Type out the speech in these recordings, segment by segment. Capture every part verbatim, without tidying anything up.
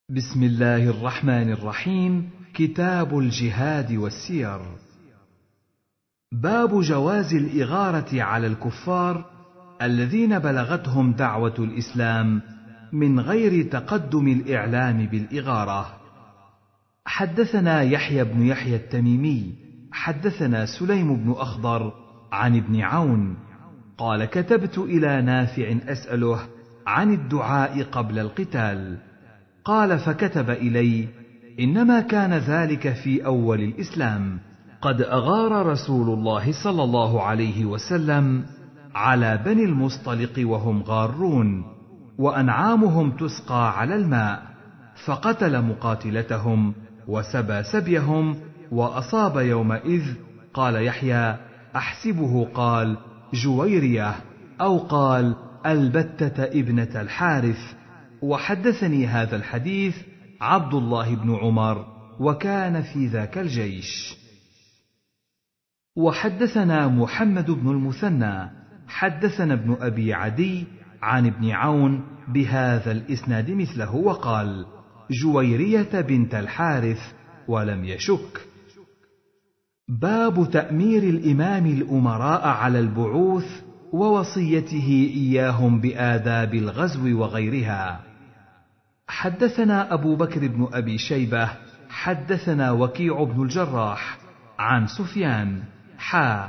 بسم الله الرحمن الرحيم. كتاب الجهاد والسير. باب جواز الإغارة على الكفار الذين بلغتهم دعوة الإسلام من غير تقدم الإعلام بالإغارة. حدثنا يحيى بن يحيى التميمي حدثنا سليم بن أخضر عن ابن عون قال: كتبت إلى نافع أسأله عن الدعاء قبل القتال. قال: فكتب إلي: إنما كان ذلك في أول الإسلام، قد أغار رسول الله صلى الله عليه وسلم على بني المصطلق وهم غارون، وأنعامهم تسقى على الماء، فقتل مقاتلتهم وسبى سبيهم وأصاب يومئذ. قال يحيى: أحسبه قال جويرية أو قال البتة ابنة الحارث. وحدثني هذا الحديث عبد الله بن عمر، وكان في ذاك الجيش. وحدثنا محمد بن المثنى حدثنا ابن أبي عدي عن ابن عون بهذا الإسناد مثله، وقال: جويرية بنت الحارث، ولم يشك. باب تأمير الإمام الأمراء على البعوث ووصيته إياهم بآداب الغزو وغيرها. حدثنا أبو بكر بن أبي شيبة حدثنا وكيع بن الجراح عن سفيان حا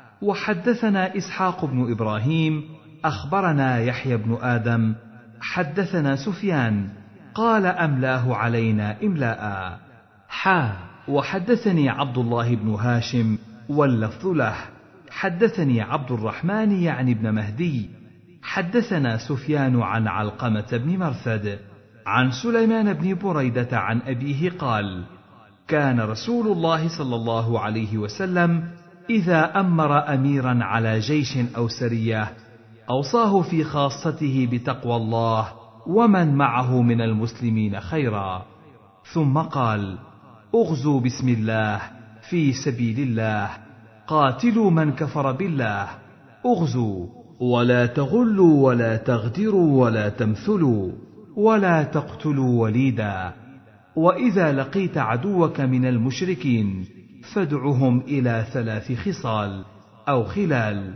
وحدثنا إسحاق بن إبراهيم أخبرنا يحيى بن آدم حدثنا سفيان قال: أملاه علينا إملاء. حا وحدثني عبد الله بن هاشم واللفظ له. حدثني عبد الرحمن يعني بن مهدي حدثنا سفيان عن علقمة بن مرثد عن سليمان بن بريدة عن أبيه قال: كان رسول الله صلى الله عليه وسلم إذا أمر أميرا على جيش أو سرية أوصاه في خاصته بتقوى الله ومن معه من المسلمين خيرا، ثم قال: اغزوا بسم الله في سبيل الله، قاتلوا من كفر بالله، اغزوا ولا تغلوا ولا تغدروا ولا تمثلوا ولا تقتلوا وليدا، وإذا لقيت عدوك من المشركين فادعهم إلى ثلاث خصال أو خلال،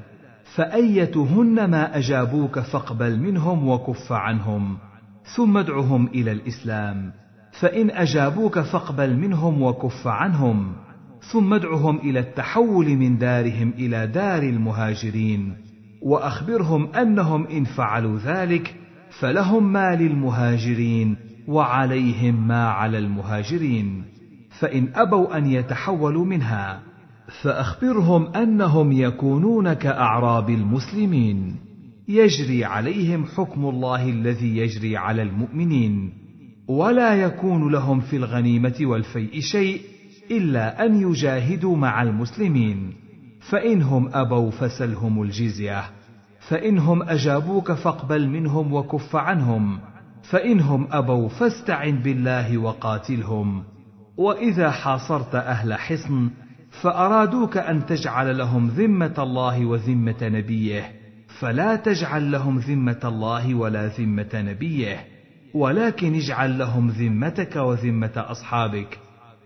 فأيتهن ما أجابوك فاقبل منهم وكف عنهم، ثم ادعهم إلى الإسلام، فإن أجابوك فاقبل منهم وكف عنهم، ثم ادعهم إلى التحول من دارهم إلى دار المهاجرين، وأخبرهم أنهم إن فعلوا ذلك فلهم ما للمهاجرين وعليهم ما على المهاجرين، فإن أبوا أن يتحولوا منها فأخبرهم أنهم يكونون كأعراب المسلمين، يجري عليهم حكم الله الذي يجري على المؤمنين، ولا يكون لهم في الغنيمة والفيء شيء إلا أن يجاهدوا مع المسلمين، فإنهم أبوا فسلهم الجزية، فإنهم أجابوك فاقبل منهم وكف عنهم، فإنهم أبوا فاستعن بالله وقاتلهم. وإذا حاصرت أهل حصن فأرادوك أن تجعل لهم ذمة الله وذمة نبيه، فلا تجعل لهم ذمة الله ولا ذمة نبيه، ولكن اجعل لهم ذمتك وذمة أصحابك،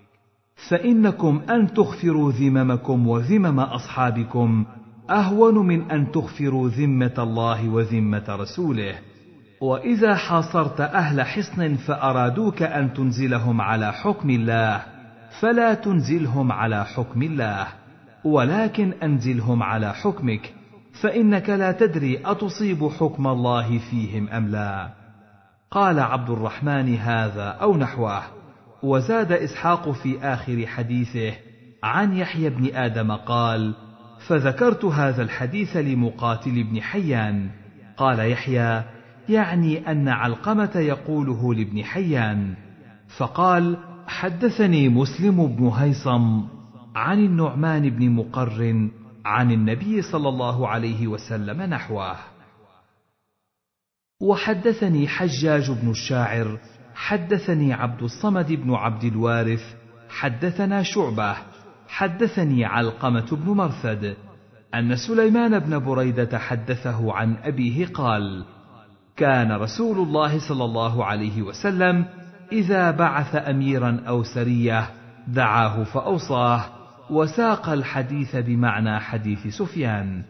فإنكم أن تغفروا ذممكم وذمم أصحابكم أهون من أن تغفروا ذمة الله وذمة رسوله. وإذا حاصرت أهل حصن فأرادوك أن تنزلهم على حكم الله فلا تنزلهم على حكم الله، ولكن أنزلهم على حكمك، فإنك لا تدري أتصيب حكم الله فيهم أم لا. قال عبد الرحمن: هذا أو نحوه. وزاد إسحاق في آخر حديثه عن يحيى بن آدم قال: فذكرت هذا الحديث لمقاتل بن حيان. قال يحيى: يعني أن علقمة يقوله لابن حيان. فقال: حدثني مسلم بن هيثم عن النعمان بن مقرن عن النبي صلى الله عليه وسلم نحوه. وحدثني حجاج بن الشاعر حدثني عبد الصمد بن عبد الوارث حدثنا شعبة حدثني علقمة بن مرثد أن سليمان بن بريدة حدثه عن أبيه قال: كان رسول الله صلى الله عليه وسلم إذا بعث أميرا أو سرية دعاه فأوصاه، وساق الحديث بمعنى حديث سفيان.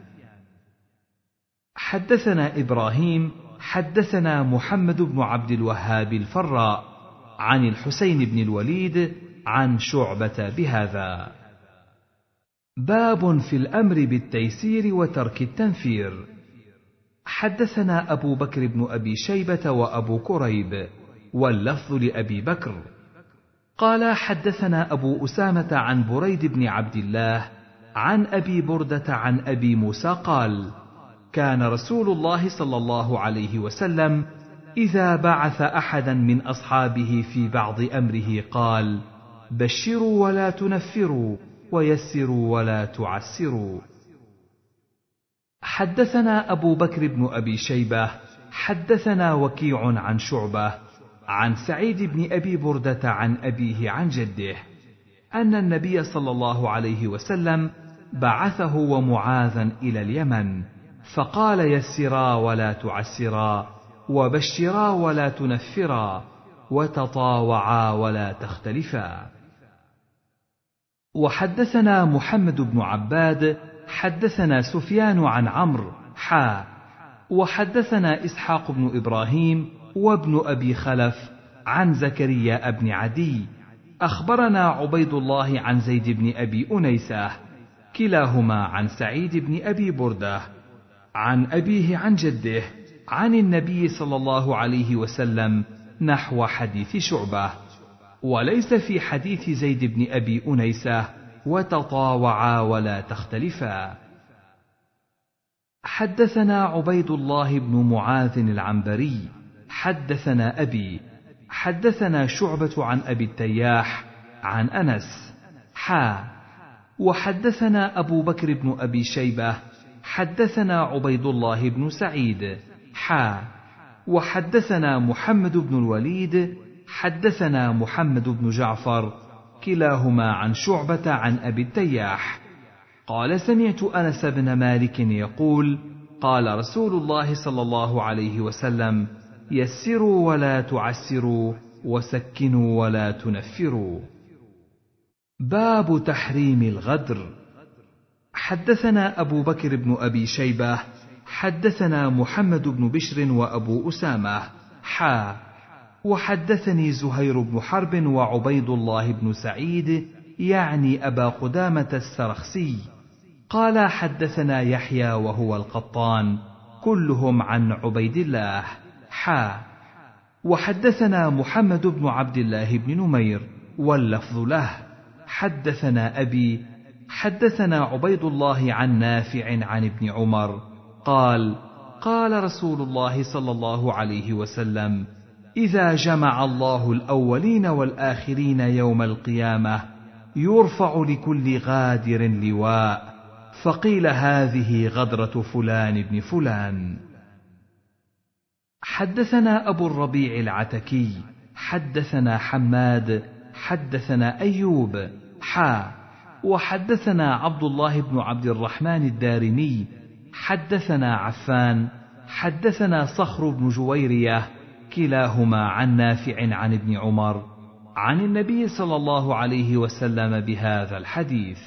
حدثنا إبراهيم حدثنا محمد بن عبد الوهاب الفراء عن الحسين بن الوليد عن شعبة بهذا. باب في الأمر بالتيسير وترك التنفير. حدثنا أبو بكر بن أبي شيبة وأبو كريب، واللفظ لأبي بكر قال حدثنا أبو أسامة عن بريد بن عبد الله عن أبي بردة عن أبي موسى قال: كان رسول الله صلى الله عليه وسلم إذا بعث أحدا من أصحابه في بعض أمره قال: بشروا ولا تنفروا، ويسروا ولا تعسروا. حدثنا أبو بكر بن أبي شيبة حدثنا وكيع عن شعبة عن سعيد بن أبي بردة عن أبيه عن جده أن النبي صلى الله عليه وسلم بعثه ومعاذا إلى اليمن، فقال: يسرا ولا تعسرا، وبشرا ولا تنفرا، وتطاوعا ولا تختلفا. وحدثنا محمد بن عباد حدثنا سفيان عن عمرو حا وحدثنا إسحاق بن إبراهيم وابن أبي خلف عن زكريا بن عدي أخبرنا عبيد الله عن زيد بن أبي أنيسة كلاهما عن سعيد بن أبي بردة عن أبيه عن جده عن النبي صلى الله عليه وسلم نحو حديث شعبة، وليس في حديث زيد بن أبي أنيسة وتطاوعا ولا تختلفا. حدثنا عبيد الله بن معاذ العنبري حدثنا أبي حدثنا شعبة عن أبي التياح عن أنس حا وحدثنا أبو بكر بن أبي شيبة حدثنا عبيد الله بن سعيد حا وحدثنا محمد بن الوليد حدثنا محمد بن جعفر كلاهما عن شعبة عن أبي التياح قال: سمعت أنس بن مالك يقول: قال رسول الله صلى الله عليه وسلم: يسروا ولا تعسروا، وسكنوا ولا تنفروا. باب تحريم الغدر. حدثنا أبو بكر بن أبي شيبة حدثنا محمد بن بشر وأبو أسامة حا وحدثني زهير بن حرب وعبيد الله بن سعيد يعني أبا قدامة السرخسي قال: حدثنا يحيى وهو القطان كلهم عن عبيد الله حا وحدثنا محمد بن عبد الله بن نمير واللفظ له حدثنا أبي حدثنا عبيد الله عن نافع عن ابن عمر قال: قال رسول الله صلى الله عليه وسلم: إذا جمع الله الأولين والآخرين يوم القيامة يرفع لكل غادر لواء، فقيل: هذه غدرة فلان بن فلان. حدثنا أبو الربيع العتكي حدثنا حماد حدثنا أيوب حا وحدثنا عبد الله بن عبد الرحمن الدارمي حدثنا عفان حدثنا صخر بن جويرية كلاهما عن نافع عن ابن عمر عن النبي صلى الله عليه وسلم بهذا الحديث.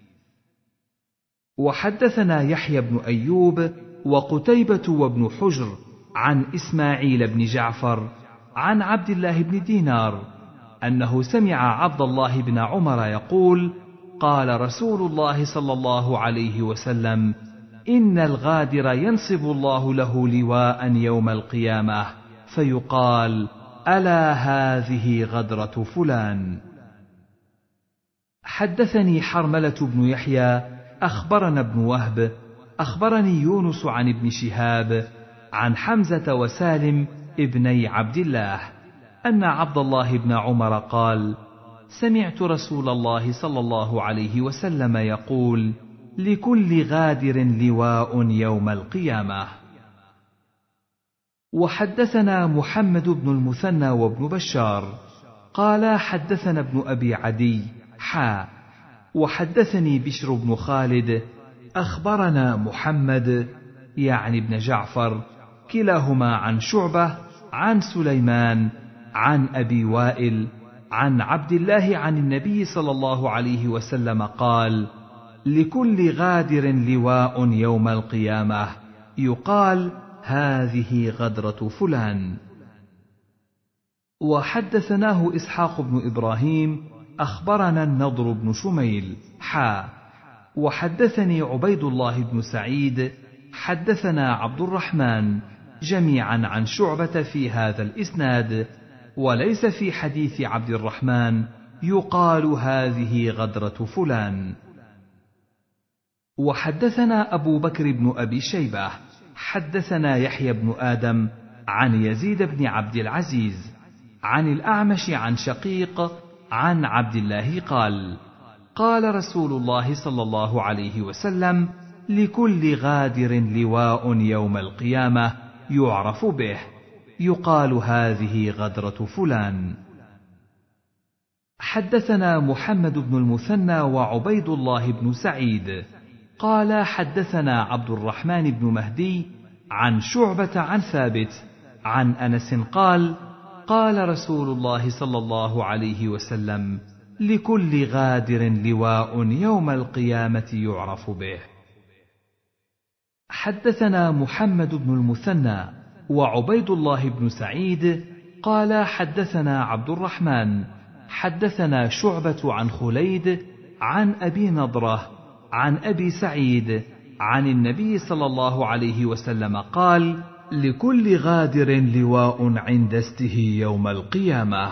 وحدثنا يحيى بن أيوب وقتيبة وابن حجر عن إسماعيل بن جعفر عن عبد الله بن دينار أنه سمع عبد الله بن عمر يقول: قال رسول الله صلى الله عليه وسلم: إن الغادر ينصب الله له لواء يوم القيامة فيقال: ألا هذه غدرة فلان. حدثني حرملة بن يحيى أخبرنا ابن وهب أخبرني يونس عن ابن شهاب عن حمزة وسالم ابني عبد الله أن عبد الله بن عمر قال: سمعت رسول الله صلى الله عليه وسلم يقول: لكل غادر لواء يوم القيامة. وحدثنا محمد بن المثنى وابن بشار قال: حدثنا ابن أبي عدي حا وحدثني بشر بن خالد أخبرنا محمد يعني ابن جعفر كلاهما عن شعبة عن سليمان عن أبي وائل عن عبد الله عن النبي صلى الله عليه وسلم قال: لكل غادر لواء يوم القيامة يقال: هذه غدرة فلان. وحدثناه إسحاق بن إبراهيم أخبرنا النضر بن شميل حا وحدثني عبيد الله بن سعيد حدثنا عبد الرحمن جميعا عن شعبة في هذا الإسناد، وليس في حديث عبد الرحمن يقال: هذه غدرة فلان. وحدثنا أبو بكر بن أبي شيبة حدثنا يحيى بن آدم عن يزيد بن عبد العزيز عن الأعمش عن شقيق عن عبد الله قال: قال رسول الله صلى الله عليه وسلم: لكل غادر لواء يوم القيامة يعرف به يقال: هذه غدرة فلان. حدثنا محمد بن المثنى وعبيد الله بن سعيد قال حدثنا عبد الرحمن بن مهدي عن شعبة عن ثابت عن أنس قال: قال رسول الله صلى الله عليه وسلم: لكل غادر لواء يوم القيامة يعرف به. حدثنا محمد بن المثنى وعبيد الله بن سعيد قال حدثنا عبد الرحمن حدثنا شعبة عن خليد عن أبي نضرة عن أبي سعيد عن النبي صلى الله عليه وسلم قال: لكل غادر لواء عند استه يوم القيامة.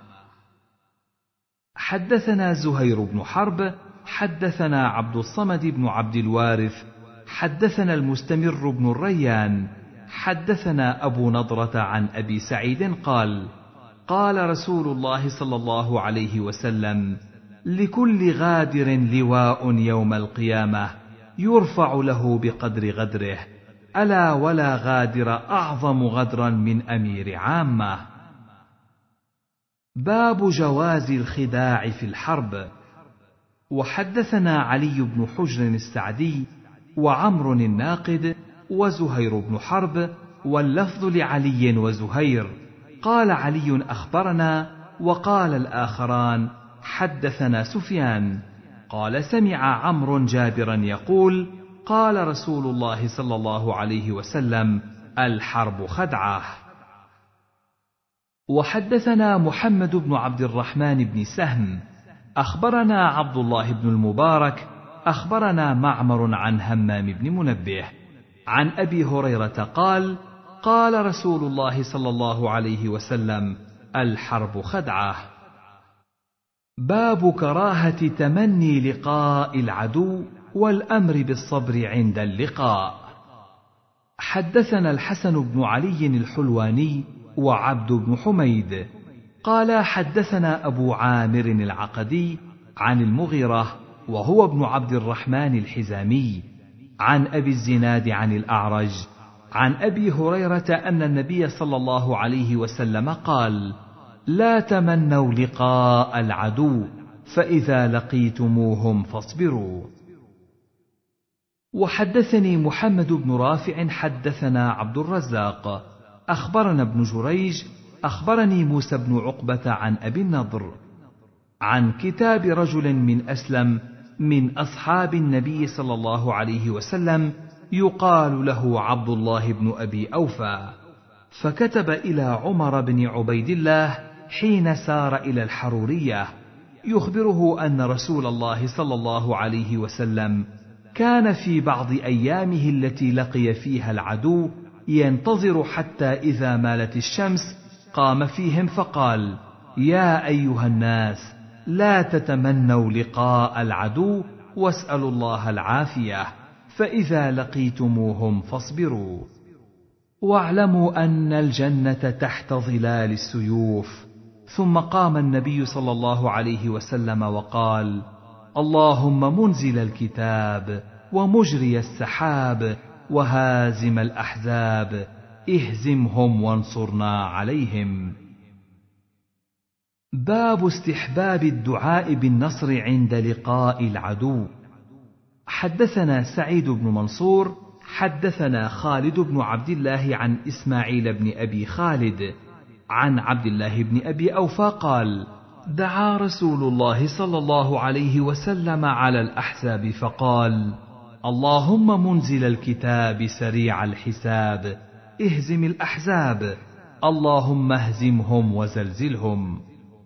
حدثنا زهير بن حرب حدثنا عبد الصمد بن عبد الوارث حدثنا المستمر بن الريان حدثنا أبو نضرة عن أبي سعيد قال: قال رسول الله صلى الله عليه وسلم: لكل غادر لواء يوم القيامة يرفع له بقدر غدره، ألا ولا غادر أعظم غدرا من أمير عامة. باب جواز الخداع في الحرب. وحدثنا علي بن حجر السعدي وعمر الناقد وزهير بن حرب، واللفظ لعلي وزهير. قال علي: أخبرنا، وقال الآخران: حدثنا سفيان. قال: سمع عمرو جابرا يقول: قال رسول الله صلى الله عليه وسلم: الحرب خدعة. وحدثنا محمد بن عبد الرحمن بن سهم أخبرنا عبد الله بن المبارك أخبرنا معمر عن همام بن منبه عن أبي هريرة قال: قال رسول الله صلى الله عليه وسلم: الحرب خدعة. باب كراهة تمني لقاء العدو والأمر بالصبر عند اللقاء. حدثنا الحسن بن علي الحلواني وعبد بن حميد قال حدثنا أبو عامر العقدي عن المغيرة وهو ابن عبد الرحمن الحزامي عن أبي الزناد عن الأعرج عن أبي هريرة أن النبي صلى الله عليه وسلم قال: لا تمنوا لقاء العدو، فإذا لقيتموهم فاصبروا. وحدثني محمد بن رافع حدثنا عبد الرزاق أخبرنا ابن جريج أخبرني موسى بن عقبة عن أبي النضر عن كتاب رجل من أسلم من أصحاب النبي صلى الله عليه وسلم يقال له عبد الله بن أبي أوفى، فكتب إلى عمر بن عبيد الله حين سار إلى الحرورية يخبره أن رسول الله صلى الله عليه وسلم كان في بعض أيامه التي لقي فيها العدو ينتظر حتى إذا مالت الشمس قام فيهم فقال: يا أيها الناس، لا تتمنوا لقاء العدو واسألوا الله العافية، فإذا لقيتموهم فاصبروا، واعلموا أن الجنة تحت ظلال السيوف. ثم قام النبي صلى الله عليه وسلم وقال: اللهم منزل الكتاب ومجري السحاب وهازم الأحزاب اهزمهم وانصرنا عليهم. باب استحباب الدعاء بالنصر عند لقاء العدو. حدثنا سعيد بن منصور حدثنا خالد بن عبد الله عن إسماعيل بن أبي خالد عن عبد الله بن أبي أوفى قال: دعا رسول الله صلى الله عليه وسلم على الأحزاب فقال: اللهم منزل الكتاب سريع الحساب اهزم الأحزاب، اللهم اهزمهم وزلزلهم.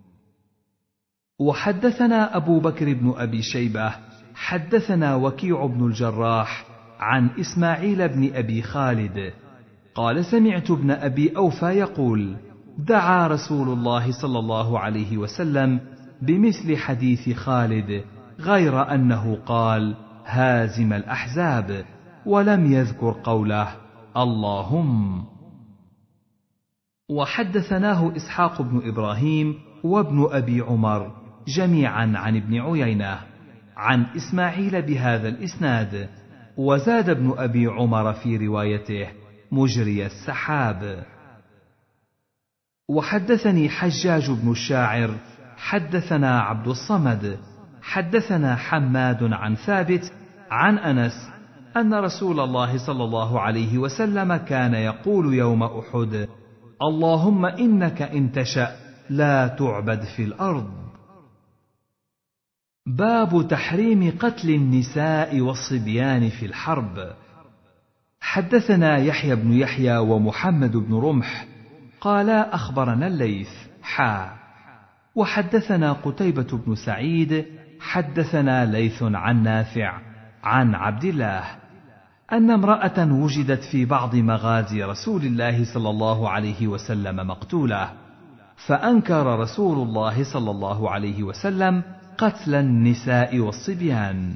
وحدثنا أبو بكر بن أبي شيبة حدثنا وكيع بن الجراح عن إسماعيل بن أبي خالد قال: سمعت ابن أبي أوفى يقول: دعا رسول الله صلى الله عليه وسلم بمثل حديث خالد، غير أنه قال: هازم الأحزاب، ولم يذكر قوله اللهم. وحدثناه إسحاق بن إبراهيم وابن أبي عمر جميعا عن ابن عيينة عن إسماعيل بهذا الإسناد، وزاد ابن أبي عمر في روايته: مجري السحاب. وحدثني حجاج بن الشاعر حدثنا عبد الصمد حدثنا حماد عن ثابت عن أنس أن رسول الله صلى الله عليه وسلم كان يقول يوم أحد: اللهم إنك إن تشأ لا تعبد في الأرض. باب تحريم قتل النساء والصبيان في الحرب. حدثنا يحيى بن يحيى ومحمد بن رمح قالا أخبرنا الليث حا وحدثنا قتيبة بن سعيد حدثنا ليث عن نافع عن عبد الله أن امرأة وجدت في بعض مغازي رسول الله صلى الله عليه وسلم مقتولة، فأنكر رسول الله صلى الله عليه وسلم قتل النساء والصبيان.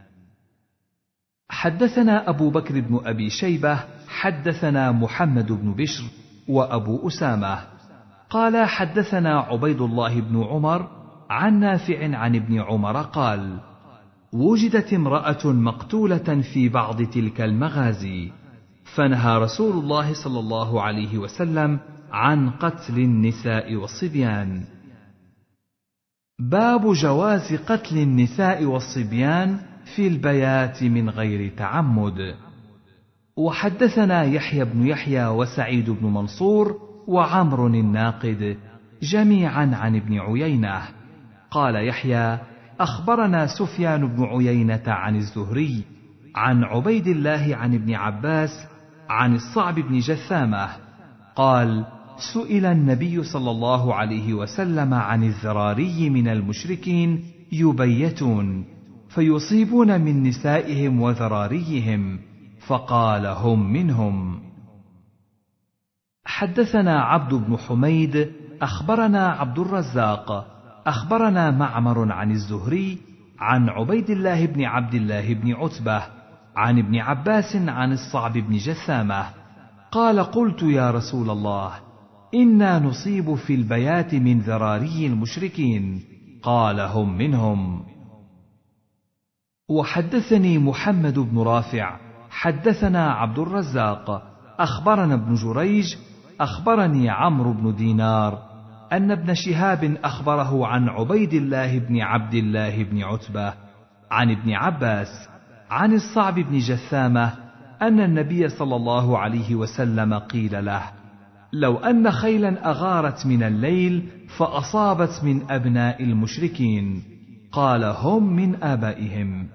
حدثنا أبو بكر بن أبي شيبة حدثنا محمد بن بشر وأبو أسامة قال حدثنا عبيد الله بن عمر عن نافع عن ابن عمر قال: وجدت امرأة مقتولة في بعض تلك المغازي، فنهى رسول الله صلى الله عليه وسلم عن قتل النساء والصبيان. باب جواز قتل النساء والصبيان في البيات من غير تعمد. وحدثنا يحيى بن يحيى وسعيد بن منصور وعمر الناقد جميعا عن ابن عيينة قال يحيى: أخبرنا سفيان بن عيينة عن الزهري عن عبيد الله عن ابن عباس عن الصعب بن جثامة قال: سئل النبي صلى الله عليه وسلم عن الذراري من المشركين يبيتون فيصيبون من نسائهم وذراريهم، فقال: هم منهم. حدثنا عبد بن حميد أخبرنا عبد الرزاق أخبرنا معمر عن الزهري عن عبيد الله بن عبد الله بن عتبة عن ابن عباس عن الصعب بن جثامة قال: قلت يا رسول الله، إنا نصيب في البيات من ذراري المشركين، قال: هم منهم. وحدثني محمد بن رافع حدثنا عبد الرزاق أخبرنا ابن جريج أخبرني عمرو بن دينار أن ابن شهاب أخبره عن عبيد الله بن عبد الله بن عتبة عن ابن عباس عن الصعب بن جثامة أن النبي صلى الله عليه وسلم قيل له: لو أن خيلا أغارت من الليل فأصابت من أبناء المشركين، قال: هم من آبائهم.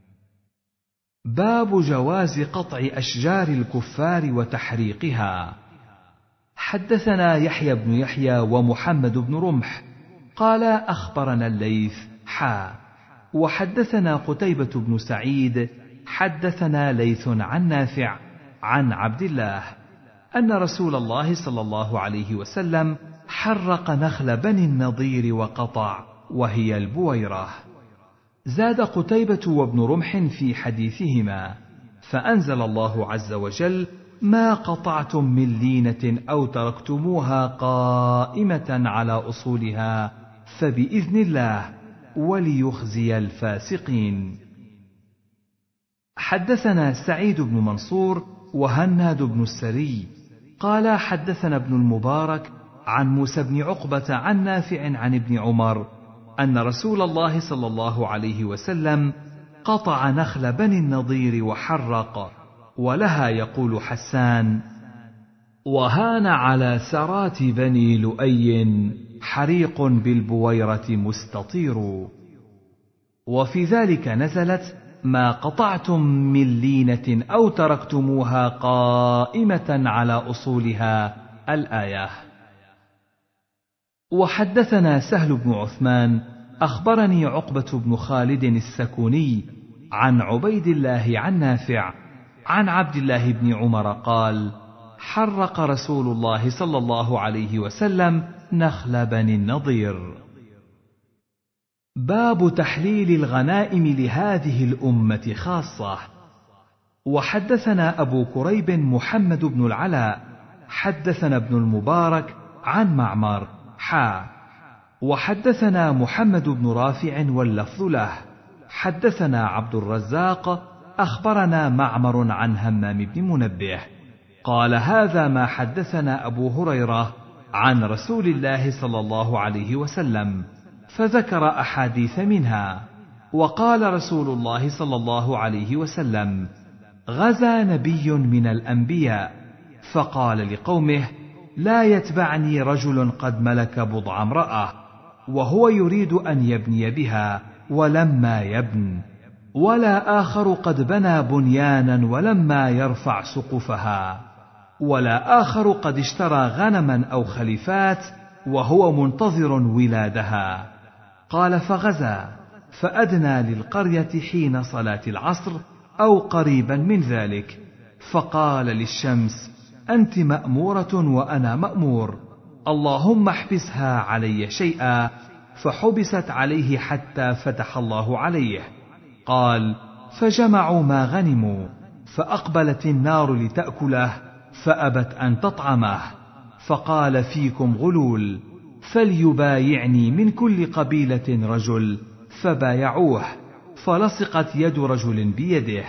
باب جواز قطع أشجار الكفار وتحريقها. حدثنا يحيى بن يحيى ومحمد بن رمح قال أخبرنا الليث حا وحدثنا قتيبة بن سعيد حدثنا ليث عن نافع عن عبد الله أن رسول الله صلى الله عليه وسلم حرق نخل بني النضير وقطع، وهي البويرة. زاد قتيبة وابن رمح في حديثهما: فأنزل الله عز وجل: ما قطعتم من لينة أو تركتموها قائمة على أصولها فبإذن الله وليخزي الفاسقين. حدثنا سعيد بن منصور وهناد بن السري قال حدثنا ابن المبارك عن موسى بن عقبة عن نافع عن ابن عمر أن رسول الله صلى الله عليه وسلم قطع نخل بني النضير وحرق. ولها يقول حسان: وهان على سرات بني لؤي حريق بالبويرة مستطير. وفي ذلك نزلت ما قطعتم من لينة أو تركتموها قائمة على أصولها الآية. وحدثنا سهل بن عثمان أخبرني عقبة بن خالد السكوني عن عبيد الله عن نافع عن عبد الله بن عمر قال: حرق رسول الله صلى الله عليه وسلم نخل بني النضير. باب تحليل الغنائم لهذه الأمة خاصة. وحدثنا أبو كريب محمد بن العلاء حدثنا ابن المبارك عن معمر حا وحدثنا محمد بن رافع واللفظ له حدثنا عبد الرزاق أخبرنا معمر عن همام بن منبه قال: هذا ما حدثنا أبو هريرة عن رسول الله صلى الله عليه وسلم، فذكر أحاديث منها. وقال رسول الله صلى الله عليه وسلم: غزا نبي من الأنبياء فقال لقومه: لا يتبعني رجل قد ملك بضع امرأة وهو يريد أن يبني بها ولما يبن، ولا آخر قد بنى بنيانا ولما يرفع سقفها، ولا آخر قد اشترى غنما أو خليفات وهو منتظر ولادها. قال: فغزا فأدنى للقرية حين صلاة العصر أو قريبا من ذلك، فقال للشمس: أنت مأمورة وأنا مأمور، اللهم احبسها علي شيئا، فحبست عليه حتى فتح الله عليه. قال: فجمعوا ما غنموا، فأقبلت النار لتأكله فأبت أن تطعمه، فقال: فيكم غلول، فليبايعني من كل قبيلة رجل، فبايعوه، فلصقت يد رجل بيده.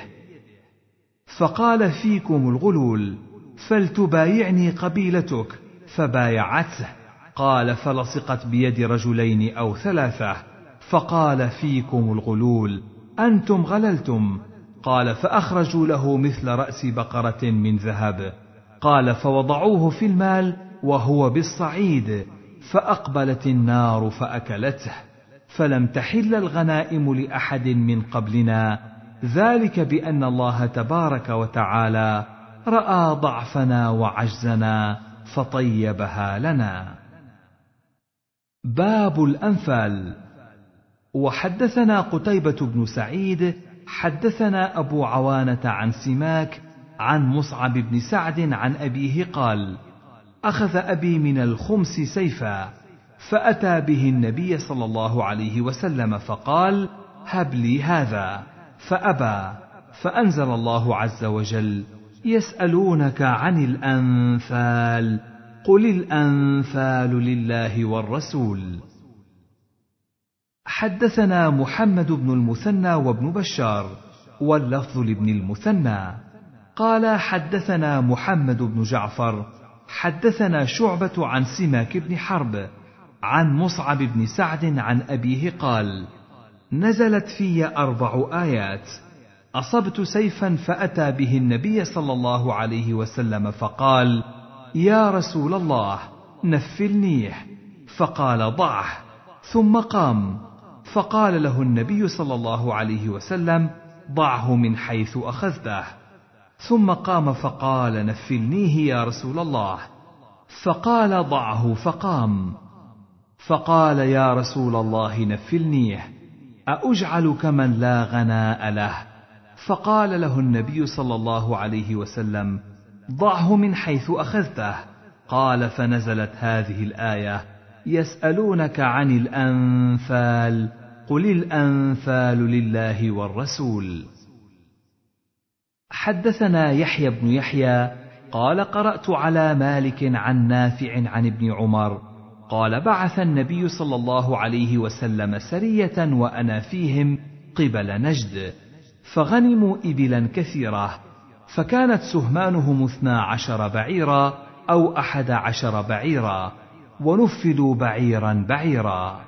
فقال: فيكم الغلول، فلتبايعني قبيلتك، فبايعته، قال: فلصقت بيد رجلين أو ثلاثة، فقال: فيكم الغلول، أنتم غللتم، قال: فأخرجوا له مثل رأس بقرة من ذهب، قال: فوضعوه في المال وهو بالصعيد، فأقبلت النار فأكلته، فلم تحل الغنائم لأحد من قبلنا، ذلك بأن الله تبارك وتعالى رأى ضعفنا وعجزنا فطيبها لنا. باب الأنفال. وحدثنا قتيبة بن سعيد حدثنا أبو عوانة عن سماك عن مصعب بن سعد عن أبيه قال: أخذ أبي من الخمس سيفا، فأتى به النبي صلى الله عليه وسلم فقال: هب لي هذا، فأبى، فأنزل الله عز وجل: يسألونك عن الأنفال، قل الأنفال لله والرسول. حدثنا محمد بن المثنى وابن بشار واللفظ لابن المثنى قال: حدثنا محمد بن جعفر حدثنا شعبة عن سماك بن حرب عن مصعب بن سعد عن أبيه قال: نزلت في أربع آيات، أصبت سيفا فأتى به النبي صلى الله عليه وسلم فقال: يا رسول الله نفلنيه، فقال: ضعه، ثم قام، فقال له النبي صلى الله عليه وسلم: ضعه من حيث أخذته، ثم قام فقال: نفلنيه يا رسول الله، فقال: ضعه، فقام، فقال: يا رسول الله نفلنيه، أأجعل كمن لا غناء له؟ فقال له النبي صلى الله عليه وسلم: ضعه من حيث أخذته. قال: فنزلت هذه الآية: يسألونك عن الأنفال، قل الأنفال لله والرسول. حدثنا يحيى بن يحيى قال: قرأت على مالك عن نافع عن ابن عمر قال: بعث النبي صلى الله عليه وسلم سرية وأنا فيهم قبل نجد، فغنموا إبلا كثيرة، فكانت سهمانهم اثنا عشر بعيرا أو أحد عشر بعيرا، ونفلوا بعيرا بعيرا.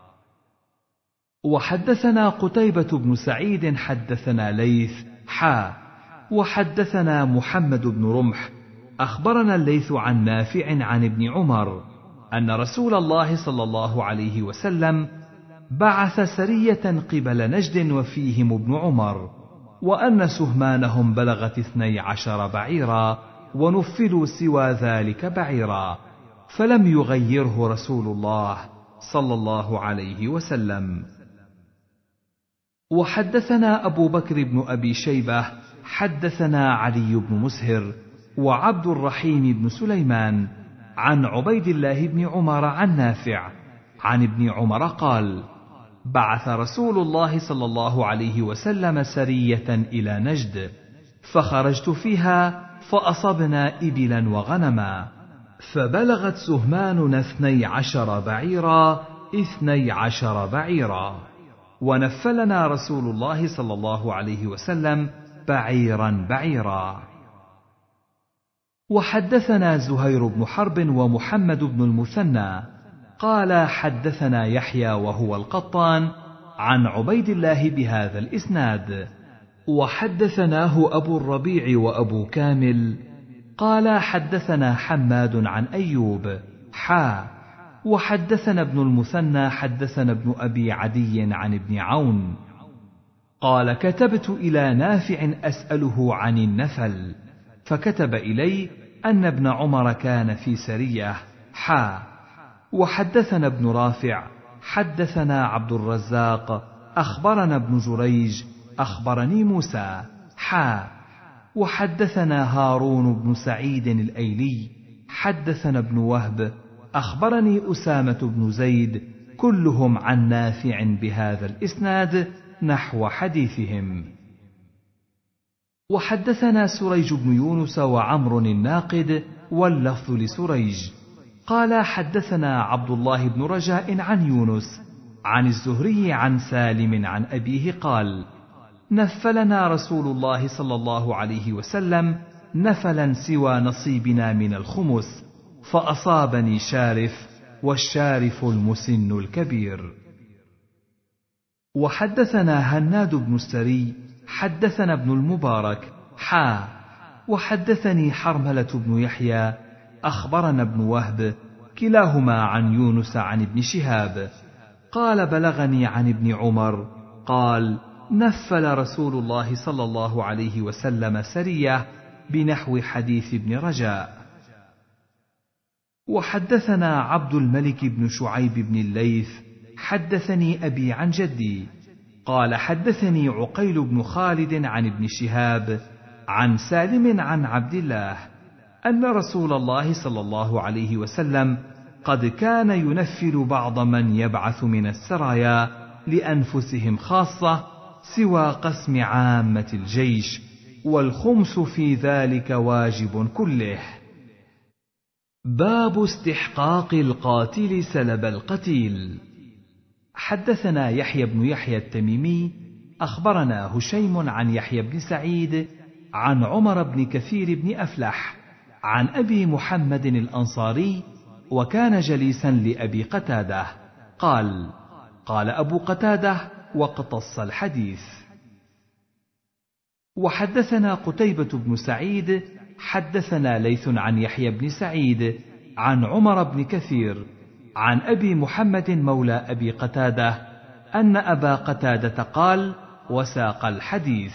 وحدثنا قتيبة بن سعيد حدثنا ليث حا وحدثنا محمد بن رمح أخبرنا الليث عن نافع عن ابن عمر أن رسول الله صلى الله عليه وسلم بعث سرية قبل نجد وفيهم ابن عمر، وأن سهمانهم بلغت اثني عشر بعيرا، ونفلوا سوى ذلك بعيرا، فلم يغيره رسول الله صلى الله عليه وسلم. وحدثنا أبو بكر بن أبي شيبة حدثنا علي بن مسهر وعبد الرحيم بن سليمان عن عبيد الله بن عمر عن نافع عن ابن عمر قال: بعث رسول الله صلى الله عليه وسلم سرية إلى نجد، فخرجت فيها فأصبنا إبلا وغنما، فبلغت سهماننا اثني عشر بعيرا اثني عشر بعيرا، ونفلنا رسول الله صلى الله عليه وسلم بعيرا بعيرا. وحدثنا زهير بن حرب ومحمد بن المثنى قال حدثنا يحيى وهو القطان عن عبيد الله بهذا الإسناد. وحدثناه أبو الربيع وأبو كامل قال حدثنا حماد عن أيوب حا وحدثنا ابن المثنى حدثنا ابن أبي عدي عن ابن عون قال: كتبت إلى نافع أسأله عن النفل، فكتب إلي أن ابن عمر كان في سرية حا. وحدثنا ابن رافع حدثنا عبد الرزاق أخبرنا ابن جريج أخبرني موسى حا. وحدثنا هارون بن سعيد الأيلي حدثنا ابن وهب أخبرني أسامة بن زيد كلهم عن نافع بهذا الإسناد نحو حديثهم. وحدثنا سريج بن يونس وعمر الناقد واللفظ لسريج قال حدثنا عبد الله بن رجاء عن يونس عن الزهري عن سالم عن أبيه قال: نفلنا رسول الله صلى الله عليه وسلم نفلا سوى نصيبنا من الخمس، فأصابني شارف، والشارف المسن الكبير. وحدثنا هناد بن السري حدثنا ابن المبارك حا. وحدثني حرملة بن يحيى أخبرنا ابن وهب كلاهما عن يونس عن ابن شهاب قال: بلغني عن ابن عمر قال: نفل رسول الله صلى الله عليه وسلم سرية بنحو حديث ابن رجاء. وحدثنا عبد الملك بن شعيب بن الليث حدثني أبي عن جدي قال: حدثني عقيل بن خالد عن ابن شهاب عن سالم عن عبد الله أن رسول الله صلى الله عليه وسلم قد كان ينفل بعض من يبعث من السرايا لأنفسهم خاصة سوى قسم عامة الجيش، والخمس في ذلك واجب كله. باب استحقاق القاتل سلب القتيل. حدثنا يحيى بن يحيى التميمي أخبرنا هشيم عن يحيى بن سعيد عن عمر بن كثير بن أفلح عن أبي محمد الأنصاري وكان جليسا لأبي قتادة قال: قال أبو قتادة واقتص الحديث. وحدثنا قتيبة بن سعيد حدثنا ليث عن يحيى بن سعيد عن عمر بن كثير عن أبي محمد مولى أبي قتادة أن أبا قتادة قال: وساق الحديث.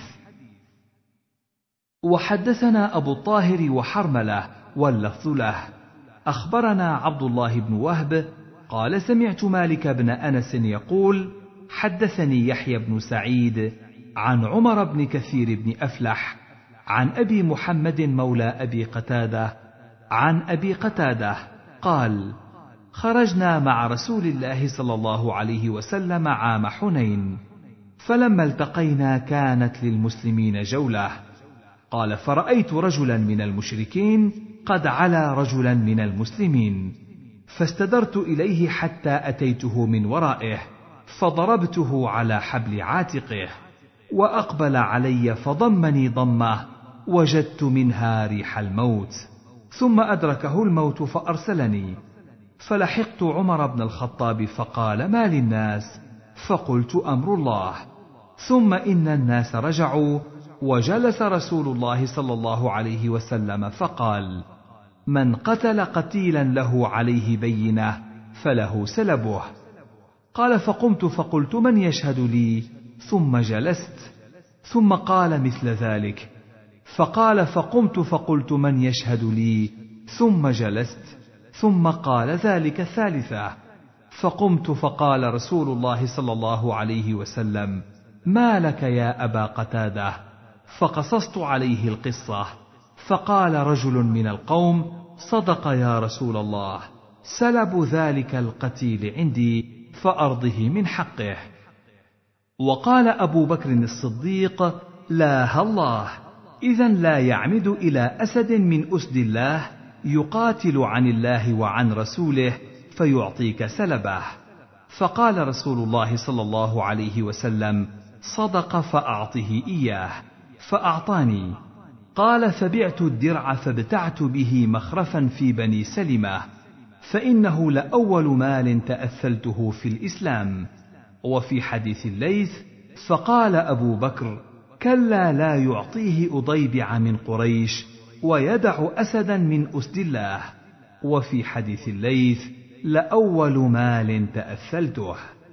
وحدثنا أبو الطاهر وحرملة واللفظ له أخبرنا عبد الله بن وهب قال: سمعت مالك بن أنس يقول: حدثني يحيى بن سعيد عن عمر بن كثير بن أفلح عن أبي محمد مولى أبي قتادة عن أبي قتادة قال: خرجنا مع رسول الله صلى الله عليه وسلم عام حنين، فلما التقينا كانت للمسلمين جولة. قال: فرأيت رجلا من المشركين قد علا رجلا من المسلمين، فاستدرت إليه حتى أتيته من ورائه، فضربته على حبل عاتقه، وأقبل علي فضمني ضمه، وجدت منها ريح الموت، ثم أدركه الموت فأرسلني، فلحقت عمر بن الخطاب فقال: ما للناس؟ فقلت: أمر الله. ثم إن الناس رجعوا، وجلس رسول الله صلى الله عليه وسلم فقال: من قتل قتيلا له عليه بينة فله سلبه. قال فقمت فقلت من يشهد لي؟ ثم جلست. ثم قال مثل ذلك. فقال فقمت فقلت من يشهد لي؟ ثم جلست. ثم قال ذلك الثالثة. فقمت فقال رسول الله صلى الله عليه وسلم: ما لك يا أبا قتادة؟ فقصصت عليه القصة. فقال رجل من القوم: صدق يا رسول الله، سلب ذلك القتيل عندي فأرضه من حقه. وقال أبو بكر الصديق: لا الله، إذن لا يعمد إلى أسد من أسد الله يقاتل عن الله وعن رسوله فيعطيك سلبه. فقال رسول الله صلى الله عليه وسلم: صدق فأعطه إياه. فأعطاني. قال فبعت الدرع فابتعت به مخرفا في بني سلمة، فإنه لأول مال تأثلته في الإسلام. وفي حديث الليث: فقال أبو بكر: كلا لا يعطيه أضيبع من قريش ويدع أسدا من أسد الله. وفي حديث الليث: لأول مال تأثلته.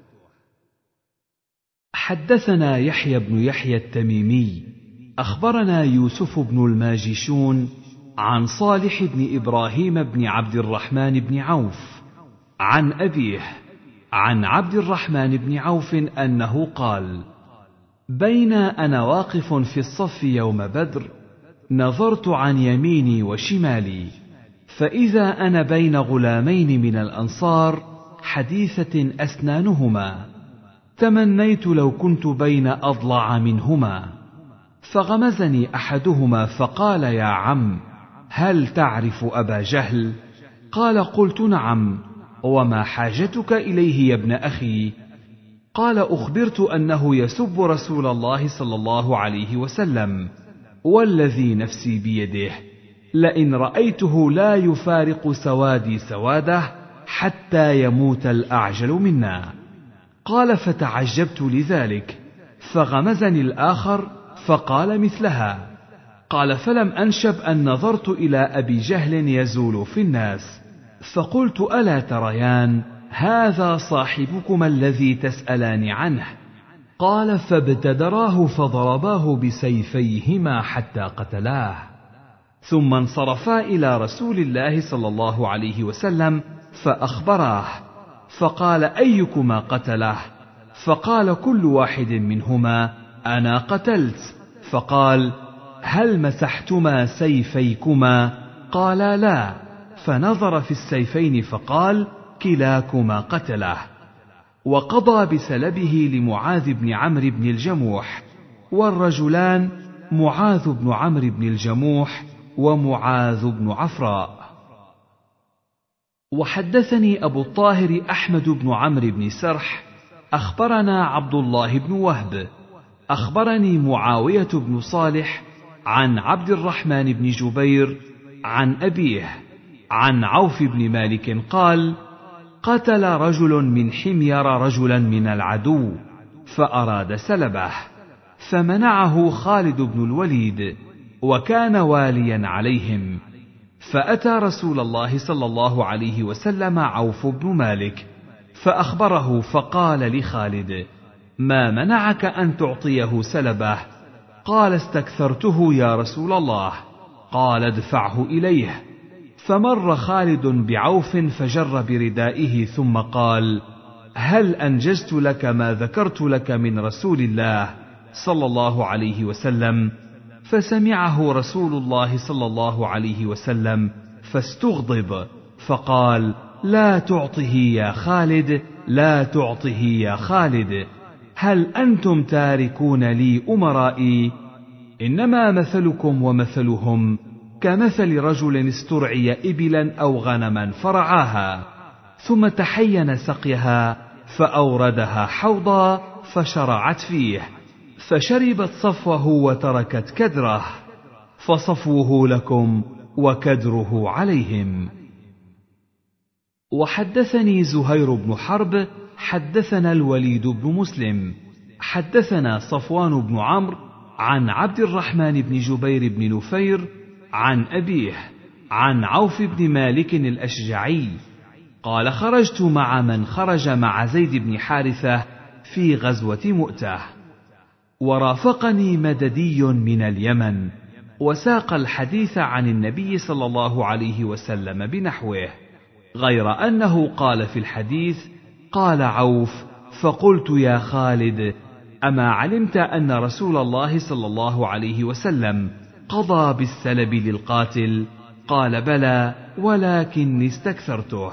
حدثنا يحيى بن يحيى التميمي أخبرنا يوسف بن الماجشون عن صالح بن إبراهيم بن عبد الرحمن بن عوف عن أبيه عن عبد الرحمن بن عوف أنه قال: بين أنا واقف في الصف يوم بدر نظرت عن يميني وشمالي، فإذا أنا بين غلامين من الأنصار حديثة أسنانهما، تمنيت لو كنت بين أضلع منهما. فغمزني أحدهما فقال: يا عم، هل تعرف أبا جهل؟ قال: قلت: نعم. وما حاجتك إليه يا ابن أخي؟ قال: أخبرت أنه يسب رسول الله صلى الله عليه وسلم، والذي نفسي بيده لئن رأيته لا يفارق سوادي سواده حتى يموت الأعجل منا. قال: فتعجبت لذلك، فغمزني الآخر فقال مثلها. قال: فلم أنشب أن نظرت إلى أبي جهل يزول في الناس، فقلت: ألا تريان هذا صاحبكما الذي تسألان عنه؟ قال: فابتدراه فضرباه بسيفيهما حتى قتلاه، ثم انصرفا إلى رسول الله صلى الله عليه وسلم فأخبراه، فقال: أيكما قتله؟ فقال كل واحد منهما: أنا قتلت. فقال: هل مسحتما سيفيكما؟ قالا: لا. فنظر في السيفين فقال: كلاكما قتله. وقضى بسلبه لمعاذ بن عمرو بن الجموح، والرجلان معاذ بن عمرو بن الجموح ومعاذ بن عفراء. وحدثني أبو الطاهر أحمد بن عمرو بن سرح أخبرنا عبد الله بن وهب أخبرني معاوية بن صالح عن عبد الرحمن بن جبير عن أبيه عن عوف بن مالك قال: قتل رجل من حمير رجلا من العدو فأراد سلبه، فمنعه خالد بن الوليد وكان واليا عليهم، فأتى رسول الله صلى الله عليه وسلم عوف بن مالك فأخبره، فقال لخالد: ما منعك أن تعطيه سلبه؟ قال: استكثرته يا رسول الله. قال: ادفعه إليه. فمر خالد بعوف فجر بردائه ثم قال: هل أنجزت لك ما ذكرت لك من رسول الله صلى الله عليه وسلم؟ فسمعه رسول الله صلى الله عليه وسلم فاستغضب فقال: لا تعطه يا خالد، لا تعطه يا خالد، هل أنتم تاركون لي أمرائي؟ إنما مثلكم ومثلهم كمثل رجل استرعي إبلا أو غنما فرعاها، ثم تحين سقيها فأوردها حوضا فشرعت فيه، فشربت صفوه وتركت كدره، فصفوه لكم وكدره عليهم. وحدثني زهير بن حرب حدثنا الوليد بن مسلم حدثنا صفوان بن عمرو عن عبد الرحمن بن جبير بن نفير عن أبيه عن عوف بن مالك الأشجعي قال خرجت مع من خرج مع زيد بن حارثة في غزوة مؤتة، ورافقني مددي من اليمن، وساق الحديث عن النبي صلى الله عليه وسلم بنحوه، غير أنه قال في الحديث: قال عوف: فقلت يا خالد أما علمت أن رسول الله صلى الله عليه وسلم قضى بالسلب للقاتل؟ قال: بلى، ولكن استكثرته.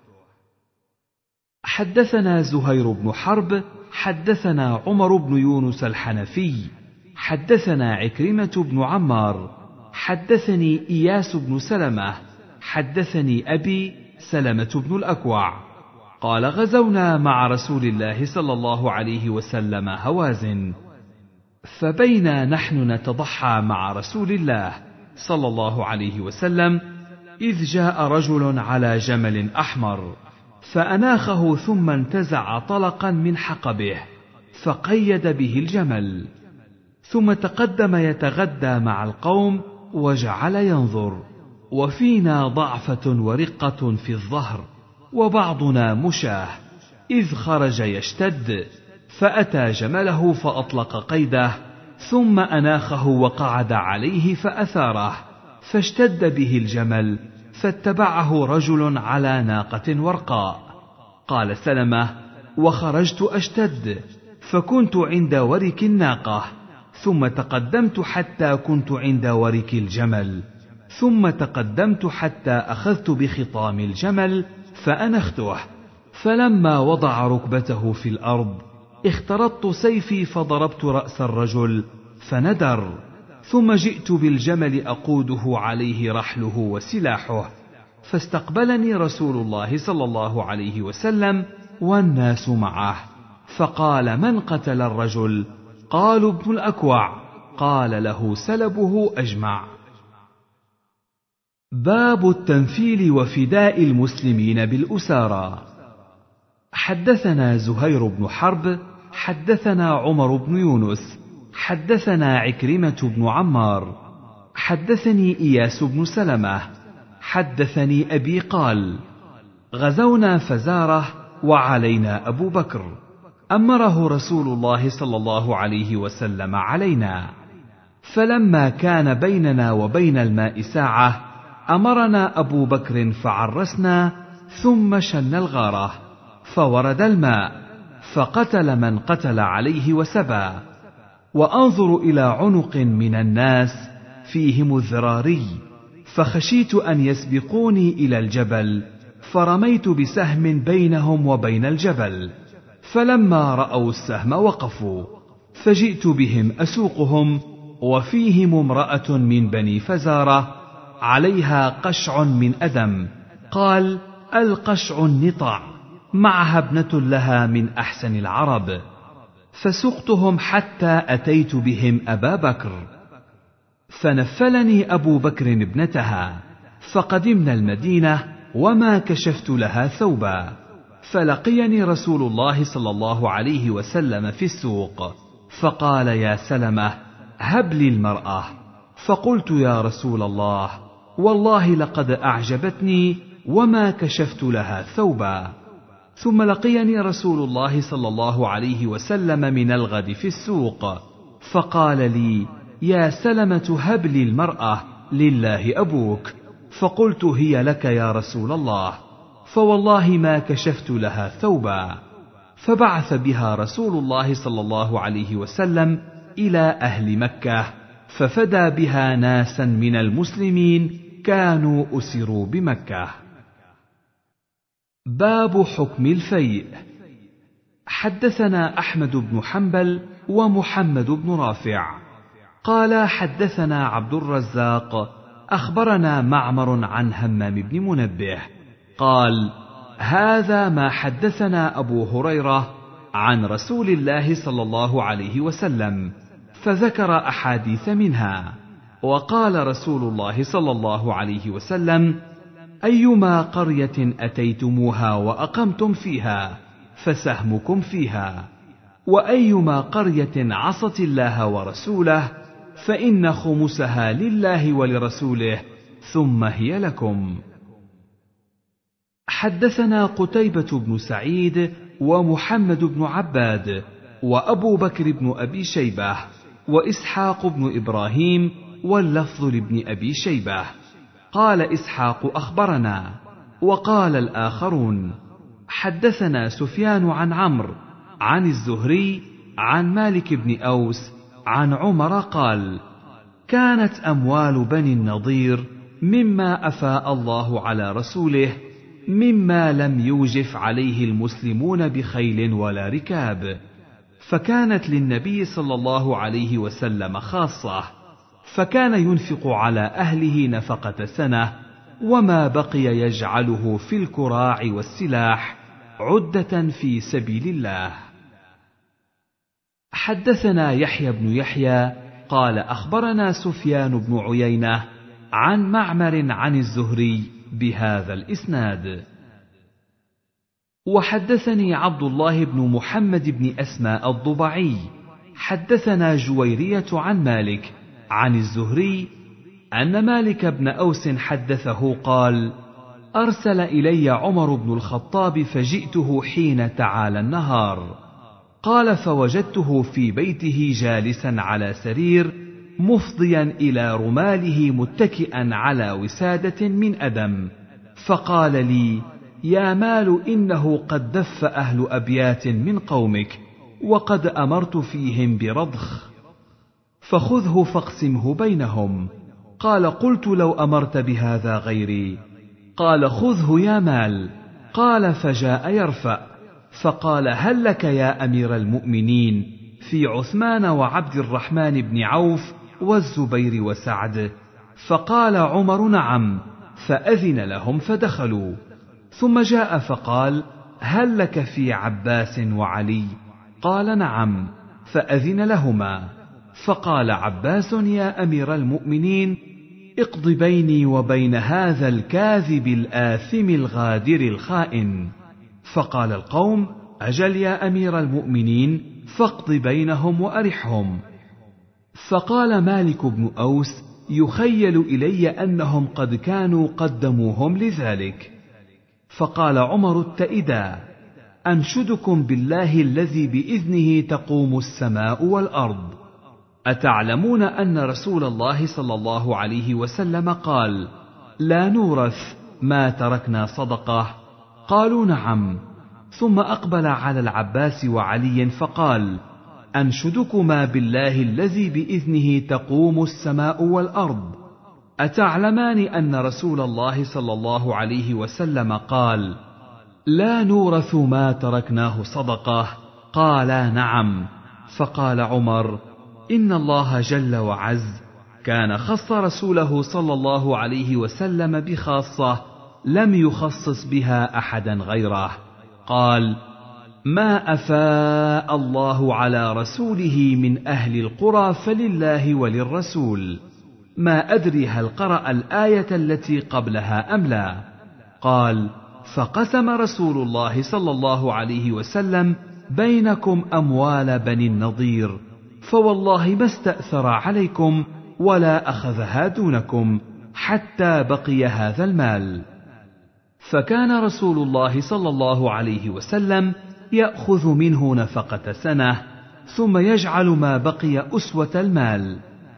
حدثنا زهير بن حرب حدثنا عمر بن يونس الحنفي حدثنا عكرمة بن عمار حدثني إياس بن سلمة حدثني أبي سلمة بن الأكوع قال: غزونا مع رسول الله صلى الله عليه وسلم هوازن، فبينا نحن نتضحى مع رسول الله صلى الله عليه وسلم إذ جاء رجل على جمل أحمر، فأناخه ثم انتزع طلقا من حقبه فقيد به الجمل، ثم تقدم يتغدى مع القوم وجعل ينظر، وفينا ضعفة ورقة في الظهر، وبعضنا مشاه، إذ خرج يشتد، فأتى جمله فأطلق قيده، ثم أناخه وقعد عليه فأثاره، فاشتد به الجمل، فاتبعه رجل على ناقة ورقاء. قال سلمة: وخرجت أشتد، فكنت عند ورك الناقة، ثم تقدمت حتى كنت عند ورك الجمل، ثم تقدمت حتى أخذت بخطام الجمل فأنخته، فلما وضع ركبته في الأرض اخترطت سيفي فضربت رأس الرجل فندر، ثم جئت بالجمل أقوده عليه رحله وسلاحه، فاستقبلني رسول الله صلى الله عليه وسلم والناس معه، فقال: من قتل الرجل؟ قالوا: ابن الأكوع. قال: له سلبه أجمع. باب التنفيل وفداء المسلمين بالأسارى. حدثنا زهير بن حرب حدثنا عمر بن يونس حدثنا عكرمة بن عمار حدثني إياس بن سلمة حدثني أبي قال: غزونا فزارة وعلينا أبو بكر، أمره رسول الله صلى الله عليه وسلم علينا، فلما كان بيننا وبين الماء ساعة أمرنا أبو بكر فعرسنا، ثم شن الغارة، فورد الماء، فقتل من قتل عليه وسبى، وأنظر إلى عنق من الناس فيهم الذراري، فخشيت أن يسبقوني إلى الجبل، فرميت بسهم بينهم وبين الجبل، فلما رأوا السهم وقفوا، فجئت بهم أسوقهم، وفيهم امرأة من بني فزارة عليها قشع من أدم، قال: القشع النطع، معها ابنة لها من أحسن العرب، فسقتهم حتى أتيت بهم أبا بكر، فنفلني أبو بكر ابنتها، فقدمنا المدينة وما كشفت لها ثوبا، فلقيني رسول الله صلى الله عليه وسلم في السوق، فقال: يا سلمة، هب لي المرأة. فقلت: يا رسول الله، والله لقد أعجبتني وما كشفت لها ثوبا. ثم لقيني رسول الله صلى الله عليه وسلم من الغد في السوق، فقال لي: يا سلمة، هب لي المرأة، لله أبوك. فقلت: هي لك يا رسول الله، فوالله ما كشفت لها ثوبا. فبعث بها رسول الله صلى الله عليه وسلم إلى أهل مكة، ففدى بها ناسا من المسلمين كانوا أسروا بمكة. باب حكم الفيء. حدثنا أحمد بن حنبل ومحمد بن رافع قال: حدثنا عبد الرزاق أخبرنا معمر عن همام بن منبه قال: هذا ما حدثنا أبو هريرة عن رسول الله صلى الله عليه وسلم، فذكر أحاديث منها، وقال رسول الله صلى الله عليه وسلم: أيما قرية أتيتموها وأقمتم فيها فسهمكم فيها، وأيما قرية عصت الله ورسوله فإن خمسها لله ولرسوله ثم هي لكم. حدثنا قتيبة بن سعيد ومحمد بن عباد وأبو بكر بن أبي شيبة وإسحاق بن إبراهيم واللفظ لابن أبي شيبة. قال إسحاق أخبرنا، وقال الآخرون حدثنا سفيان عن عمرو عن الزهري عن مالك بن أوس عن عمر قال: كانت أموال بني النضير مما أفاء الله على رسوله، مما لم يوجف عليه المسلمون بخيل ولا ركاب، فكانت للنبي صلى الله عليه وسلم خاصة، فكان ينفق على أهله نفقة سنة، وما بقي يجعله في الكراع والسلاح عدة في سبيل الله. حدثنا يحيى بن يحيى قال أخبرنا سفيان بن عيينة عن معمر عن الزهري بهذا الإسناد. وحدثني عبد الله بن محمد بن أسماء الضبعي حدثنا جويرية عن مالك عن الزهري أن مالك بن أوس حدثه قال: أرسل إلي عمر بن الخطاب فجئته حين تعالى النهار. قال: فوجدته في بيته جالسا على سرير مفضيا إلى رماله متكئا على وسادة من أدم، فقال لي: يا مال، إنه قد دف أهل أبيات من قومك، وقد أمرت فيهم برضخ، فخذه فاقسمه بينهم. قال: قلت لو أمرت بهذا غيري. قال: خذه يا مال. قال: فجاء يرفع، فقال: هل لك يا أمير المؤمنين في عثمان وعبد الرحمن بن عوف والزبير وسعد؟ فقال عمر: نعم، فأذن لهم فدخلوا. ثم جاء فقال: هل لك في عباس وعلي؟ قال: نعم، فأذن لهما. فقال عباس: يا أمير المؤمنين، اقض بيني وبين هذا الكاذب الآثم الغادر الخائن. فقال القوم: أجل يا أمير المؤمنين، فاقض بينهم وأرحهم. فقال مالك بن أوس: يخيل إلي أنهم قد كانوا قدموهم لذلك. فقال عمر التئدا: أنشدكم بالله الذي بإذنه تقوم السماء والأرض، أتعلمون أن رسول الله صلى الله عليه وسلم قال: لا نورث ما تركنا صدقة؟ قالوا: نعم. ثم أقبل على العباس وعلي فقال: أنشدكما بالله الذي بإذنه تقوم السماء والأرض، أتعلمان أن رسول الله صلى الله عليه وسلم قال: لا نورث ما تركناه صدقة؟ قالا: نعم. فقال عمر: إن الله جل وعز كان خص رسوله صلى الله عليه وسلم بخاصة لم يخصص بها أحدا غيره. قال: ما أفاء الله على رسوله من أهل القرى فلله وللرسول. ما أدري هل قرأ الآية التي قبلها أم لا. قال: فقسم رسول الله صلى الله عليه وسلم بينكم أموال بني النضير، فوالله ما استأثر عليكم ولا أخذها دونكم حتى بقي هذا المال. فكان رسول الله صلى الله عليه وسلم يأخذ منه نفقة سنة، ثم يجعل ما بقي أسوة المال.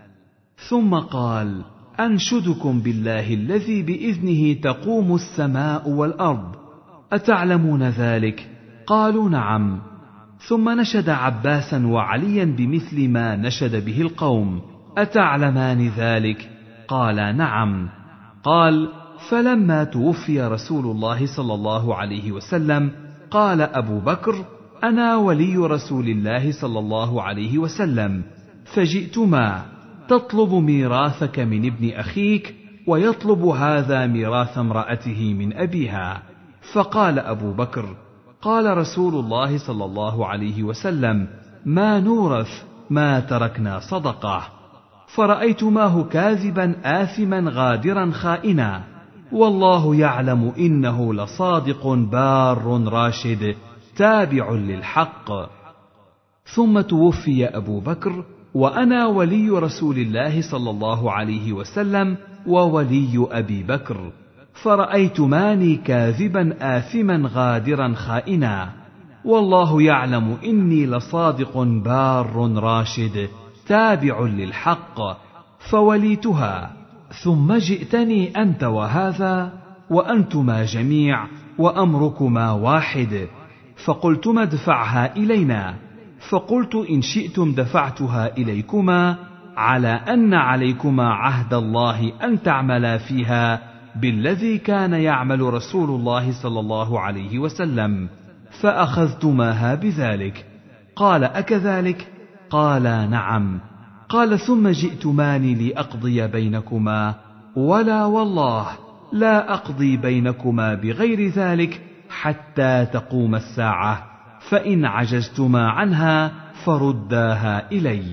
ثم قال: أنشدكم بالله الذي بإذنه تقوم السماء والأرض، أتعلمون ذلك؟ قالوا: نعم. ثم نشد عباسا وعليا بمثل ما نشد به القوم، أتعلمان ذلك؟ قالا: نعم. قال: فلما توفي رسول الله صلى الله عليه وسلم قال أبو بكر: أنا ولي رسول الله صلى الله عليه وسلم، فجئتما تطلب ميراثك من ابن أخيك، ويطلب هذا ميراث امرأته من أبيها. فقال أبو بكر: قال رسول الله صلى الله عليه وسلم: ما نورث ما تركنا صدقة. فرأيتماه كاذبا آثما غادرا خائنا، والله يعلم إنه لصادق بار راشد تابع للحق. ثم توفي أبو بكر، وأنا ولي رسول الله صلى الله عليه وسلم وولي أبي بكر، فرأيتماني كاذبا آثما غادرا خائنا، والله يعلم إني لصادق بار راشد تابع للحق، فوليتها. ثم جئتني أنت وهذا وأنتما جميع وأمركما واحد، فقلتما ادفعها إلينا، فقلت إن شئتم دفعتها إليكما، على أن عليكما عهد الله أن تعملا فيها بالذي كان يعمل رسول الله صلى الله عليه وسلم، فأخذتماها بذلك. قال أكذلك؟ قالا نعم. قال ثم جئتماني لأقضي بينكما، ولا والله لا أقضي بينكما بغير ذلك حتى تقوم الساعة، فإن عجزتما عنها فرداها إلي.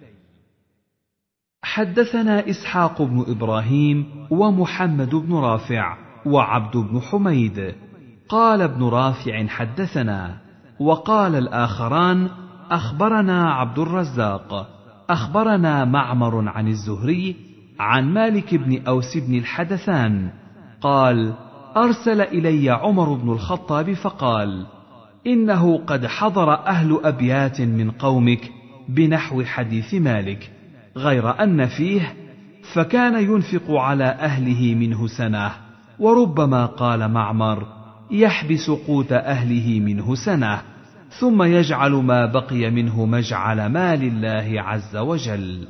حدثنا إسحاق بن إبراهيم ومحمد بن رافع وعبد بن حميد. قال ابن رافع حدثنا، وقال الآخران أخبرنا عبد الرزاق أخبرنا معمر عن الزهري عن مالك بن أوس بن الحدثان قال أرسل إلي عمر بن الخطاب فقال إنه قد حضر أهل أبيات من قومك بنحو حديث مالك، غير أن فيه فكان ينفق على أهله منه سنة، وربما قال معمر يحبس قوت أهله منه سنة، ثم يجعل ما بقي منه مجعل مال الله عز وجل.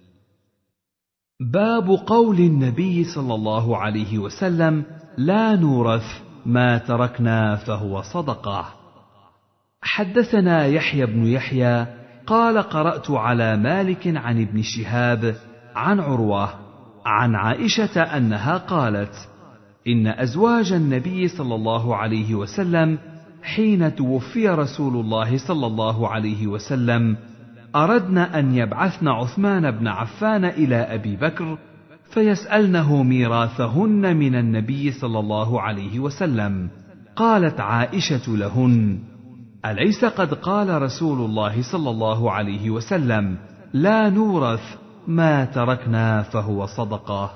باب قول النبي صلى الله عليه وسلم لا نورث ما تركنا فهو صدقة. حدثنا يحيى بن يحيى قال قرأت على مالك عن ابن شهاب عن عروة عن عائشة أنها قالت إن أزواج النبي صلى الله عليه وسلم حين توفي رسول الله صلى الله عليه وسلم أردن أن يبعثن عثمان بن عفان إلى أبي بكر فيسألنه ميراثهن من النبي صلى الله عليه وسلم. قالت عائشة لهن أليس قد قال رسول الله صلى الله عليه وسلم لا نورث ما تركنا فهو صدقة.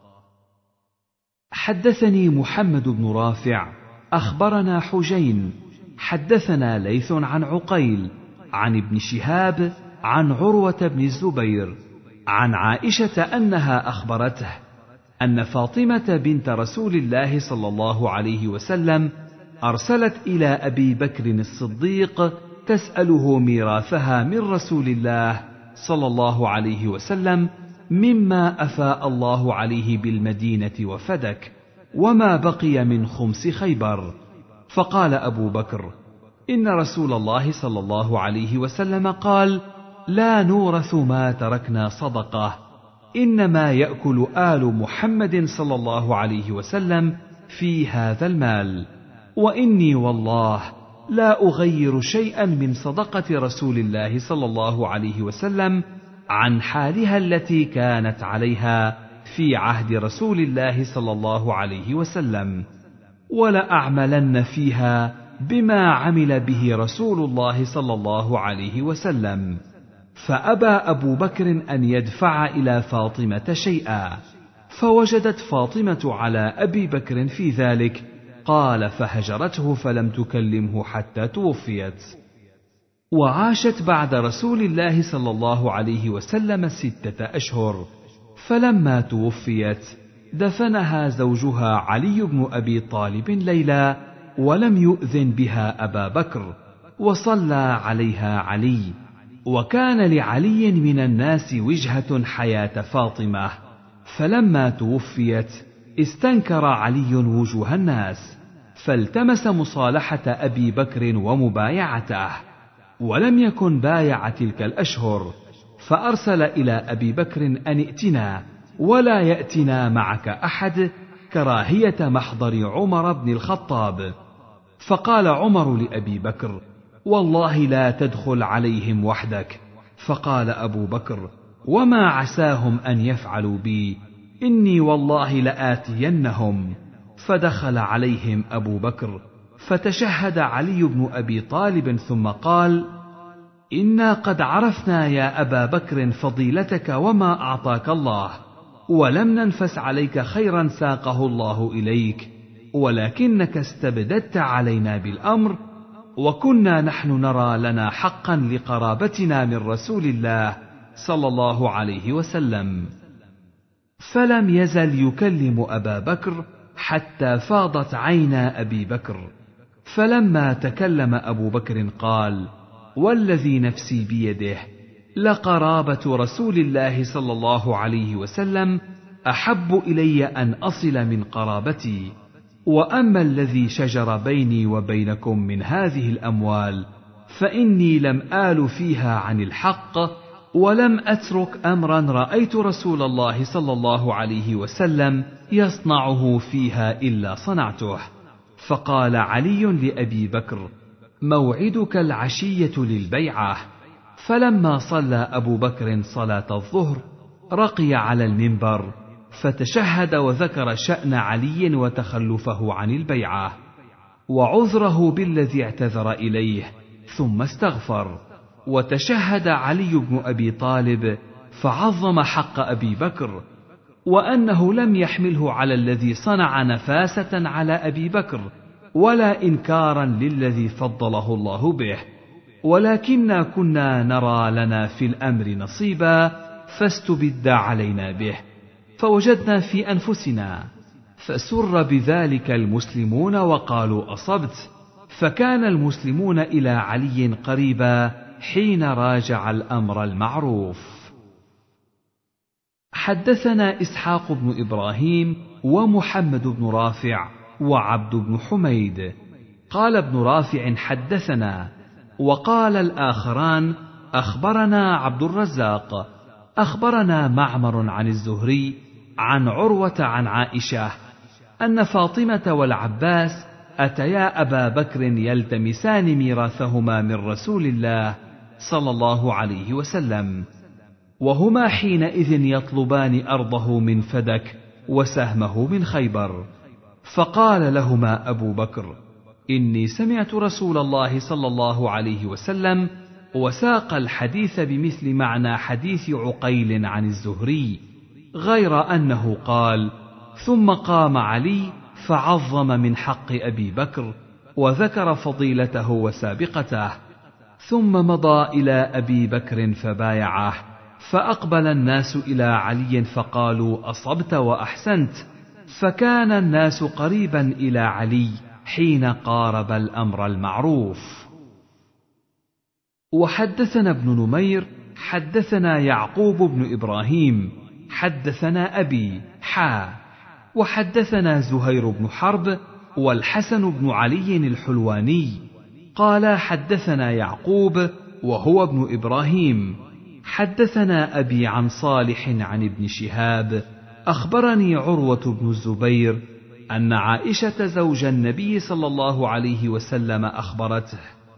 حدثني محمد بن رافع أخبرنا حجين حدثنا ليث عن عقيل عن ابن شهاب عن عروة بن الزبير عن عائشة أنها أخبرته أن فاطمة بنت رسول الله صلى الله عليه وسلم أرسلت إلى أبي بكر الصديق تسأله ميراثها من رسول الله صلى الله عليه وسلم مما أفاء الله عليه بالمدينة وفدك، وما بقي من خمس خيبر. فقال أبو بكر إن رسول الله صلى الله عليه وسلم قال لا نورث ما تركنا صدقة، إنما يأكل آل محمد صلى الله عليه وسلم في هذا المال، وإني والله لا أغير شيئا من صدقة رسول الله صلى الله عليه وسلم عن حالها التي كانت عليها في عهد رسول الله صلى الله عليه وسلم، ولأعملن فيها بما عمل به رسول الله صلى الله عليه وسلم. فأبى أبو بكر أن يدفع إلى فاطمة شيئا، فوجدت فاطمة على أبي بكر في ذلك، قال فهجرته فلم تكلمه حتى توفيت. وعاشت بعد رسول الله صلى الله عليه وسلم ستة أشهر، فلما توفيت دفنها زوجها علي بن أبي طالب ليلا، ولم يؤذن بها أبا بكر، وصلى عليها علي، وكان لعلي من الناس وجهة حياة فاطمة، فلما توفيت استنكر علي وجوه الناس، فالتمس مصالحة أبي بكر ومبايعته، ولم يكن بايع تلك الأشهر، فأرسل إلى أبي بكر أن ائتنا ولا يأتنا معك أحد، كراهية محضر عمر بن الخطاب. فقال عمر لأبي بكر والله لا تدخل عليهم وحدك. فقال أبو بكر وما عساهم أن يفعلوا بي، إني والله لآتينهم. فدخل عليهم أبو بكر فتشهد علي بن أبي طالب ثم قال إنا قد عرفنا يا أبا بكر فضيلتك وما أعطاك الله، ولم ننفس عليك خيرا ساقه الله إليك، ولكنك استبددت علينا بالأمر، وكنا نحن نرى لنا حقا لقرابتنا من رسول الله صلى الله عليه وسلم. فلم يزل يكلم أبا بكر حتى فاضت عينا أبي بكر، فلما تكلم أبو بكر قال: والذي نفسي بيده لقرابة رسول الله صلى الله عليه وسلم أحب إلي أن أصل من قرابتي، وأما الذي شجر بيني وبينكم من هذه الأموال فإني لم آل فيها عن الحق، ولم أترك أمرا رأيت رسول الله صلى الله عليه وسلم يصنعه فيها إلا صنعته. فقال علي لأبي بكر: موعدك العشية للبيعة. فلما صلى أبو بكر صلاة الظهر رقي على المنبر فتشهد وذكر شأن علي وتخلفه عن البيعة وعذره بالذي اعتذر إليه، ثم استغفر، وتشهد علي بن أبي طالب فعظم حق أبي بكر، وأنه لم يحمله على الذي صنع نفاسة على أبي بكر ولا إنكارا للذي فضله الله به، ولكننا كنا نرى لنا في الأمر نصيبا فاستبد علينا به، فوجدنا في أنفسنا، فسر بذلك المسلمون وقالوا أصبت، فكان المسلمون إلى علي قريبا حين راجع الأمر المعروف. حدثنا إسحاق بن إبراهيم ومحمد بن رافع وعبد بن حميد. قال ابن رافع: حدثنا. وقال الآخران: أخبرنا عبد الرزاق أخبرنا معمر عن الزهري عن عروة عن عائشة أن فاطمة والعباس أتيا أبا بكر يلتمسان ميراثهما من رسول الله صلى الله عليه وسلم، وهما حينئذ يطلبان أرضه من فدك وسهمه من خيبر. فقال لهما أبو بكر: إني سمعت رسول الله صلى الله عليه وسلم، وساق الحديث بمثل معنى حديث عقيل عن الزهري، غير أنه قال: ثم قام علي فعظم من حق أبي بكر وذكر فضيلته وسابقته، ثم مضى إلى أبي بكر فبايعه، فأقبل الناس إلى علي فقالوا: أصبت وأحسنت، فكان الناس قريبا إلى علي حين قارب الأمر المعروف. وحدثنا ابن نمير حدثنا يعقوب بن إبراهيم حدثنا أبي حا وحدثنا زهير بن حرب والحسن بن علي الحلواني قال: حدثنا يعقوب وهو ابن إبراهيم حدثنا أبي عن صالح عن ابن شهاب أخبرني عروة بن الزبير أن عائشة زوج النبي صلى الله عليه وسلم أخبرته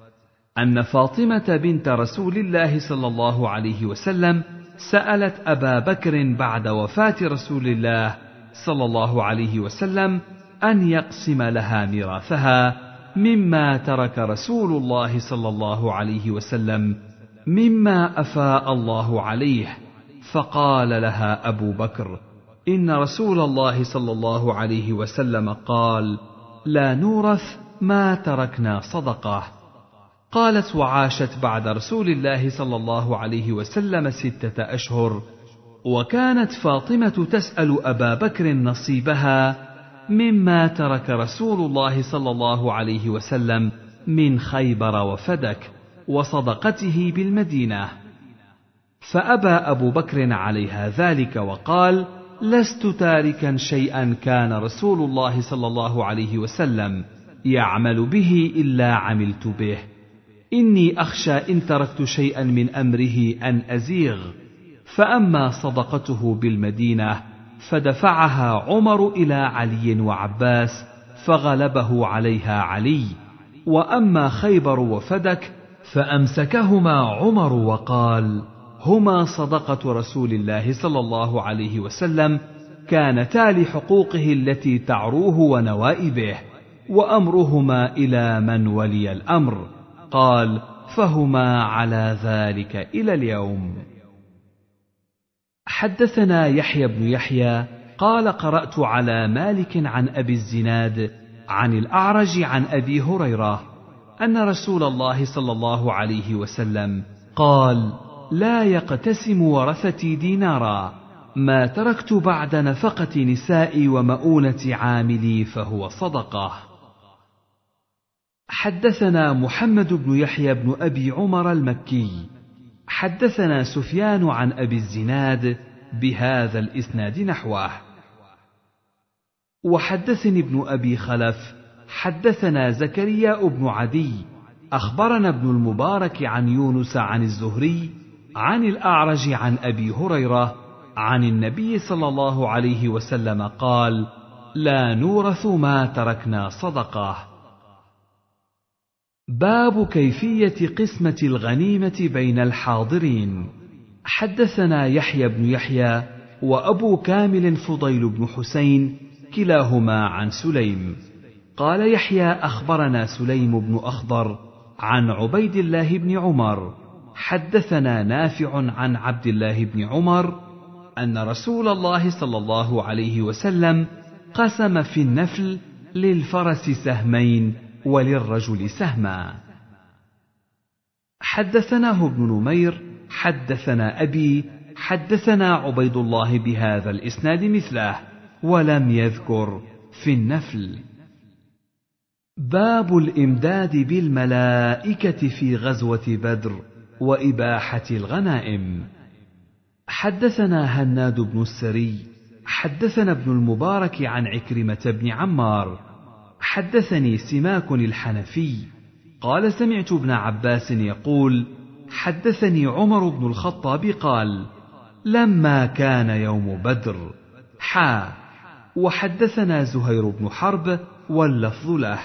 أن فاطمة بنت رسول الله صلى الله عليه وسلم سألت أبا بكر بعد وفاة رسول الله صلى الله عليه وسلم أن يقسم لها ميراثها مما ترك رسول الله صلى الله عليه وسلم مما أفاء الله عليه، فقال لها أبو بكر: إن رسول الله صلى الله عليه وسلم قال: لا نورث ما تركنا صدقة. قالت: وعاشت بعد رسول الله صلى الله عليه وسلم ستة أشهر، وكانت فاطمة تسأل أبا بكر نصيبها مما ترك رسول الله صلى الله عليه وسلم من خيبر وفدك وصدقته بالمدينة، فأبى أبو بكر عليها ذلك وقال: لست تاركا شيئا كان رسول الله صلى الله عليه وسلم يعمل به إلا عملت به، إني أخشى إن تركت شيئا من أمره أن أزيغ. فأما صدقته بالمدينة فدفعها عمر إلى علي وعباس فغلبه عليها علي، وأما خيبر وفدك فأمسكهما عمر وقال: هما صدقة رسول الله صلى الله عليه وسلم كانتا لحقوقه التي تعروه ونوائبه، وأمرهما إلى من ولي الأمر. قال: فهما على ذلك إلى اليوم. حدثنا يحيى بن يحيى قال قرأت على مالك عن أبي الزناد عن الأعرج عن أبي هريرة أن رسول الله صلى الله عليه وسلم قال: لا يقتسم ورثتي دينارا، ما تركت بعد نفقة نسائي ومؤونة عاملي فهو صدقة. حدثنا محمد بن يحيى بن أبي عمر المكي حدثنا سفيان عن أبي الزناد بهذا الإسناد نحوه. وحدثني ابن أبي خلف حدثنا زكريا بن عدي أخبرنا ابن المبارك عن يونس عن الزهري عن الأعرج عن أبي هريرة عن النبي صلى الله عليه وسلم قال: لا نورث ما تركنا صدقة. باب كيفية قسمة الغنيمة بين الحاضرين. حدثنا يحيى بن يحيى وأبو كامل فضيل بن حسين كلاهما عن سليم قال يحيى أخبرنا سليم بن أخضر عن عبيد الله بن عمر حدثنا نافع عن عبد الله بن عمر أن رسول الله صلى الله عليه وسلم قسم في النفل للفرس سهمين وللرجل سهما. حدثناه ابن نمير حدثنا أبي حدثنا عبيد الله بهذا الإسناد مثله ولم يذكر في النفل. باب الإمداد بالملائكة في غزوة بدر وإباحة الغنائم. حدثنا هناد بن السري حدثنا ابن المبارك عن عكرمة بن عمار حدثني سماك الحنفي قال: سمعت ابن عباس يقول: حدثني عمر بن الخطاب قال: لما كان يوم بدر حا. وحدثنا زهير بن حرب واللفظ له.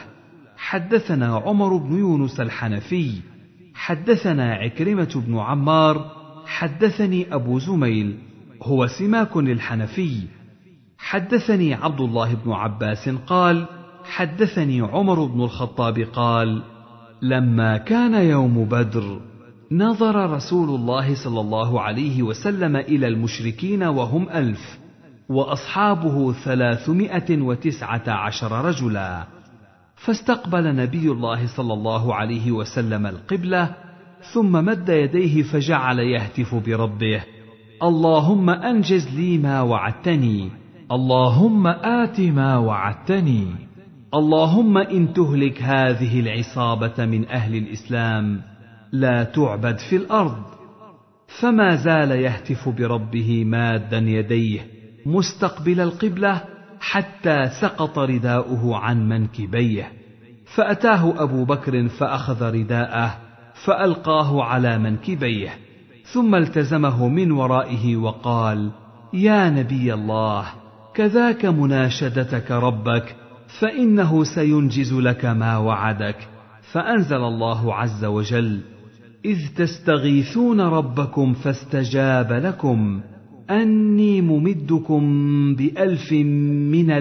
حدثنا عمر بن يونس الحنفي حدثنا عكرمة بن عمار حدثني أبو زميل هو سماك الحنفي حدثني عبد الله بن عباس قال: حدثني عمر بن الخطاب قال: لما كان يوم بدر نظر رسول الله صلى الله عليه وسلم إلى المشركين وهم ألف وأصحابه ثلاثمائة وتسعة عشر رجلا، فاستقبل نبي الله صلى الله عليه وسلم القبلة ثم مد يديه فجعل يهتف بربه: اللهم أنجز لي ما وعدتني، اللهم آت ما وعدتني، اللهم إن تهلك هذه العصابة من أهل الإسلام لا تعبد في الأرض. فما زال يهتف بربه مادا يديه مستقبل القبلة حتى سقط رداؤه عن منكبيه، فأتاه أبو بكر فأخذ رداءه فألقاه على منكبيه ثم التزمه من ورائه وقال: يا نبي الله، كذاك مناشدتك ربك فإنه سينجز لك ما وعدك. فأنزل الله عز وجل: إذ تستغيثون ربكم فاستجاب لكم أني ممدكم بألف من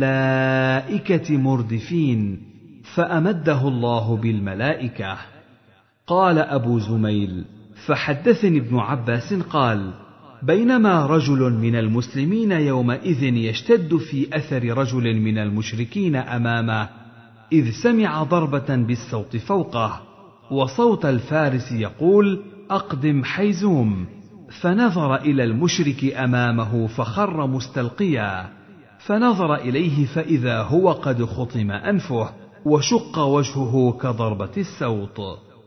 الملائكة مردفين، فأمده الله بالملائكة. قال أبو زميل: فحدثني ابن عباس قال: بينما رجل من المسلمين يومئذ يشتد في أثر رجل من المشركين أمامه، إذ سمع ضربة بالصوت فوقه، وصوت الفارس يقول: أقدم حيزوم، فنظر إلى المشرك أمامه فخر مستلقيا، فنظر إليه فإذا هو قد خطم أنفه وشق وجهه كضربة السوط،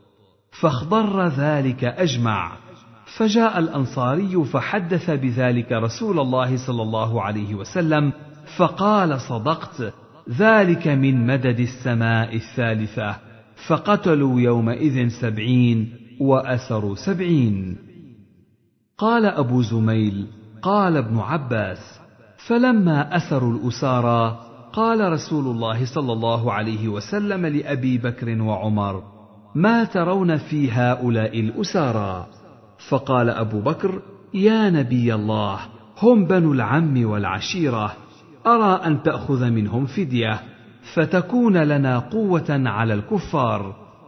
فاخضر ذلك أجمع. فجاء الأنصاري فحدث بذلك رسول الله صلى الله عليه وسلم فقال: صدقت، ذلك من مدد السماء الثالثة، فقتلوا يومئذ سبعين وأسروا سبعين. قال أبو زميل: قال ابن عباس: فلما أسروا الأسارى قال رسول الله صلى الله عليه وسلم لأبي بكر وعمر: ما ترون في هؤلاء الأسارى؟ فقال أبو بكر: يا نبي الله، هم بنو العم والعشيرة، أرى أن تأخذ منهم فدية فتكون لنا قوة على الكفار،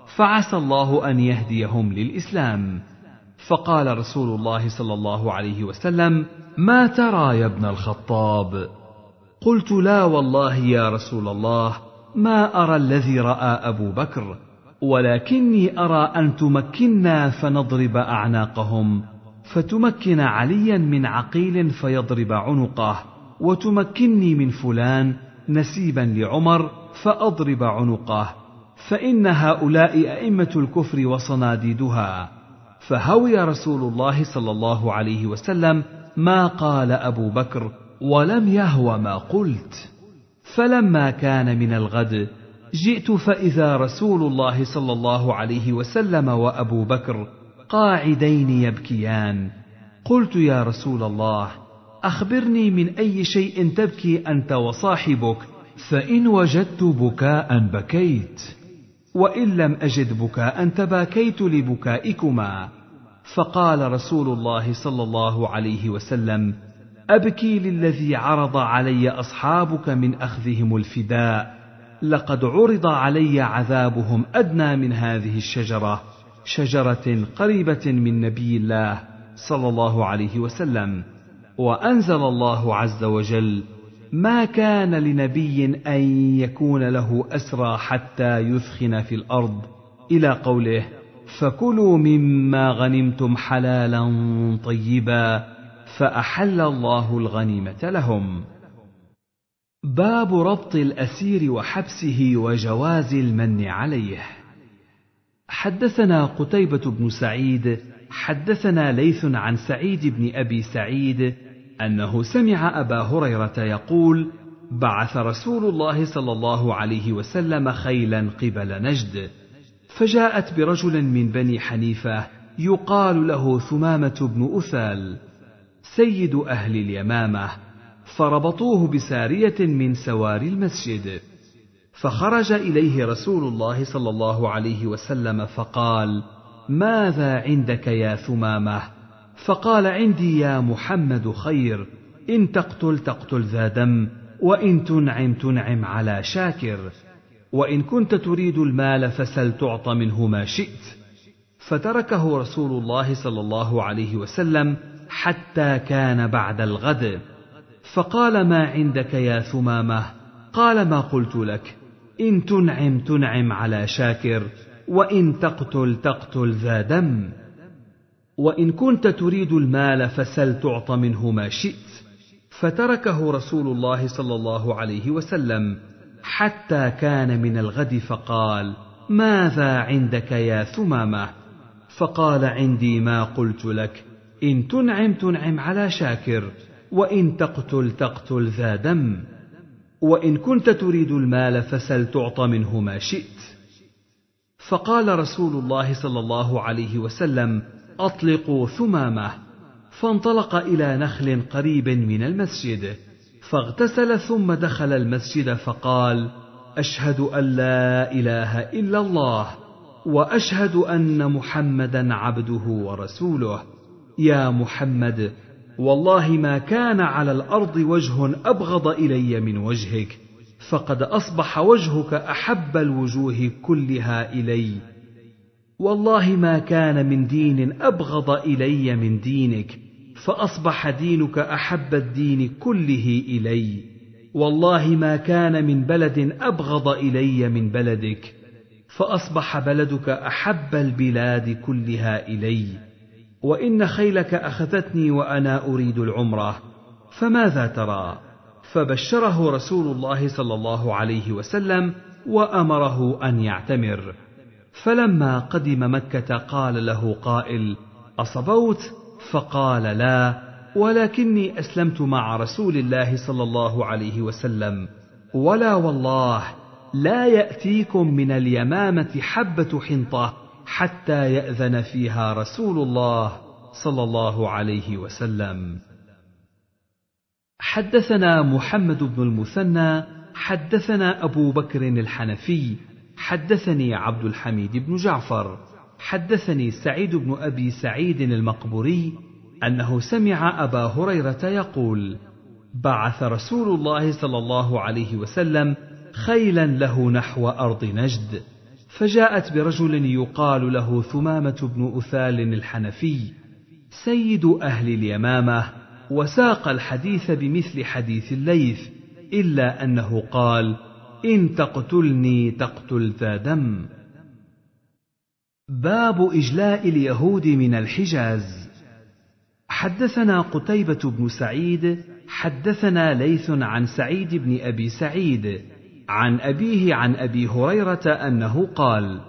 فعسى الله أن يهديهم للإسلام. فقال رسول الله صلى الله عليه وسلم: ما ترى يا ابن الخطاب؟ قلت: لا والله يا رسول الله، ما أرى الذي رأى أبو بكر، ولكني أرى أن تمكنا فنضرب أعناقهم، فتمكن عليا من عقيل فيضرب عنقه، وتمكنني من فلان نسيبا لعمر فأضرب عنقه، فإن هؤلاء أئمة الكفر وصناديدها. فهوي رسول الله صلى الله عليه وسلم ما قال أبو بكر، ولم يهو ما قلت. فلما كان من الغد جئت فإذا رسول الله صلى الله عليه وسلم وأبو بكر قاعدين يبكيان. قلت: يا رسول الله، أخبرني من أي شيء تبكي أنت وصاحبك، فإن وجدت بكاء بكيت، وإن لم أجد بكاء تباكيت لبكائكما. فقال رسول الله صلى الله عليه وسلم: أبكي للذي عرض علي أصحابك من أخذهم الفداء، لقد عرض علي عذابهم أدنى من هذه الشجرة، شجرة قريبة من نبي الله صلى الله عليه وسلم. وأنزل الله عز وجل: ما كان لنبي أن يكون له أسرى حتى يثخن في الأرض، إلى قوله: فكلوا مما غنمتم حلالا طيبا، فأحل الله الغنيمة لهم. باب ربط الأسير وحبسه وجواز المن عليه. حدثنا قتيبة بن سعيد حدثنا ليث عن سعيد بن أبي سعيد أنه سمع أبا هريرة يقول: بعث رسول الله صلى الله عليه وسلم خيلا قبل نجد، فجاءت برجل من بني حنيفة يقال له ثمامة بن أثال سيد أهل اليمامة، فربطوه بسارية من سواري المسجد. فخرج إليه رسول الله صلى الله عليه وسلم فقال: ماذا عندك يا ثمامة؟ فقال: عندي يا محمد خير، إن تقتل تقتل ذا دم، وإن تنعم تنعم على شاكر، وإن كنت تريد المال فسل تعط منه ما شئت. فتركه رسول الله صلى الله عليه وسلم حتى كان بعد الغد، فقال: ما عندك يا ثمامة؟ قال: ما قلت لك، إن تنعم تنعم على شاكر، وإن تقتل تقتل ذا دم، وإن كنت تريد المال فسل تعط منه ما شئت. فتركه رسول الله صلى الله عليه وسلم حتى كان من الغد، فقال: ماذا عندك يا ثمامة؟ فقال: عندي ما قلت لك، إن تنعم تنعم على شاكر، وإن تقتل تقتل ذا دم، وإن كنت تريد المال فسل تعط منه ما شئت. فقال رسول الله صلى الله عليه وسلم: أطلقوا ثمامة. فانطلق إلى نخل قريب من المسجد، فاغتسل ثم دخل المسجد فقال: أشهد أن لا إله إلا الله، وأشهد أن محمدا عبده ورسوله. يا محمد، والله ما كان على الأرض وجه أبغض إلي من وجهك، فقد أصبح وجهك أحب الوجوه كلها إلي. والله ما كان من دين أبغض إلي من دينك، فأصبح دينك أحب الدين كله إلي. والله ما كان من بلد أبغض إلي من بلدك، فأصبح بلدك أحب البلاد كلها إلي. وإن خيلك أخذتني وأنا أريد العمرة، فماذا ترى؟ فبشره رسول الله صلى الله عليه وسلم وأمره أن يعتمر. فلما قدم مكة قال له قائل: أصبوت؟ فقال: لا، ولكني أسلمت مع رسول الله صلى الله عليه وسلم، ولا والله لا يأتيكم من اليمامة حبة حنطة حتى يأذن فيها رسول الله صلى الله عليه وسلم. حدثنا محمد بن المثنى حدثنا أبو بكر الحنفي حدثني عبد الحميد بن جعفر حدثني سعيد بن أبي سعيد المقبوري أنه سمع أبا هريرة يقول: بعث رسول الله صلى الله عليه وسلم خيلا له نحو أرض نجد، فجاءت برجل يقال له ثمامة بن أثال الحنفي سيد أهل اليمامة، وساق الحديث بمثل حديث الليث، إلا أنه قال: إن تقتلني تقتل ذا دم. باب إجلاء اليهود من الحجاز. حدثنا قتيبة بن سعيد حدثنا ليث عن سعيد بن أبي سعيد عن أبيه عن أبي هريرة أنه قال: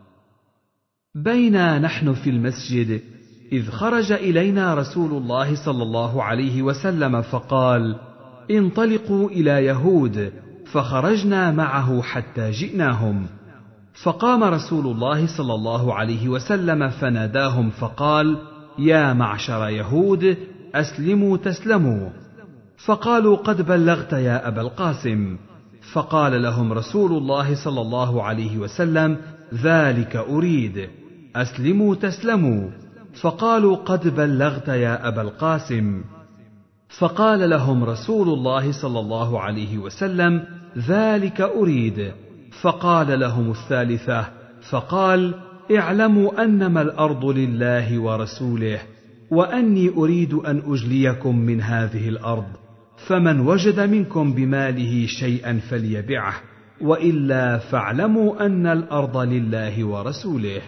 بينا نحن في المسجد إذ خرج إلينا رسول الله صلى الله عليه وسلم فقال: انطلقوا إلى يهود، فخرجنا معه حتى جئناهم، فقام رسول الله صلى الله عليه وسلم فناداهم فقال: يا معشر يهود، أسلموا تسلموا. فقالوا: قد بلغت يا أبا القاسم. فقال لهم رسول الله صلى الله عليه وسلم: ذلك أريد، أسلموا تسلموا. فقالوا: قد بلغت يا أبا القاسم. فقال لهم رسول الله صلى الله عليه وسلم: ذلك أريد. فقال لهم الثالثة، فقال: اعلموا أنما الأرض لله ورسوله، وأني أريد أن أجليكم من هذه الأرض، فمن وجد منكم بماله شيئا فليبعه، وإلا فاعلموا أن الأرض لله ورسوله.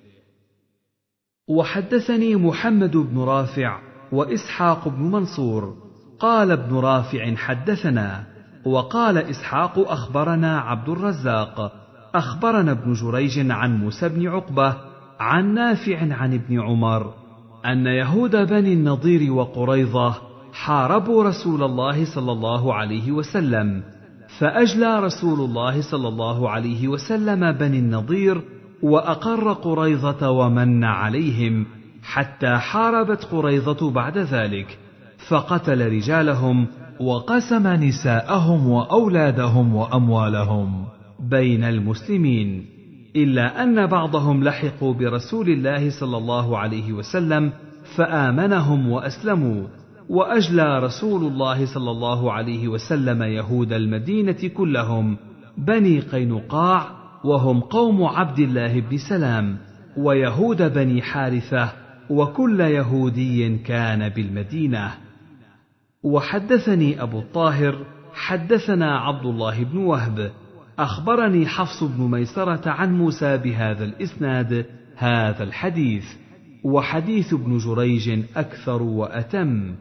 وحدثني محمد بن رافع وإسحاق بن منصور قال ابن رافع حدثنا، وقال إسحاق أخبرنا عبد الرزاق أخبرنا ابن جريج عن موسى بن عقبة عن نافع عن ابن عمر أن يهود بني النضير وقريظة حاربوا رسول الله صلى الله عليه وسلم، فأجلى رسول الله صلى الله عليه وسلم بني النضير وأقر قريظة ومن عليهم، حتى حاربت قريظة بعد ذلك، فقتل رجالهم وقسم نساءهم وأولادهم وأموالهم بين المسلمين، إلا أن بعضهم لحقوا برسول الله صلى الله عليه وسلم فآمنهم وأسلموا، وأجلى رسول الله صلى الله عليه وسلم يهود المدينة كلهم بني قينقاع، وهم قوم عبد الله بن سلام، ويهود بني حارثة، وكل يهودي كان بالمدينة. وحدثني أبو الطاهر حدثنا عبد الله بن وهب أخبرني حفص بن ميسرة عن موسى بهذا الإسناد هذا الحديث، وحديث ابن جريج أكثر وأتم.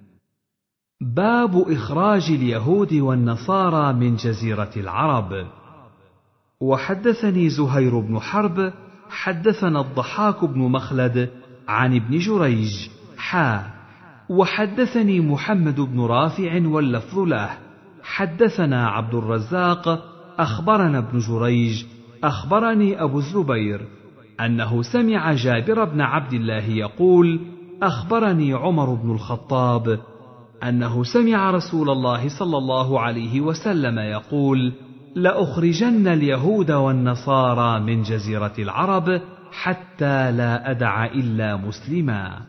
باب إخراج اليهود والنصارى من جزيرة العرب. وحدثني زهير بن حرب حدثنا الضحاك بن مخلد عن ابن جريج حا وحدثني محمد بن رافع واللفظ له حدثنا عبد الرزاق أخبرنا ابن جريج أخبرني أبو الزبير أنه سمع جابر بن عبد الله يقول: أخبرني عمر بن الخطاب أنه سمع رسول الله صلى الله عليه وسلم يقول: لأخرجن اليهود والنصارى من جزيرة العرب حتى لا أدع إلا مسلما.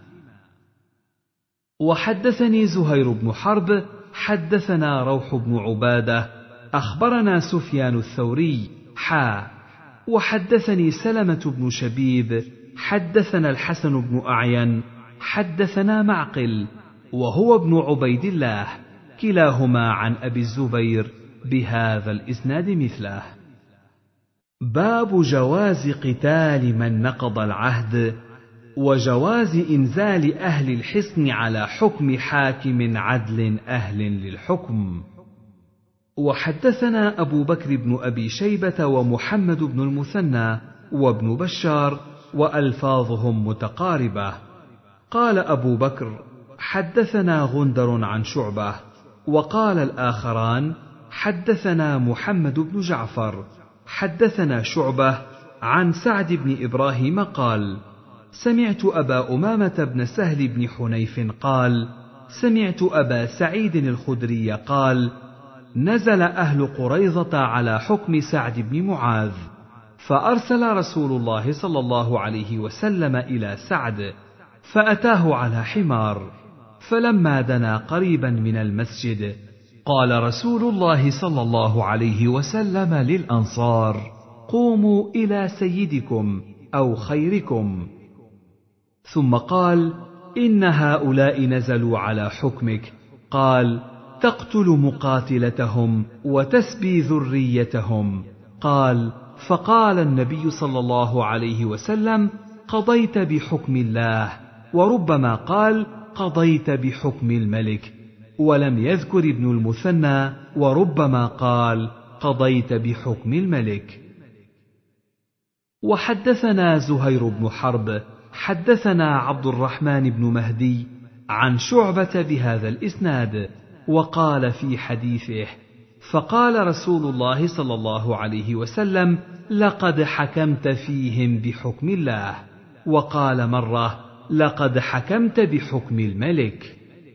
وحدثني زهير بن حرب حدثنا روح بن عبادة أخبرنا سفيان الثوري حا وحدثني سلمة بن شبيب حدثنا الحسن بن أعين حدثنا معقل وهو ابن عبيد الله كلاهما عن أبي الزبير بهذا الإسناد مثله. باب جواز قتال من نقض العهد، وجواز إنزال أهل الحصن على حكم حاكم عدل أهل للحكم. وحدثنا أبو بكر بن أبي شيبة ومحمد بن المثنى وابن بشار وألفاظهم متقاربة. قال أبو بكر: حدثنا غندر عن شعبة، وقال الآخران: حدثنا محمد بن جعفر حدثنا شعبة عن سعد بن إبراهيم قال: سمعت أبا أمامة بن سهل بن حنيف قال: سمعت أبا سعيد الخدري قال: نزل أهل قريظة على حكم سعد بن معاذ، فأرسل رسول الله صلى الله عليه وسلم إلى سعد، فأتاه على حمار، فلما دنا قريبا من المسجد قال رسول الله صلى الله عليه وسلم للأنصار: قوموا إلى سيدكم أو خيركم. ثم قال: إن هؤلاء نزلوا على حكمك. قال: تقتل مقاتلتهم وتسبي ذريتهم. قال: فقال النبي صلى الله عليه وسلم: قضيت بحكم الله. وربما قال: قضيت بحكم الملك. ولم يذكر ابن المثنى: وربما قال: قضيت بحكم الملك. وحدثنا زهير بن حرب حدثنا عبد الرحمن بن مهدي عن شعبة بهذا الإسناد، وقال في حديثه: فقال رسول الله صلى الله عليه وسلم: لقد حكمت فيهم بحكم الله. وقال مرة: لقد حكمت بحكم الملك.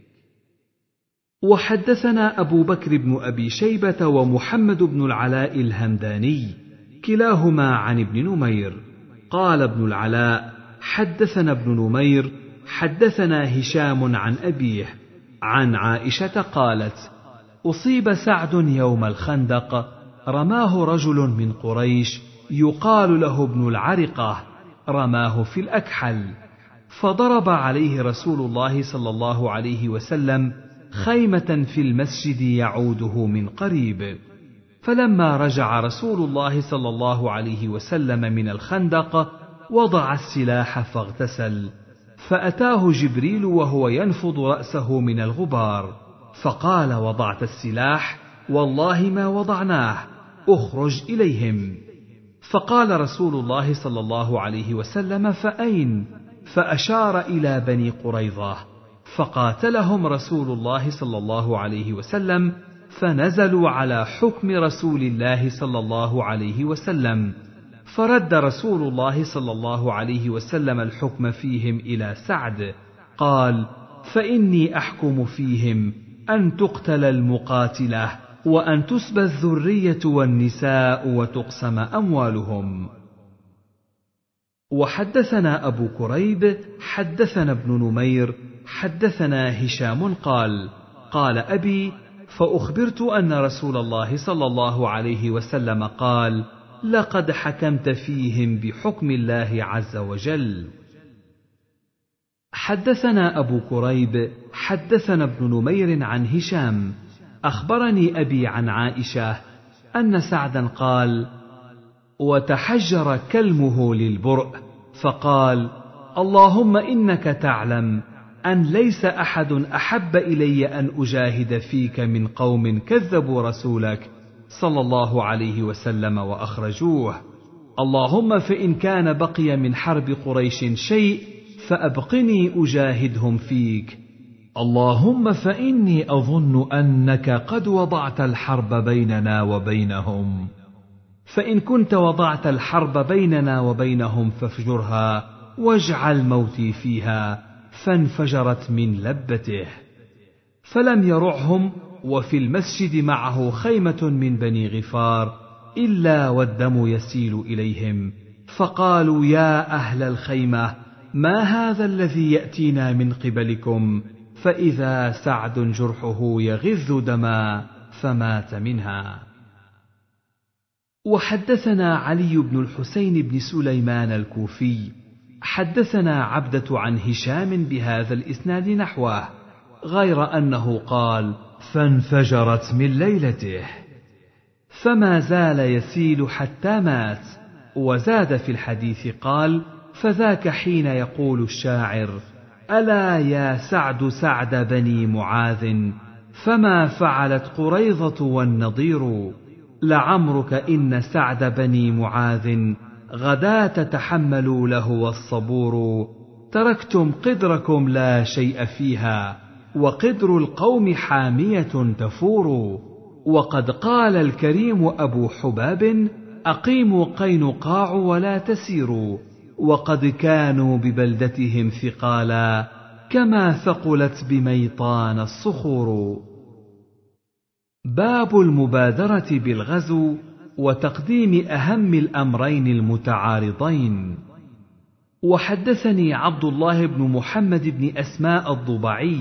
وحدثنا أبو بكر بن أبي شيبة ومحمد بن العلاء الهمداني كلاهما عن ابن نمير. قال ابن العلاء: حدثنا ابن نمير حدثنا هشام عن أبيه عن عائشة قالت: أصيب سعد يوم الخندق، رماه رجل من قريش يقال له ابن العرقة، رماه في الأكحل، فضرب عليه رسول الله صلى الله عليه وسلم خيمة في المسجد يعوده من قريب. فلما رجع رسول الله صلى الله عليه وسلم من الخندق وضع السلاح فاغتسل، فأتاه جبريل وهو ينفض رأسه من الغبار، فقال: وضعت السلاح؟ والله ما وضعناه، اخرج إليهم. فقال رسول الله صلى الله عليه وسلم: فأين؟ فأشار إلى بني قريظة، فقاتلهم رسول الله صلى الله عليه وسلم، فنزلوا على حكم رسول الله صلى الله عليه وسلم، فرد رسول الله صلى الله عليه وسلم الحكم فيهم إلى سعد. قال: فإني أحكم فيهم أن تقتل المقاتلة وأن تسبى الذرية والنساء وتقسم أموالهم. وحدثنا أبو كريب حدثنا ابن نمير حدثنا هشام قال: قال أبي: فأخبرت أن رسول الله صلى الله عليه وسلم قال: لقد حكمت فيهم بحكم الله عز وجل. حدثنا أبو كريب حدثنا ابن نمير عن هشام أخبرني أبي عن عائشة أن سعدا قال: وتحجر كلمه للبرء، فقال: اللهم إنك تعلم أن ليس أحد أحب إلي أن أجاهد فيك من قوم كذبوا رسولك صلى الله عليه وسلم وأخرجوه. اللهم فإن كان بقي من حرب قريش شيء فأبقني أجاهدهم فيك. اللهم فإني أظن أنك قد وضعت الحرب بيننا وبينهم، فإن كنت وضعت الحرب بيننا وبينهم فافجرها واجعل موتي فيها. فانفجرت من لبته، فلم يرعهم، وفي المسجد معه خيمة من بني غفار إلا والدم يسيل إليهم، فقالوا: يا أهل الخيمة، ما هذا الذي يأتينا من قبلكم؟ فإذا سعد جرحه يغذ دما، فمات منها. وحدثنا علي بن الحسين بن سليمان الكوفي حدثنا عبدة عن هشام بهذا الإسناد نحوه، غير أنه قال: فانفجرت من ليلته، فما زال يسيل حتى مات. وزاد في الحديث قال: فذاك حين يقول الشاعر: ألا يا سعد سعد بني معاذ، فما فعلت قريظة والنضير. لعمرك إن سعد بني معاذ غدا تتحملوا له والصبور. تركتم قدركم لا شيء فيها، وقدر القوم حامية تفور. وقد قال الكريم أبو حباب: أقيموا قينقاع ولا تسيروا. وقد كانوا ببلدتهم ثقالا، كما ثقلت بميطان الصخور. باب المبادرة بالغزو وتقديم أهم الأمرين المتعارضين. وحدثني عبد الله بن محمد بن أسماء الضبعي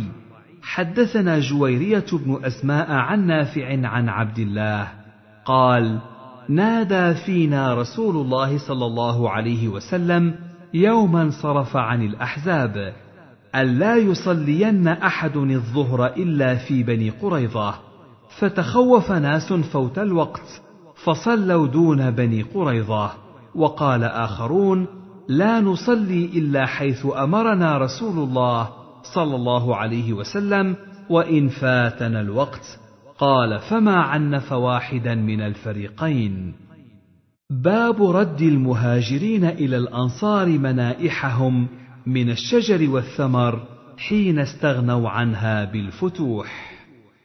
حدثنا جويرية بن أسماء عن نافع عن عبد الله قال: نادى فينا رسول الله صلى الله عليه وسلم يوما صرف عن الأحزاب ألا يصلين أحد الظهر إلا في بني قريظة، فتخوف ناس فوت الوقت فصلوا دون بني قريظة، وقال آخرون لا نصلي إلا حيث أمرنا رسول الله صلى الله عليه وسلم وإن فاتنا الوقت. قال فما عنف واحدا من الفريقين. باب رد المهاجرين إلى الأنصار منائحهم من الشجر والثمر حين استغنوا عنها بالفتوح.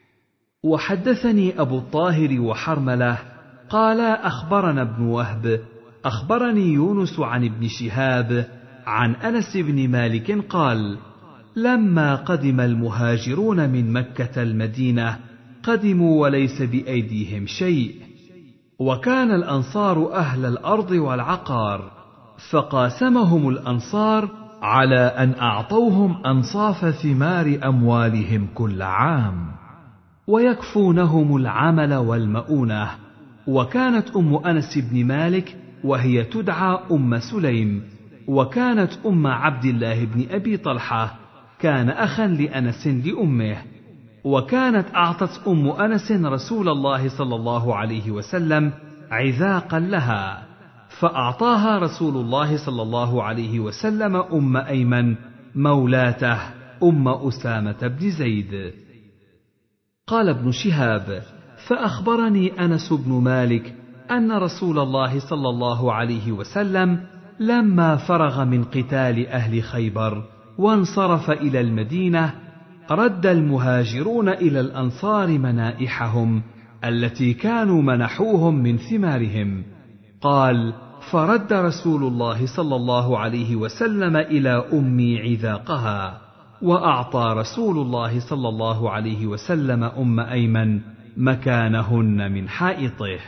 وحدثني أبو الطاهر وحرملة قال أخبرنا ابن وهب أخبرني يونس عن ابن شهاب عن أنس بن مالك قال لما قدم المهاجرون من مكة المدينة قدموا وليس بأيديهم شيء، وكان الأنصار أهل الأرض والعقار، فقاسمهم الأنصار على أن أعطوهم أنصاف ثمار أموالهم كل عام ويكفونهم العمل والمؤونة. وكانت أم أنس بن مالك وهي تدعى أم سليم، وكانت أم عبد الله بن أبي طلحة كان أخا لأنس لأمه، وكانت أعطت أم أنس رسول الله صلى الله عليه وسلم عذاقا لها، فأعطاها رسول الله صلى الله عليه وسلم أم أيمن مولاته أم أسامة بن زيد. قال ابن شهاب فأخبرني أنس بن مالك أن رسول الله صلى الله عليه وسلم لما فرغ من قتال أهل خيبر وانصرف إلى المدينة رد المهاجرون إلى الأنصار منائحهم التي كانوا منحوهم من ثمارهم. قال فرد رسول الله صلى الله عليه وسلم إلى أمي عذاقها، وأعطى رسول الله صلى الله عليه وسلم أم أيمن مكانهن من حائطه.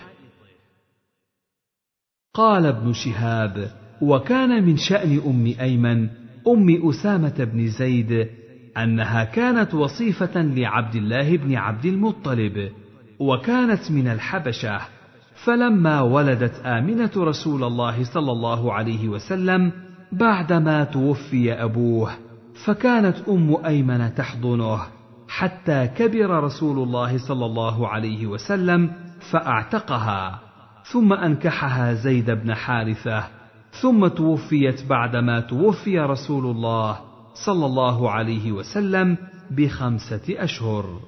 قال ابن شهاب وكان من شأن أم أيمن أم أسامة بن زيد أنها كانت وصيفة لعبد الله بن عبد المطلب، وكانت من الحبشة، فلما ولدت آمنة رسول الله صلى الله عليه وسلم بعدما توفي أبوه فكانت أم أيمن تحضنه حتى كبر رسول الله صلى الله عليه وسلم فأعتقها، ثم أنكحها زيد بن حارثة، ثم توفيت بعدما توفي رسول الله صلى الله عليه وسلم بخمسة أشهر.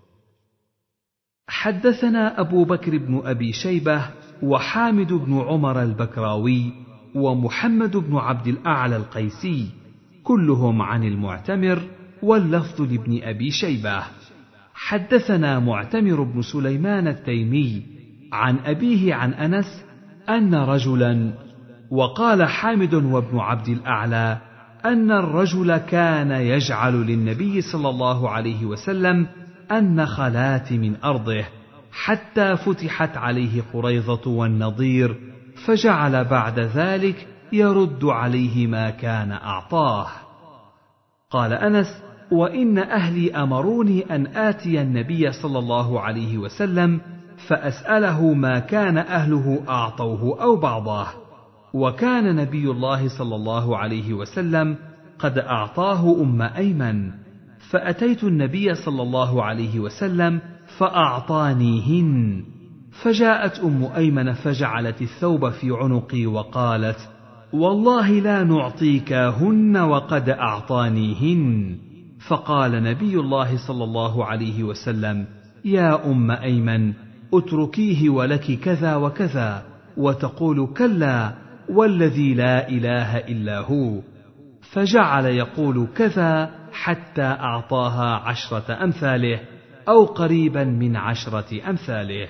حدثنا أبو بكر بن أبي شيبة وحامد بن عمر البكراوي ومحمد بن عبد الأعلى القيسي كلهم عن المعتمر، واللفظ لابن أبي شيبة. حدثنا معتمر بن سليمان التيمي عن أبيه عن أنس أن رجلا، وقال حامد وابن عبد الأعلى أن الرجل كان يجعل للنبي صلى الله عليه وسلم النخلات من أرضه حتى فتحت عليه قريظة والنضير، فجعل بعد ذلك يرد عليه ما كان أعطاه. قال أنس وإن أهلي أمروني أن آتي النبي صلى الله عليه وسلم فأسأله ما كان أهله أعطوه أو بعضه، وكان نبي الله صلى الله عليه وسلم قد أعطاه أم أيمن، فأتيت النبي صلى الله عليه وسلم فأعطانيهن، فجاءت أم أيمن فجعلت الثوب في عنقي وقالت والله لا نعطيكهن وقد أعطانيهن. فقال نبي الله صلى الله عليه وسلم يا أم أيمن اتركيه ولك كذا وكذا، وتقول كلا والذي لا إله إلا هو، فجعل يقول كذا حتى أعطاها عشرة أمثاله أو قريبا من عشرة أمثاله.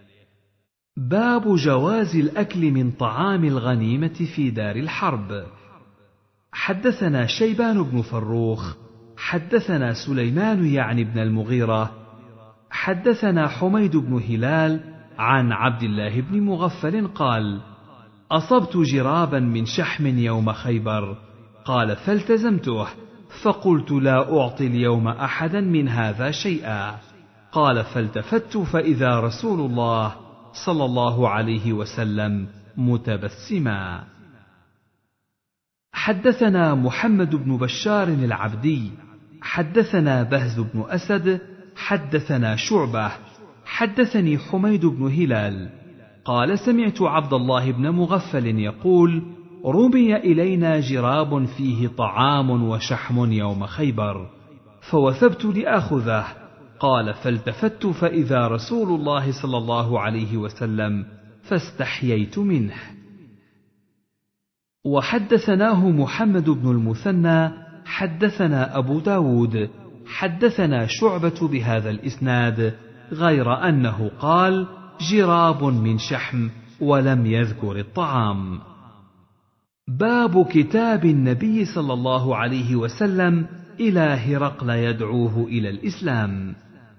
باب جواز الأكل من طعام الغنيمة في دار الحرب. حدثنا شيبان بن فروخ حدثنا سليمان يعني بن المغيرة حدثنا حميد بن هلال عن عبد الله بن مغفل قال أصبت جرابا من شحم يوم خيبر، قال فالتزمته، فقلت لا أعطي اليوم أحدا من هذا شيئا، قال فالتفت فإذا رسول الله صلى الله عليه وسلم متبسما. حدثنا محمد بن بشار العبدي حدثنا بهز بن أسد حدثنا شعبة حدثني حميد بن هلال قال سمعت عبد الله بن مغفل يقول رمي إلينا جراب فيه طعام وشحم يوم خيبر فوثبت لآخذه، قال فالتفت فإذا رسول الله صلى الله عليه وسلم فاستحييت منه. وحدثناه محمد بن المثنى حدثنا أبو داود حدثنا شعبة بهذا الإسناد غير أنه قال جراب من شحم ولم يذكر الطعام. باب كتاب النبي صلى الله عليه وسلم إلى هرقل يدعوه إلى الإسلام.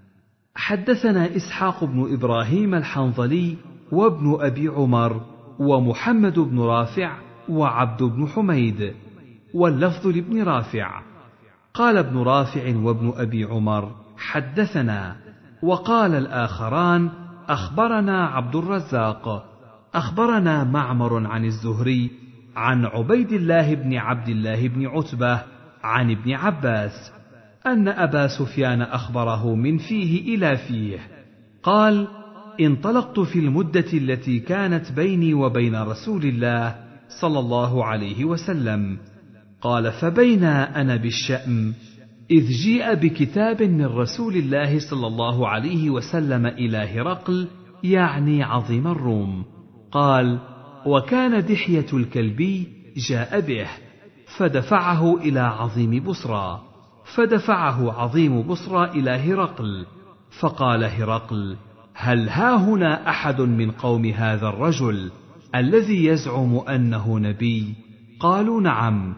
حدثنا إسحاق بن إبراهيم الحنظلي وابن أبي عمر ومحمد بن رافع وعبد بن حميد، واللفظ لابن رافع. قال ابن رافع وابن أبي عمر حدثنا، وقال الآخران أخبرنا عبد الرزاق أخبرنا معمر عن الزهري عن عبيد الله بن عبد الله بن عتبة عن ابن عباس أن أبا سفيان أخبره من فيه إلى فيه قال انطلقت في المدة التي كانت بيني وبين رسول الله صلى الله عليه وسلم. قال فبينا أنا بالشأم إذ جيء بكتاب من رسول الله صلى الله عليه وسلم إلى هرقل يعني عظيم الروم. قال وكان دحية الكلبي جاء به فدفعه إلى عظيم بصرى، فدفعه عظيم بصرى إلى هرقل، فقال هرقل هل هاهنا أحد من قوم هذا الرجل الذي يزعم أنه نبي؟ قالوا نعم.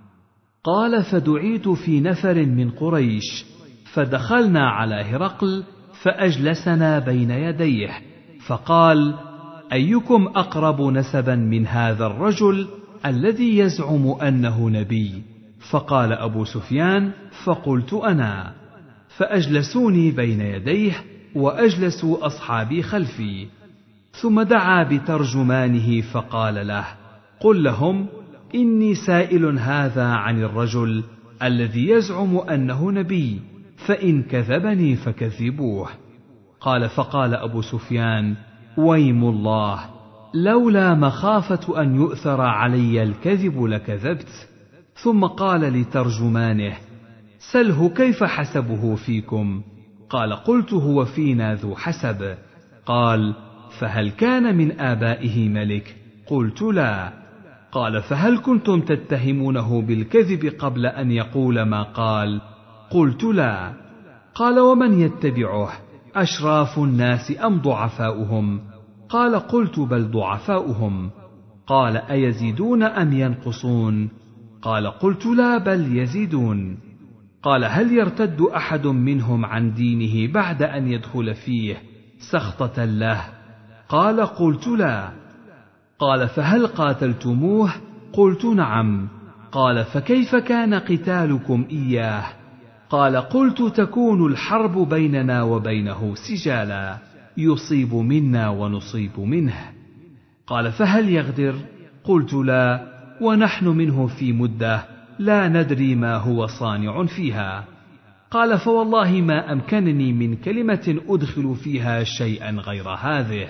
قال فدعيت في نفر من قريش فدخلنا على هرقل فأجلسنا بين يديه فقال أيكم أقرب نسبا من هذا الرجل الذي يزعم أنه نبي؟ فقال أبو سفيان فقلت أنا، فأجلسوني بين يديه وأجلسوا أصحابي خلفي، ثم دعا بترجمانه فقال له قل لهم إني سائل هذا عن الرجل الذي يزعم أنه نبي، فإن كذبني فكذبوه. قال فقال أبو سفيان ويم الله لولا مخافة أن يؤثر علي الكذب لكذبت. ثم قال لترجمانه سله كيف حسبه فيكم؟ قال قلت هو فينا ذو حسب. قال فهل كان من آبائه ملك؟ قلت لا. قال فهل كنتم تتهمونه بالكذب قبل أن يقول ما قال؟ قلت لا. قال ومن يتبعه أشراف الناس أم ضعفاؤهم؟ قال قلت بل ضعفاؤهم. قال أيزيدون أم ينقصون؟ قال قلت لا بل يزيدون. قال هل يرتد أحد منهم عن دينه بعد أن يدخل فيه سخطة له؟ قال قلت لا. قال فهل قاتلتموه؟ قلت نعم. قال فكيف كان قتالكم إياه؟ قال قلت تكون الحرب بيننا وبينه سجالا يصيب منا ونصيب منه. قال فهل يغدر؟ قلت لا، ونحن منه في مدة لا ندري ما هو صانع فيها. قال فوالله ما أمكنني من كلمة أدخل فيها شيئا غير هذه.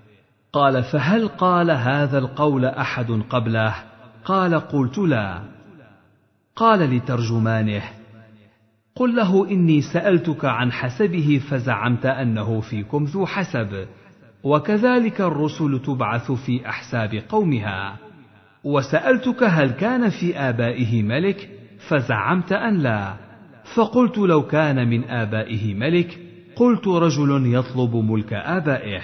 قال فهل قال هذا القول أحد قبله؟ قال قلت لا. قال لترجمانه قل له إني سألتك عن حسبه فزعمت أنه فيكم ذو حسب، وكذلك الرسل تبعث في أحساب قومها. وسألتك هل كان في آبائه ملك فزعمت أن لا، فقلت لو كان من آبائه ملك قلت رجل يطلب ملك آبائه.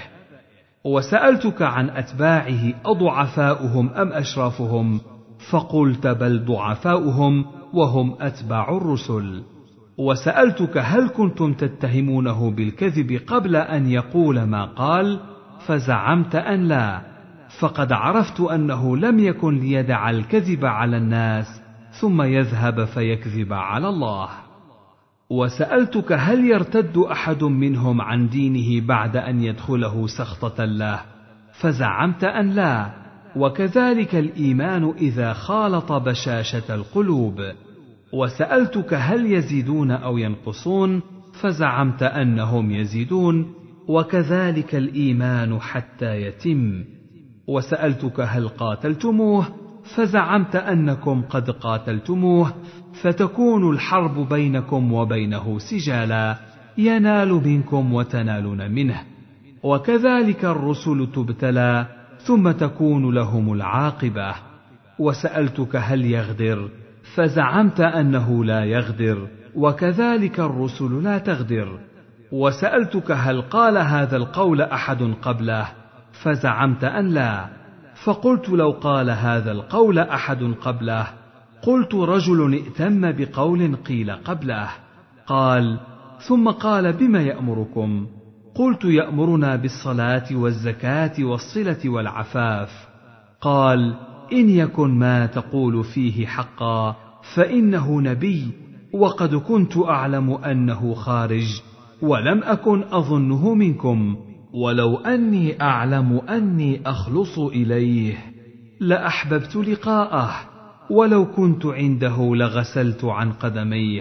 وسألتك عن أتباعه أضعفاؤهم أم أشرافهم؟ فقلت بل ضعفاؤهم وهم أتباع الرسل. وسألتك هل كنتم تتهمونه بالكذب قبل أن يقول ما قال؟ فزعمت أن لا، فقد عرفت أنه لم يكن ليدع الكذب على الناس ثم يذهب فيكذب على الله. وسألتك هل يرتد أحد منهم عن دينه بعد أن يدخله سخطة الله، فزعمت أن لا، وكذلك الإيمان إذا خالط بشاشة القلوب. وسألتك هل يزيدون أو ينقصون، فزعمت أنهم يزيدون، وكذلك الإيمان حتى يتم. وسألتك هل قاتلتموه، فزعمت أنكم قد قاتلتموه، فتكون الحرب بينكم وبينه سجالا، ينال منكم وتنالون منه، وكذلك الرسل تبتلى ثم تكون لهم العاقبة. وسألتك هل يغدر، فزعمت أنه لا يغدر، وكذلك الرسل لا تغدر. وسألتك هل قال هذا القول أحد قبله، فزعمت أن لا، فقلت لو قال هذا القول أحد قبله قلت رجل ائتم بقول قيل قبله. قال: ثم قال: بما يأمركم؟ قلت: يأمرنا بالصلاة والزكاة والصلة والعفاف. قال: إن يكن ما تقول فيه حقا فإنه نبي، وقد كنت أعلم أنه خارج، ولم أكن أظنه منكم، ولو أني أعلم أني أخلص إليه لأحببت لقاءه، ولو كنت عنده لغسلت عن قدميه،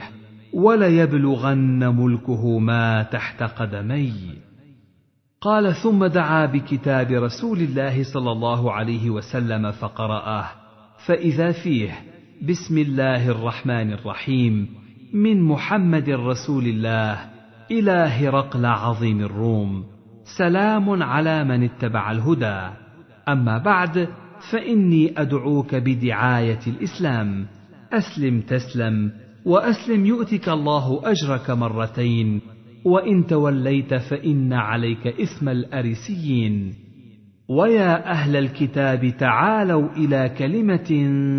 وليبلغن ملكه ما تحت قدمي. قال: ثم دعا بكتاب رسول الله صلى الله عليه وسلم فقرأه، فإذا فيه: بسم الله الرحمن الرحيم، من محمد رسول الله إلى هرقل عظيم الروم، سلام على من اتبع الهدى، أما بعد، فإني أدعوك بدعاية الإسلام، أسلم تسلم، وأسلم يؤتك الله أجرك مرتين، وإن توليت فإن عليك إثم الأرسيين. ويا أهل الكتاب تعالوا إلى كلمة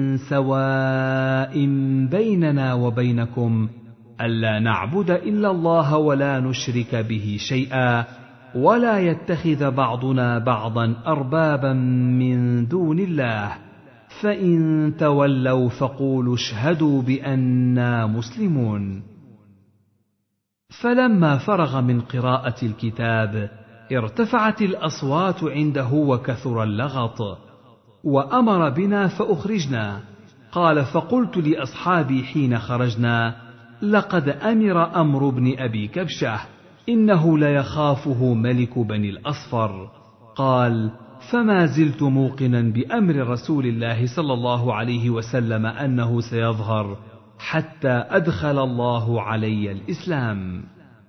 سواء بيننا وبينكم ألا نعبد إلا الله ولا نشرك به شيئا، ولا يتخذ بعضنا بعضا أربابا من دون الله، فإن تولوا فقولوا اشهدوا بأننا مسلمون. فلما فرغ من قراءة الكتاب ارتفعت الأصوات عنده وكثر اللغط، وأمر بنا فأخرجنا. قال: فقلت لأصحابي حين خرجنا: لقد أمر أمر بن أبي كبشة، إنه ليخافه ملك بني الأصفر. قال: فما زلت موقنا بأمر رسول الله صلى الله عليه وسلم أنه سيظهر حتى أدخل الله علي الإسلام.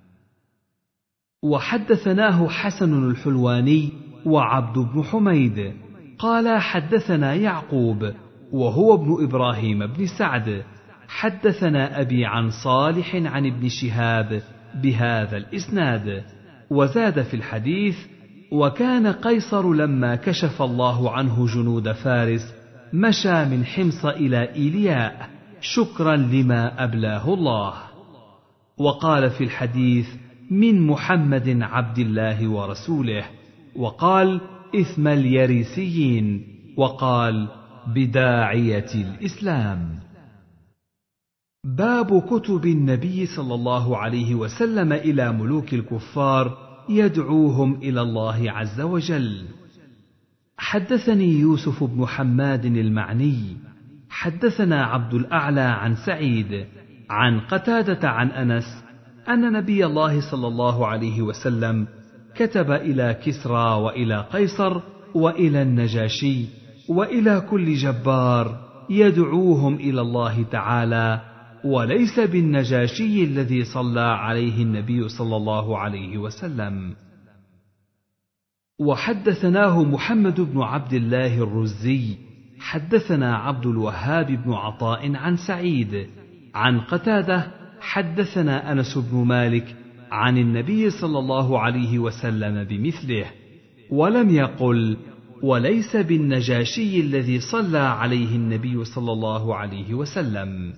وحدثناه حسن الحلواني وعبد بن حميد قال: حدثنا يعقوب وهو ابن إبراهيم بن سعد، حدثنا أبي عن صالح عن ابن شهاب بهذا الإسناد، وزاد في الحديث: وكان قيصر لما كشف الله عنه جنود فارس مشى من حمص إلى إيلياء شكرا لما أبلاه الله. وقال في الحديث: من محمد عبد الله ورسوله، وقال: إثم اليريسيين، وقال: بداعية الإسلام. باب كتب النبي صلى الله عليه وسلم إلى ملوك الكفار يدعوهم إلى الله عز وجل. حدثني يوسف بن حماد المعني حدثنا عبد الأعلى عن سعيد عن قتادة عن أنس أن نبي الله صلى الله عليه وسلم كتب إلى كسرى وإلى قيصر وإلى النجاشي وإلى كل جبار يدعوهم إلى الله تعالى، وليس بالنجاشي الذي صلى عليه النبي صلى الله عليه وسلم. وحدثناه محمد بن عبد الله الرزي حدثنا عبد الوهاب بن عطاء عن سعيد عن قتادة حدثنا أنس بن مالك عن النبي صلى الله عليه وسلم بمثله، ولم يقل: وليس بالنجاشي الذي صلى عليه النبي صلى الله عليه وسلم.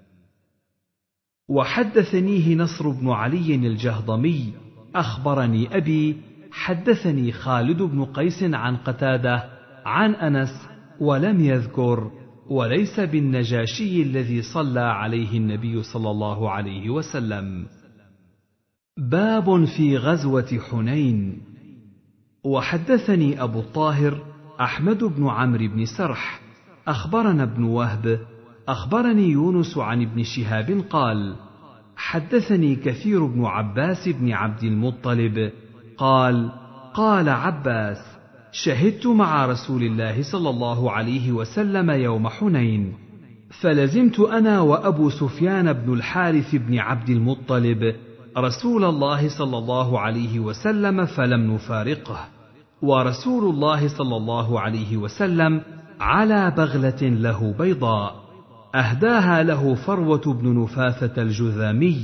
وحدثنيه نصر بن علي الجهضمي أخبرني أبي حدثني خالد بن قيس عن قتادة عن أنس ولم يذكر وليس بالنجاشي الذي صلى عليه النبي صلى الله عليه وسلم. باب في غزوة حنين. وحدثني أبو الطاهر أحمد بن عمرو بن سرح أخبرنا ابن وهب أخبرني يونس عن ابن شهاب قال: حدثني كثير بن عباس بن عبد المطلب قال: قال عباس: شهدت مع رسول الله صلى الله عليه وسلم يوم حنين، فلزمت أنا وأبو سفيان بن الحارث بن عبد المطلب رسول الله صلى الله عليه وسلم فلم نفارقه، ورسول الله صلى الله عليه وسلم على بغلة له بيضاء أهداها له فروة بن نفاثة الجذامي.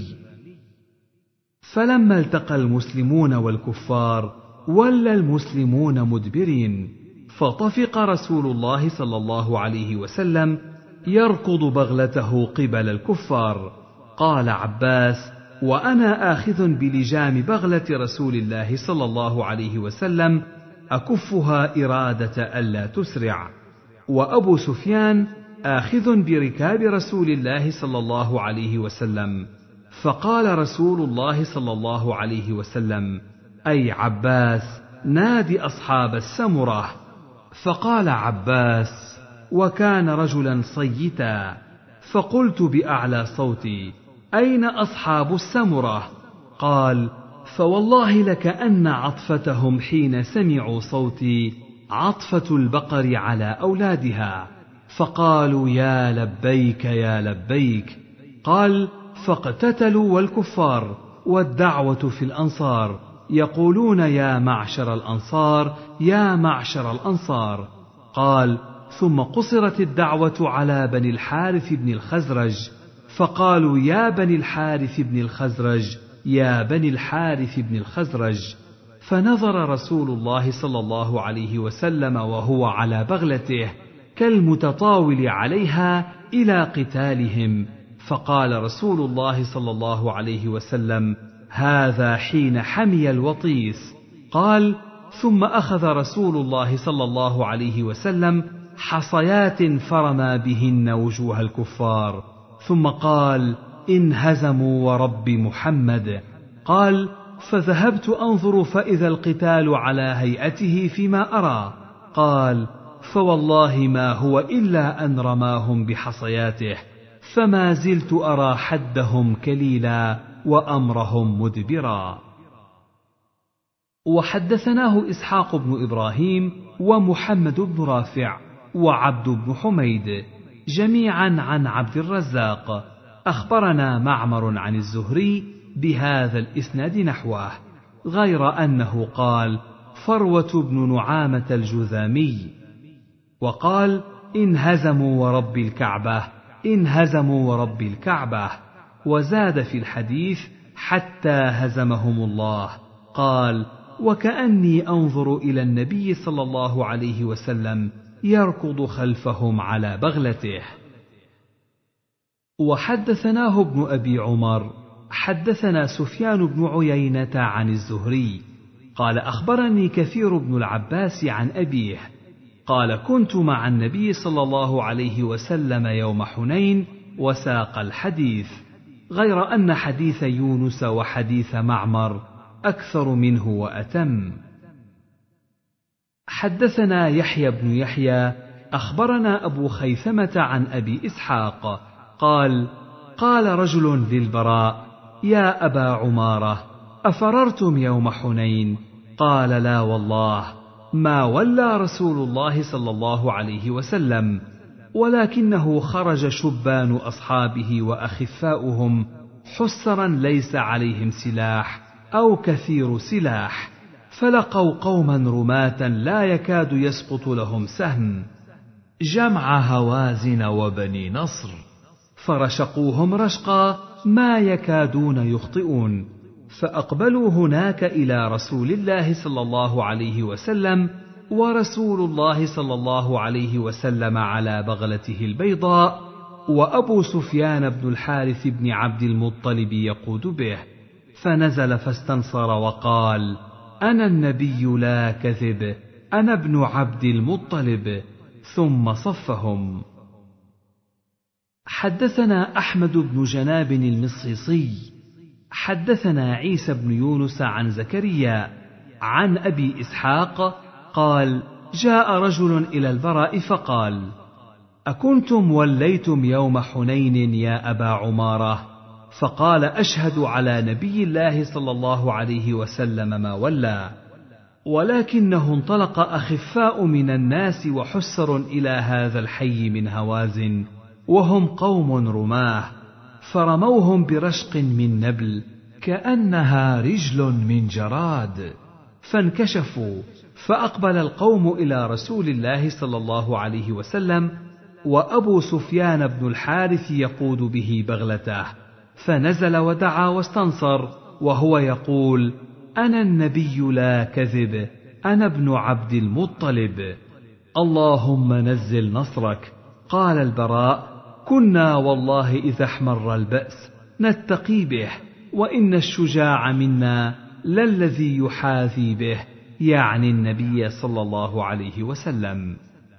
فلما التقى المسلمون والكفار ولى المسلمون مدبرين، فطفق رسول الله صلى الله عليه وسلم يركض بغلته قبل الكفار. قال عباس: وأنا آخذ بلجام بغلة رسول الله صلى الله عليه وسلم أكفها إرادة ألا تسرع، وأبو سفيان آخذ بركاب رسول الله صلى الله عليه وسلم. فقال رسول الله صلى الله عليه وسلم: أي عباس، نادي أصحاب السمرة. فقال عباس: وكان رجلا صيتا، فقلت بأعلى صوتي: أين أصحاب السمرة؟ قال: فوالله لكأن عطفتهم حين سمعوا صوتي عطفة البقر على أولادها، فقالوا يا لبيك يا لبيك. قال: فاقتتلوا والكفار والدعوة في الأنصار يقولون يا معشر الأنصار يا معشر الأنصار. قال: ثم قصرت الدعوة على بني الحارث بن الخزرج، فقالوا يا بني الحارث بن الخزرج يا بني الحارث بن الخزرج. فنظر رسول الله صلى الله عليه وسلم وهو على بغلته كالمتطاول عليها إلى قتالهم، فقال رسول الله صلى الله عليه وسلم: هذا حين حمي الوطيس. قال: ثم أخذ رسول الله صلى الله عليه وسلم حصيات فرمى بهن وجوه الكفار، ثم قال: انهزموا ورب محمد. قال: فذهبت أنظر فإذا القتال على هيئته فيما أرى. قال: فوالله ما هو إلا أن رماهم بحصياته، فما زلت أرى حدهم كليلا وأمرهم مدبرا. وحدثناه إسحاق بن إبراهيم ومحمد بن رافع وعبد بن حميد جميعا عن عبد الرزاق أخبرنا معمر عن الزهري بهذا الإسناد نحوه، غير أنه قال: فروة بن نعامة الجذامي، وقال: انهزموا ورب الكعبة انهزموا ورب الكعبة، وزاد في الحديث: حتى هزمهم الله. قال: وكأني أنظر إلى النبي صلى الله عليه وسلم يركض خلفهم على بغلته. وحدثناه ابن أبي عمر حدثنا سفيان بن عيينة عن الزهري قال: أخبرني كثير بن العباس عن أبيه قال: كنت مع النبي صلى الله عليه وسلم يوم حنين، وساق الحديث، غير أن حديث يونس وحديث معمر أكثر منه وأتم. حدثنا يحيى بن يحيى أخبرنا أبو خيثمة عن أبي إسحاق قال: قال رجل للبراء: يا أبا عمارة، أفررتم يوم حنين؟ قال: لا والله، ما ولى رسول الله صلى الله عليه وسلم، ولكنه خرج شبان أصحابه وأخفاؤهم حسرا ليس عليهم سلاح أو كثير سلاح، فلقوا قوما رماة لا يكاد يسقط لهم سهم، جمع هوازن وبني نصر، فرشقوهم رشقا ما يكادون يخطئون، فأقبلوا هناك إلى رسول الله صلى الله عليه وسلم، ورسول الله صلى الله عليه وسلم على بغلته البيضاء، وأبو سفيان بن الحارث بن عبد المطلب يقود به، فنزل فاستنصر وقال: أنا النبي لا كذب، أنا ابن عبد المطلب، ثم صفهم. حدثنا أحمد بن جناب المصيصي حدثنا عيسى بن يونس عن زكريا عن أبي إسحاق قال: جاء رجل إلى البراء فقال: أكنتم وليتم يوم حنين يا أبا عمارة؟ فقال: أشهد على نبي الله صلى الله عليه وسلم ما ولى، ولكنه انطلق أخفاء من الناس وحسر إلى هذا الحي من هوازن، وهم قوم رماه، فرموهم برشق من نبل كأنها رجل من جراد، فانكشفوا، فأقبل القوم إلى رسول الله صلى الله عليه وسلم، وأبو سفيان بن الحارث يقود به بغلته، فنزل ودعا واستنصر وهو يقول: أنا النبي لا كذب، أنا ابن عبد المطلب، اللهم نزل نصرك. قال البراء: كنا والله إذا احمر البأس نتقي به، وإن الشجاع منا للذي يحاذي به، يعني النبي صلى الله عليه وسلم.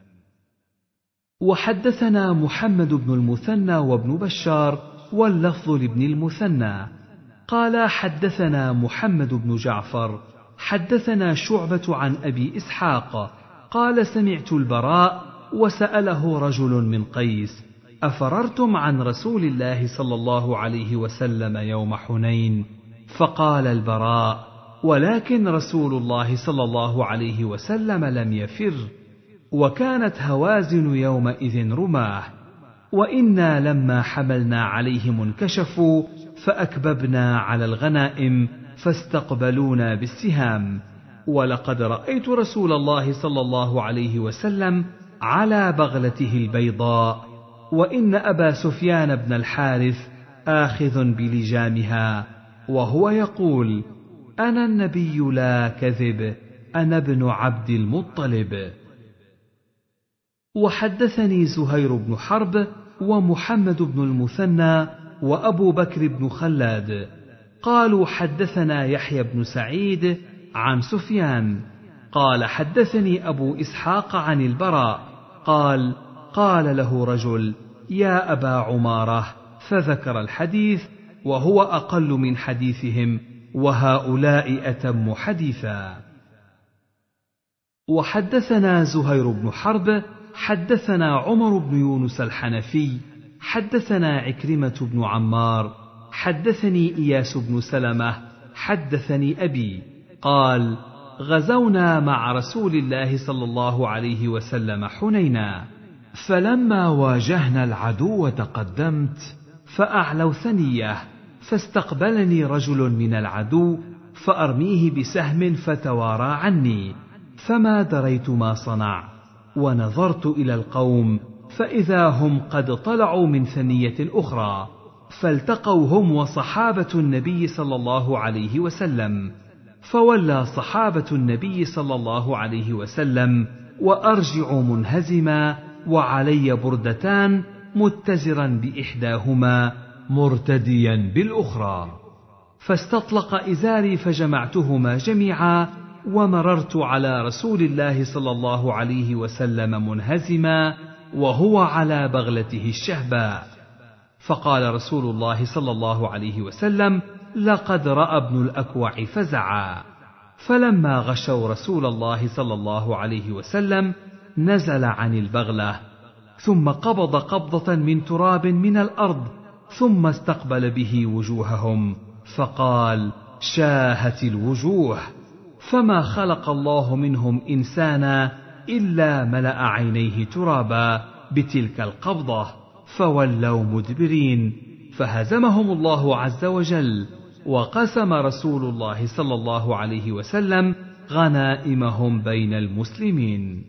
وحدثنا محمد بن المثنى وابن بشار واللفظ لابن المثنى قال: حدثنا محمد بن جعفر حدثنا شعبة عن أبي إسحاق قال: سمعت البراء وسأله رجل من قيس: أفررتم عن رسول الله صلى الله عليه وسلم يوم حنين؟ فقال البراء: ولكن رسول الله صلى الله عليه وسلم لم يفر، وكانت هوازن يومئذ رماه، وإنا لما حملنا عليهم انكشفوا، فأكببنا على الغنائم فاستقبلونا بالسهام، ولقد رأيت رسول الله صلى الله عليه وسلم على بغلته البيضاء، وإن أبا سفيان بن الحارث آخذ بلجامها، وهو يقول: أنا النبي لا كذب، أنا ابن عبد المطلب. وحدثني زهير بن حرب ومحمد بن المثنى وأبو بكر بن خلاد قالوا: حدثنا يحيى بن سعيد عن سفيان قال: حدثني أبو إسحاق عن البراء قال: قال له رجل: يا أبا عمارة، فذكر الحديث، وهو أقل من حديثهم، وهؤلاء أتم حديثا. وحدثنا زهير بن حرب حدثنا عمر بن يونس الحنفي حدثنا عكرمة بن عمار حدثني إياس بن سلمة حدثني أبي قال: غزونا مع رسول الله صلى الله عليه وسلم حنينا، فلما واجهنا العدو تقدمت فأعلوا ثنية، فاستقبلني رجل من العدو فأرميه بسهم فتوارى عني، فما دريت ما صنع، ونظرت إلى القوم فإذا هم قد طلعوا من ثنية أخرى، فالتقوا هم وصحابة النبي صلى الله عليه وسلم، فولى صحابة النبي صلى الله عليه وسلم وأرجع منهزما، وعلي بردتان متزرا بإحداهما مرتديا بالأخرى، فاستطلق إزاري فجمعتهما جميعا، ومررت على رسول الله صلى الله عليه وسلم منهزما وهو على بغلته الشهباء، فقال رسول الله صلى الله عليه وسلم: لقد رأى ابن الأكوع فزعا. فلما غشوا رسول الله صلى الله عليه وسلم نزل عن البغلة، ثم قبض قبضة من تراب من الأرض، ثم استقبل به وجوههم، فقال: شاهت الوجوه، فما خلق الله منهم إنسانا إلا ملأ عينيه ترابا بتلك القبضة، فولوا مدبرين، فهزمهم الله عز وجل، وقسم رسول الله صلى الله عليه وسلم غنائمهم بين المسلمين.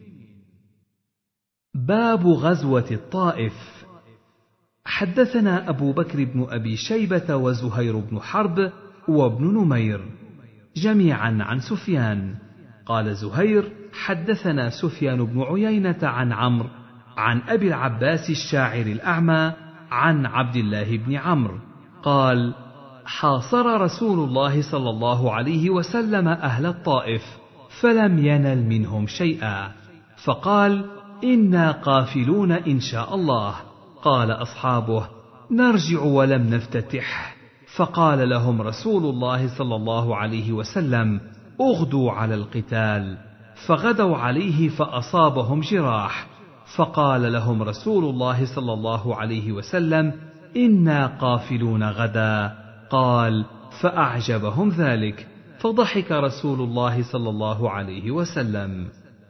باب غزوة الطائف. حدثنا أبو بكر بن أبي شيبة وزهير بن حرب وابن نمير جميعا عن سفيان قال زهير: حدثنا سفيان بن عيينة عن عمرو عن أبي العباس الشاعر الأعمى عن عبد الله بن عمرو قال: حاصر رسول الله صلى الله عليه وسلم أهل الطائف فلم ينل منهم شيئا، فقال: إنا قافلون إن شاء الله. قال أصحابه: نرجع ولم نفتتح. فقال لهم رسول الله صلى الله عليه وسلم: اغدوا على القتال. فغدوا عليه فأصابهم جراح، فقال لهم رسول الله صلى الله عليه وسلم: إنا قافلون غدا. قال: فأعجبهم ذلك، فضحك رسول الله صلى الله عليه وسلم.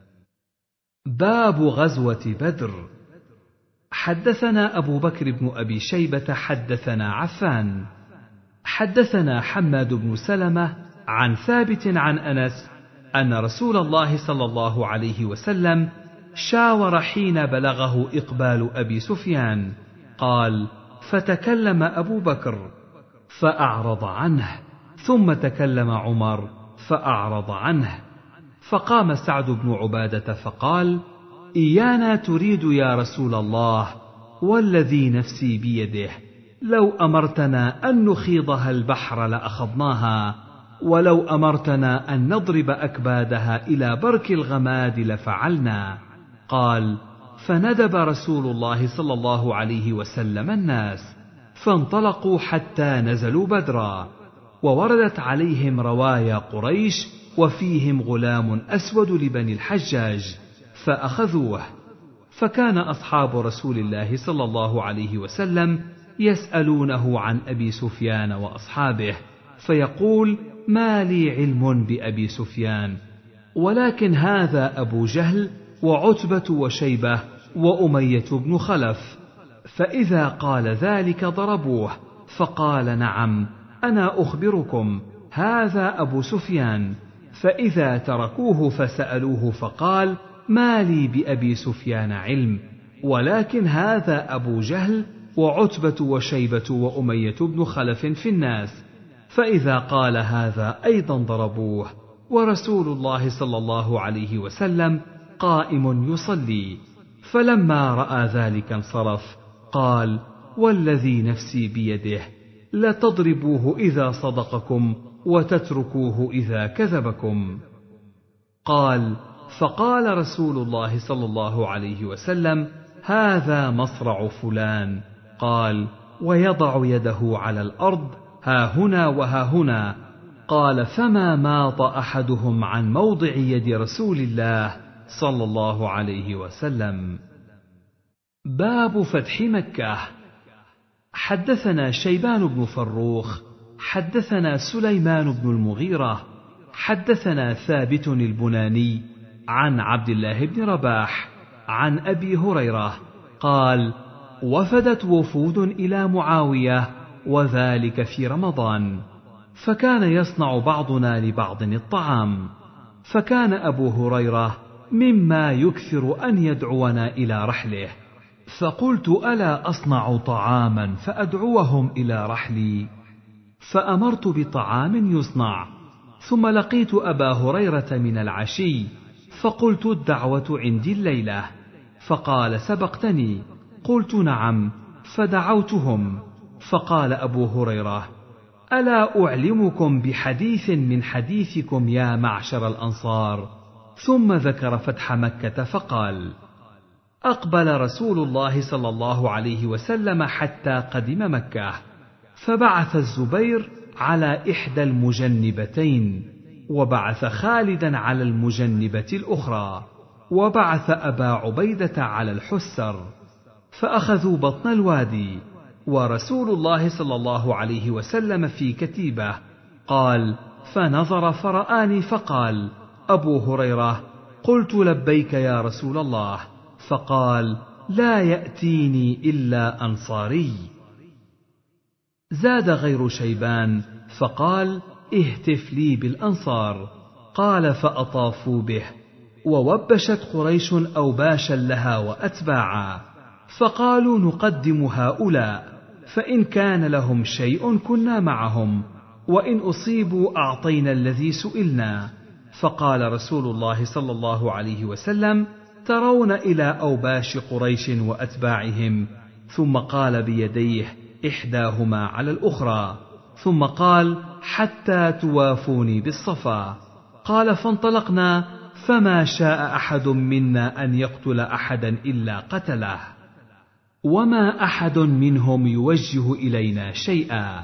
باب غزوة بدر. حدثنا أبو بكر بن أبي شيبة حدثنا عفان حدثنا حماد بن سلمة عن ثابت عن أنس أن رسول الله صلى الله عليه وسلم شاور حين بلغه إقبال أبي سفيان. قال: فتكلم أبو بكر فأعرض عنه، ثم تكلم عمر فأعرض عنه، فقام سعد بن عبادة فقال: إيانا تريد يا رسول الله، والذي نفسي بيده لو أمرتنا أن نخيضها البحر لأخذناها، ولو أمرتنا أن نضرب أكبادها إلى برك الغماد لفعلنا. قال: فندب رسول الله صلى الله عليه وسلم الناس، فانطلقوا حتى نزلوا بدرا، ووردت عليهم روايا قريش وفيهم غلام أسود لبني الحجاج، فأخذوه. فكان أصحاب رسول الله صلى الله عليه وسلم يسألونه عن أبي سفيان وأصحابه، فيقول: ما لي علم بأبي سفيان، ولكن هذا أبو جهل وعتبة وشيبة وأمية بن خلف. فإذا قال ذلك ضربوه، فقال: نعم، أنا أخبركم، هذا أبو سفيان. فإذا تركوه فسألوه فقال: ما لي بأبي سفيان علم، ولكن هذا أبو جهل وعتبة وشيبة وأمية بن خلف في الناس. فإذا قال هذا أيضا ضربوه، ورسول الله صلى الله عليه وسلم قائم يصلي. فلما رأى ذلك انصرف. قال: والذي نفسي بيده لتضربوه إذا صدقكم وتتركوه إذا كذبكم. قال: فقال رسول الله صلى الله عليه وسلم: هذا مصرع فلان. قال: ويضع يده على الأرض ها هنا وها هنا. قال: فما ماط أحدهم عن موضع يد رسول الله صلى الله عليه وسلم. باب فتح مكة. حدثنا شيبان بن فروخ حدثنا سليمان بن المغيرة حدثنا ثابت البناني عن عبد الله بن رباح عن أبي هريرة قال: وفدت وفود إلى معاوية، وذلك في رمضان، فكان يصنع بعضنا لبعض الطعام، فكان أبو هريرة مما يكثر أن يدعونا إلى رحله، فقلت: ألا أصنع طعاما فأدعوهم إلى رحلي؟ فأمرت بطعام يصنع، ثم لقيت أبا هريرة من العشي، فقلت: الدعوة عندي الليلة. فقال: سبقتني. قلت: نعم. فدعوتهم، فقال أبو هريرة: ألا أعلمكم بحديث من حديثكم يا معشر الأنصار؟ ثم ذكر فتح مكة فقال: أقبل رسول الله صلى الله عليه وسلم حتى قدم مكة، فبعث الزبير على إحدى المجنبتين، وبعث خالدا على المجنبة الأخرى، وبعث أبا عبيدة على الحسر، فأخذوا بطن الوادي، ورسول الله صلى الله عليه وسلم في كتيبة. قال: فنظر فرآني فقال: أبو هريرة. قلت: لبيك يا رسول الله. فقال: لا يأتيني إلا أنصاري. زاد غير شيبان فقال: اهتف لي بالأنصار. قال: فأطافوا به، ووبشت قريش أوباشا لها وأتباعا، فقالوا: نقدم هؤلاء، فإن كان لهم شيء كنا معهم، وإن أصيبوا أعطينا الذي سئلنا. فقال رسول الله صلى الله عليه وسلم: ترون إلى أوباش قريش وأتباعهم؟ ثم قال بيديه إحداهما على الأخرى، ثم قال: حتى توافوني بالصفا. قال: فانطلقنا، فما شاء أحد منا أن يقتل أحدا إلا قتله. وما أحد منهم يوجه إلينا شيئا.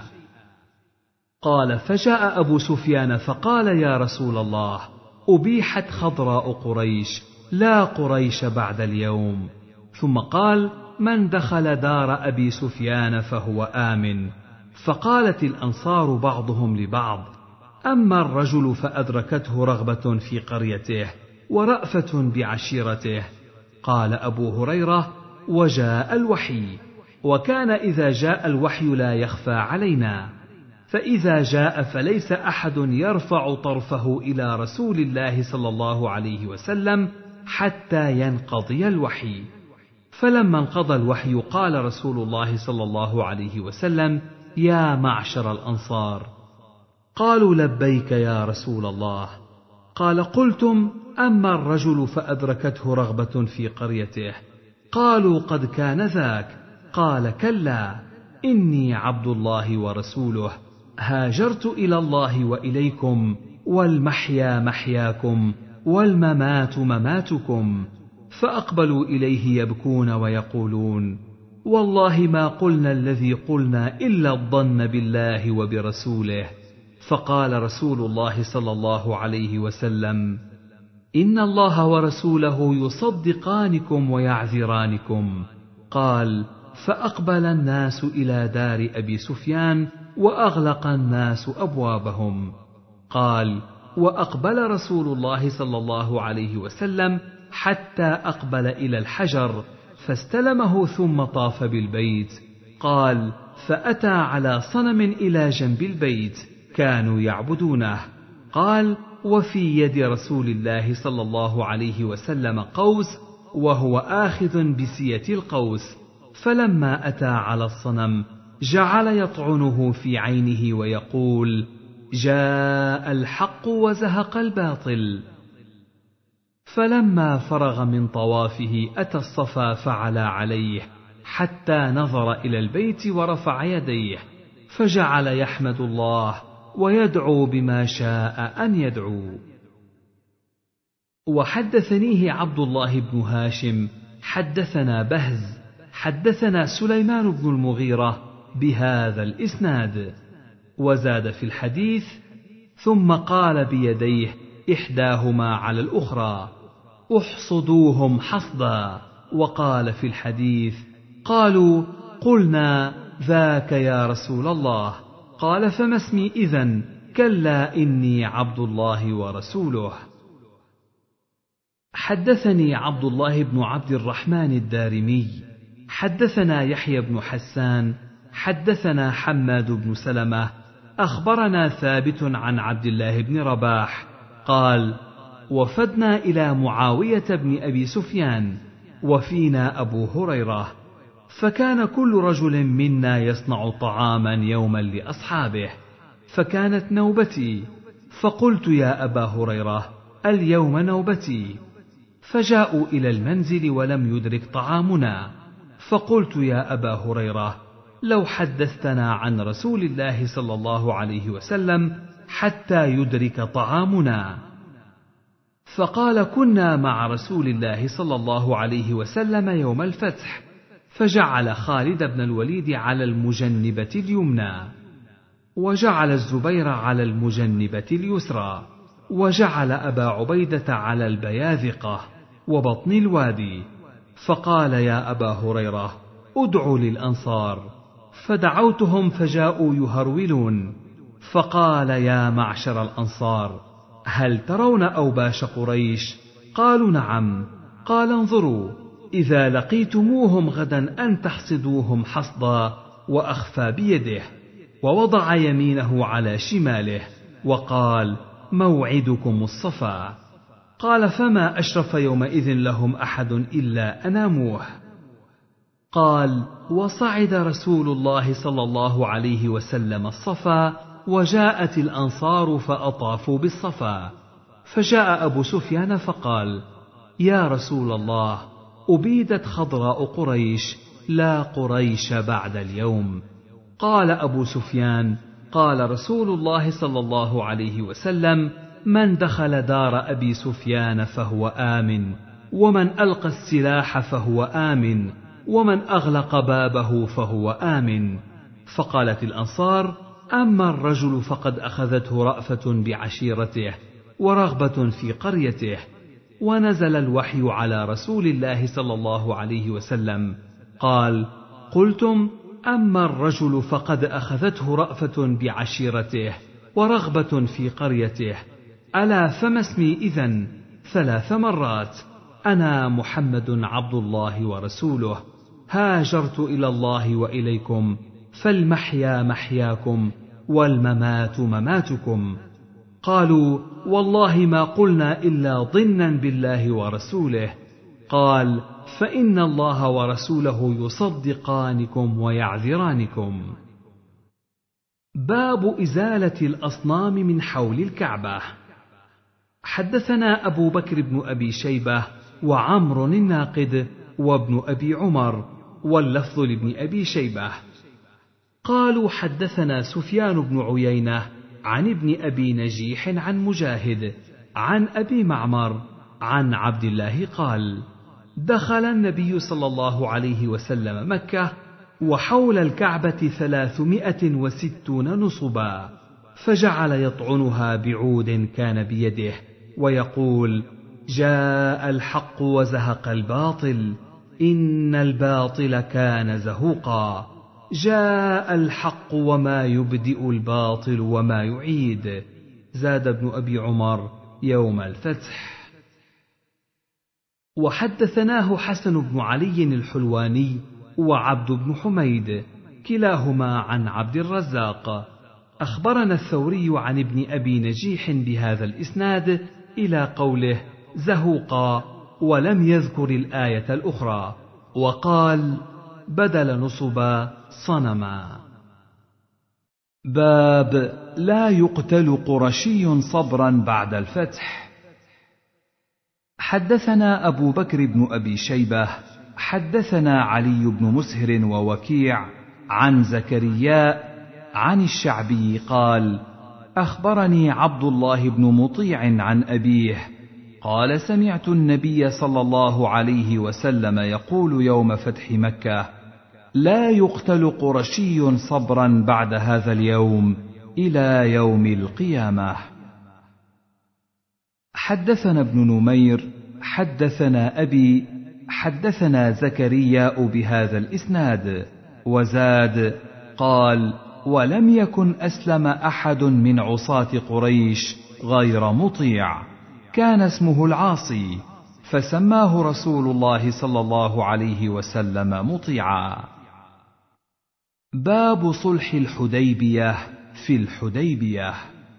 قال: فجاء أبو سفيان فقال: يا رسول الله، أبيحت خضراء قريش، لا قريش بعد اليوم. ثم قال: من دخل دار أبي سفيان فهو آمن. فقالت الأنصار بعضهم لبعض: أما الرجل فأدركته رغبة في قريته ورأفة بعشيرته. قال أبو هريرة: وجاء الوحي، وكان إذا جاء الوحي لا يخفى علينا، فإذا جاء فليس أحد يرفع طرفه إلى رسول الله صلى الله عليه وسلم حتى ينقضي الوحي. فلما انقضى الوحي قال رسول الله صلى الله عليه وسلم: يا معشر الأنصار. قالوا: لبيك يا رسول الله. قال: قلتم: أما الرجل فأدركته رغبة في قريته. قالوا: قد كان ذاك. قال: كلا، إني عبد الله ورسوله، هاجرت إلى الله وإليكم، والمحيا محياكم والممات مماتكم. فأقبلوا إليه يبكون ويقولون: والله ما قلنا الذي قلنا إلا الظن بالله وبرسوله. فقال رسول الله صلى الله عليه وسلم: إن الله ورسوله يصدقانكم ويعذرانكم. قال: فأقبل الناس إلى دار أبي سفيان وأغلق الناس أبوابهم. قال: وأقبل رسول الله صلى الله عليه وسلم حتى أقبل إلى الحجر فاستلمه ثم طاف بالبيت. قال: فأتى على صنم إلى جنب البيت كانوا يعبدونه. قال: وفي يد رسول الله صلى الله عليه وسلم قوس، وهو آخذ بسية القوس. فلما أتى على الصنم جعل يطعنه في عينه ويقول: جاء الحق وزهق الباطل. فلما فرغ من طوافه أتى الصفا فعلى عليه حتى نظر إلى البيت ورفع يديه، فجعل يحمد الله ويدعو بما شاء أن يدعو. وحدثنيه عبد الله بن هاشم حدثنا بهز حدثنا سليمان بن المغيرة بهذا الإسناد، وزاد في الحديث: ثم قال بيديه إحداهما على الأخرى: احصدوهم حصدا. وقال في الحديث: قالوا: قلنا ذاك يا رسول الله. قال: فما اسمي إذن؟ كلا، إني عبد الله ورسوله. حدثني عبد الله بن عبد الرحمن الدارمي حدثنا يحيى بن حسان حدثنا حماد بن سلمة أخبرنا ثابت عن عبد الله بن رباح قال: وفدنا إلى معاوية بن أبي سفيان وفينا أبو هريرة، فكان كل رجل منا يصنع طعاما يوما لأصحابه، فكانت نوبتي، فقلت: يا أبا هريرة، اليوم نوبتي. فجاءوا إلى المنزل ولم يدرك طعامنا، فقلت: يا أبا هريرة، لو حدثتنا عن رسول الله صلى الله عليه وسلم حتى يدرك طعامنا. فقال: كنا مع رسول الله صلى الله عليه وسلم يوم الفتح، فجعل خالد بن الوليد على المجنبة اليمنى، وجعل الزبير على المجنبة اليسرى، وجعل أبا عبيدة على البياذقة وبطن الوادي. فقال: يا أبا هريرة، ادع للأنصار. فدعوتهم فجاءوا يهرولون، فقال: يا معشر الأنصار، هل ترون أوباش قريش؟ قالوا: نعم. قال: انظروا، إذا لقيتموهم غدا أن تحصدوهم حصدا. وأخفى بيده ووضع يمينه على شماله وقال: موعدكم الصفا. قال: فما أشرف يومئذ لهم أحد إلا أناموه. قال: وصعد رسول الله صلى الله عليه وسلم الصفا، وجاءت الأنصار فأطافوا بالصفا، فجاء أبو سفيان فقال: يا رسول الله، أبيدت خضراء قريش، لا قريش بعد اليوم. قال أبو سفيان: قال رسول الله صلى الله عليه وسلم: من دخل دار أبي سفيان فهو آمن، ومن ألقى السلاح فهو آمن، ومن أغلق بابه فهو آمن. فقالت الأنصار: أما الرجل فقد أخذته رأفة بعشيرته ورغبة في قريته. ونزل الوحي على رسول الله صلى الله عليه وسلم قال: قلتم: أما الرجل فقد أخذته رأفة بعشيرته ورغبة في قريته، ألا فما اسمي إذن؟ ثلاث مرات: أنا محمد عبد الله ورسوله، هاجرت إلى الله وإليكم، فالمحيا محياكم والممات مماتكم. قالوا: والله ما قلنا إلا ظنا بالله ورسوله. قال: فإن الله ورسوله يصدقانكم ويعذرانكم. باب إزالة الأصنام من حول الكعبة. حدثنا أبو بكر بن أبي شيبة وعمر الناقد وابن أبي عمر، واللفظ لابن أبي شيبة. قالوا: حدثنا سفيان بن عيينة عن ابن أبي نجيح عن مجاهد عن أبي معمر عن عبد الله قال: دخل النبي صلى الله عليه وسلم مكة وحول الكعبة ثلاثمائة وستون نصبا، فجعل يطعنها بعود كان بيده ويقول: جاء الحق وزهق الباطل، إن الباطل كان زهوقا، جاء الحق وما يبدئ الباطل وما يعيد. زاد ابن أبي عمر: يوم الفتح. وحدثناه حسن بن علي الحلواني وعبد بن حميد كلاهما عن عبد الرزاق. أخبرنا الثوري عن ابن أبي نجيح بهذا الإسناد إلى قوله: زهوقا، ولم يذكر الآية الأخرى، وقال: بدل نصبا صنما. باب لا يقتل قرشي صبرا بعد الفتح. حدثنا أبو بكر بن أبي شيبة حدثنا علي بن مسهر ووكيع عن زكريا عن الشعبي قال: أخبرني عبد الله بن مطيع عن أبيه قال: سمعت النبي صلى الله عليه وسلم يقول يوم فتح مكة: لا يقتل قرشي صبرا بعد هذا اليوم إلى يوم القيامة. حدثنا ابن نمير حدثنا أبي حدثنا زكريا بهذا الإسناد، وزاد قال: ولم يكن أسلم أحد من عصاة قريش غير مطيع، كان اسمه العاصي، فسماه رسول الله صلى الله عليه وسلم مطيعا. باب صلح الحديبية في الحديبية.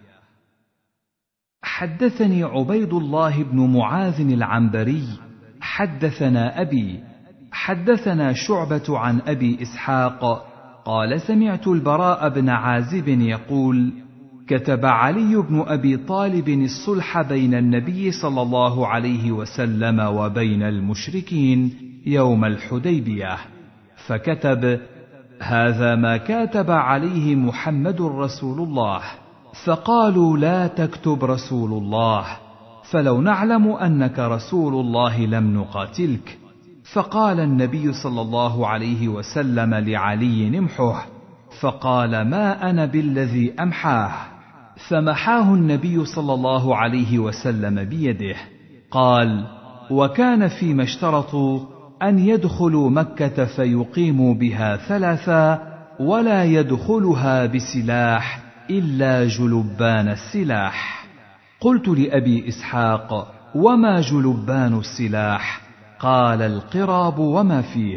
حدثني عبيد الله بن معاذ العنبري حدثنا أبي حدثنا شعبة عن أبي إسحاق قال: سمعت البراء بن عازب يقول: كتب علي بن أبي طالب الصلح بين النبي صلى الله عليه وسلم وبين المشركين يوم الحديبية، فكتب: هذا ما كاتب عليه محمد رسول الله. فقالوا: لا تكتب رسول الله، فلو نعلم أنك رسول الله لم نقاتلك. فقال النبي صلى الله عليه وسلم لعلي: امحه، فقال: ما أنا بالذي أمحاه، فمحاه النبي صلى الله عليه وسلم بيده. قال: وكان فيما اشترطوا أن يدخلوا مكة فيقيموا بها ثلاثا، ولا يدخلها بسلاح إلا جلبان السلاح. قلت لأبي إسحاق: وما جلبان السلاح؟ قال: القراب وما فيه.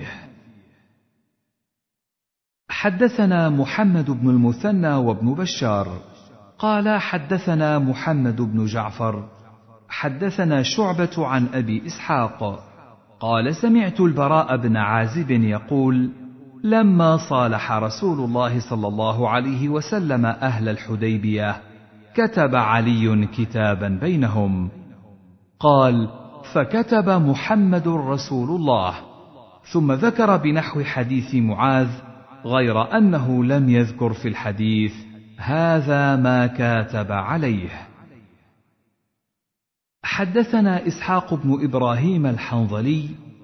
حدثنا محمد بن المثنى وابن بشار قال: حدثنا محمد بن جعفر حدثنا شعبة عن أبي إسحاق قال: سمعت البراء بن عازب يقول: لما صالح رسول الله صلى الله عليه وسلم أهل الحديبية كتب علي كتابا بينهم. قال: فكتب محمد رسول الله، ثم ذكر بنحو حديث معاذ، غير أنه لم يذكر في الحديث: هذا ما كاتب عليه. حدثنا إسحاق بن إبراهيم الحنظلي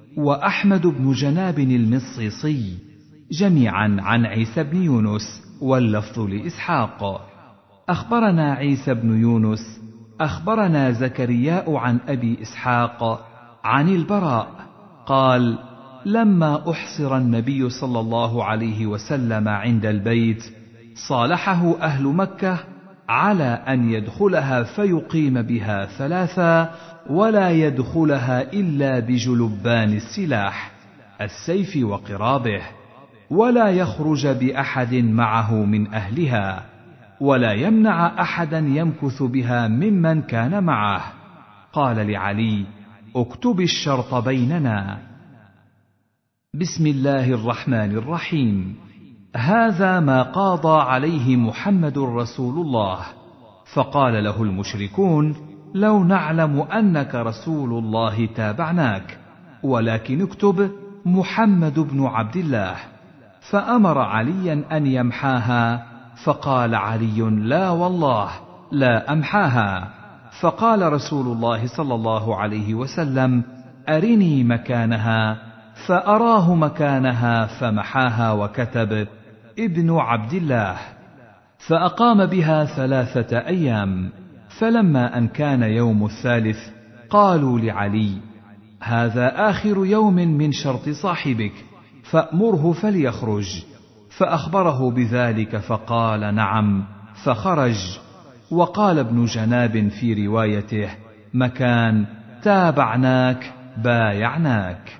وأحمد بن جناب المصيصي جميعا عن عيسى بن يونس، واللفظ لإسحاق. أخبرنا عيسى بن يونس أخبرنا زكرياء عن أبي إسحاق عن البراء قال: لما أحصر النبي صلى الله عليه وسلم عند البيت صالحه أهل مكة على أن يدخلها فيقيم بها ثلاثا، ولا يدخلها إلا بجلبان السلاح السيف وقرابه، ولا يخرج بأحد معه من أهلها، ولا يمنع أحدا يمكث بها ممن كان معه. قال لعلي: اكتب الشرط بيننا. بسم الله الرحمن الرحيم. هذا ما قاضى عليه محمد رسول الله. فقال له المشركون: لو نعلم أنك رسول الله تابعناك، ولكن اكتب محمد بن عبد الله. فأمر عليا أن يمحاها، فقال علي: لا والله لا أمحاها. فقال رسول الله صلى الله عليه وسلم: أرني مكانها. فأراه مكانها فمحاها وكتب: ابن عبد الله. فأقام بها ثلاثة أيام. فلما أن كان يوم الثالث قالوا لعلي: هذا آخر يوم من شرط صاحبك، فأمره فليخرج. فأخبره بذلك فقال: نعم. فخرج. وقال ابن جناب في روايته: مكان تابعناك بايعناك.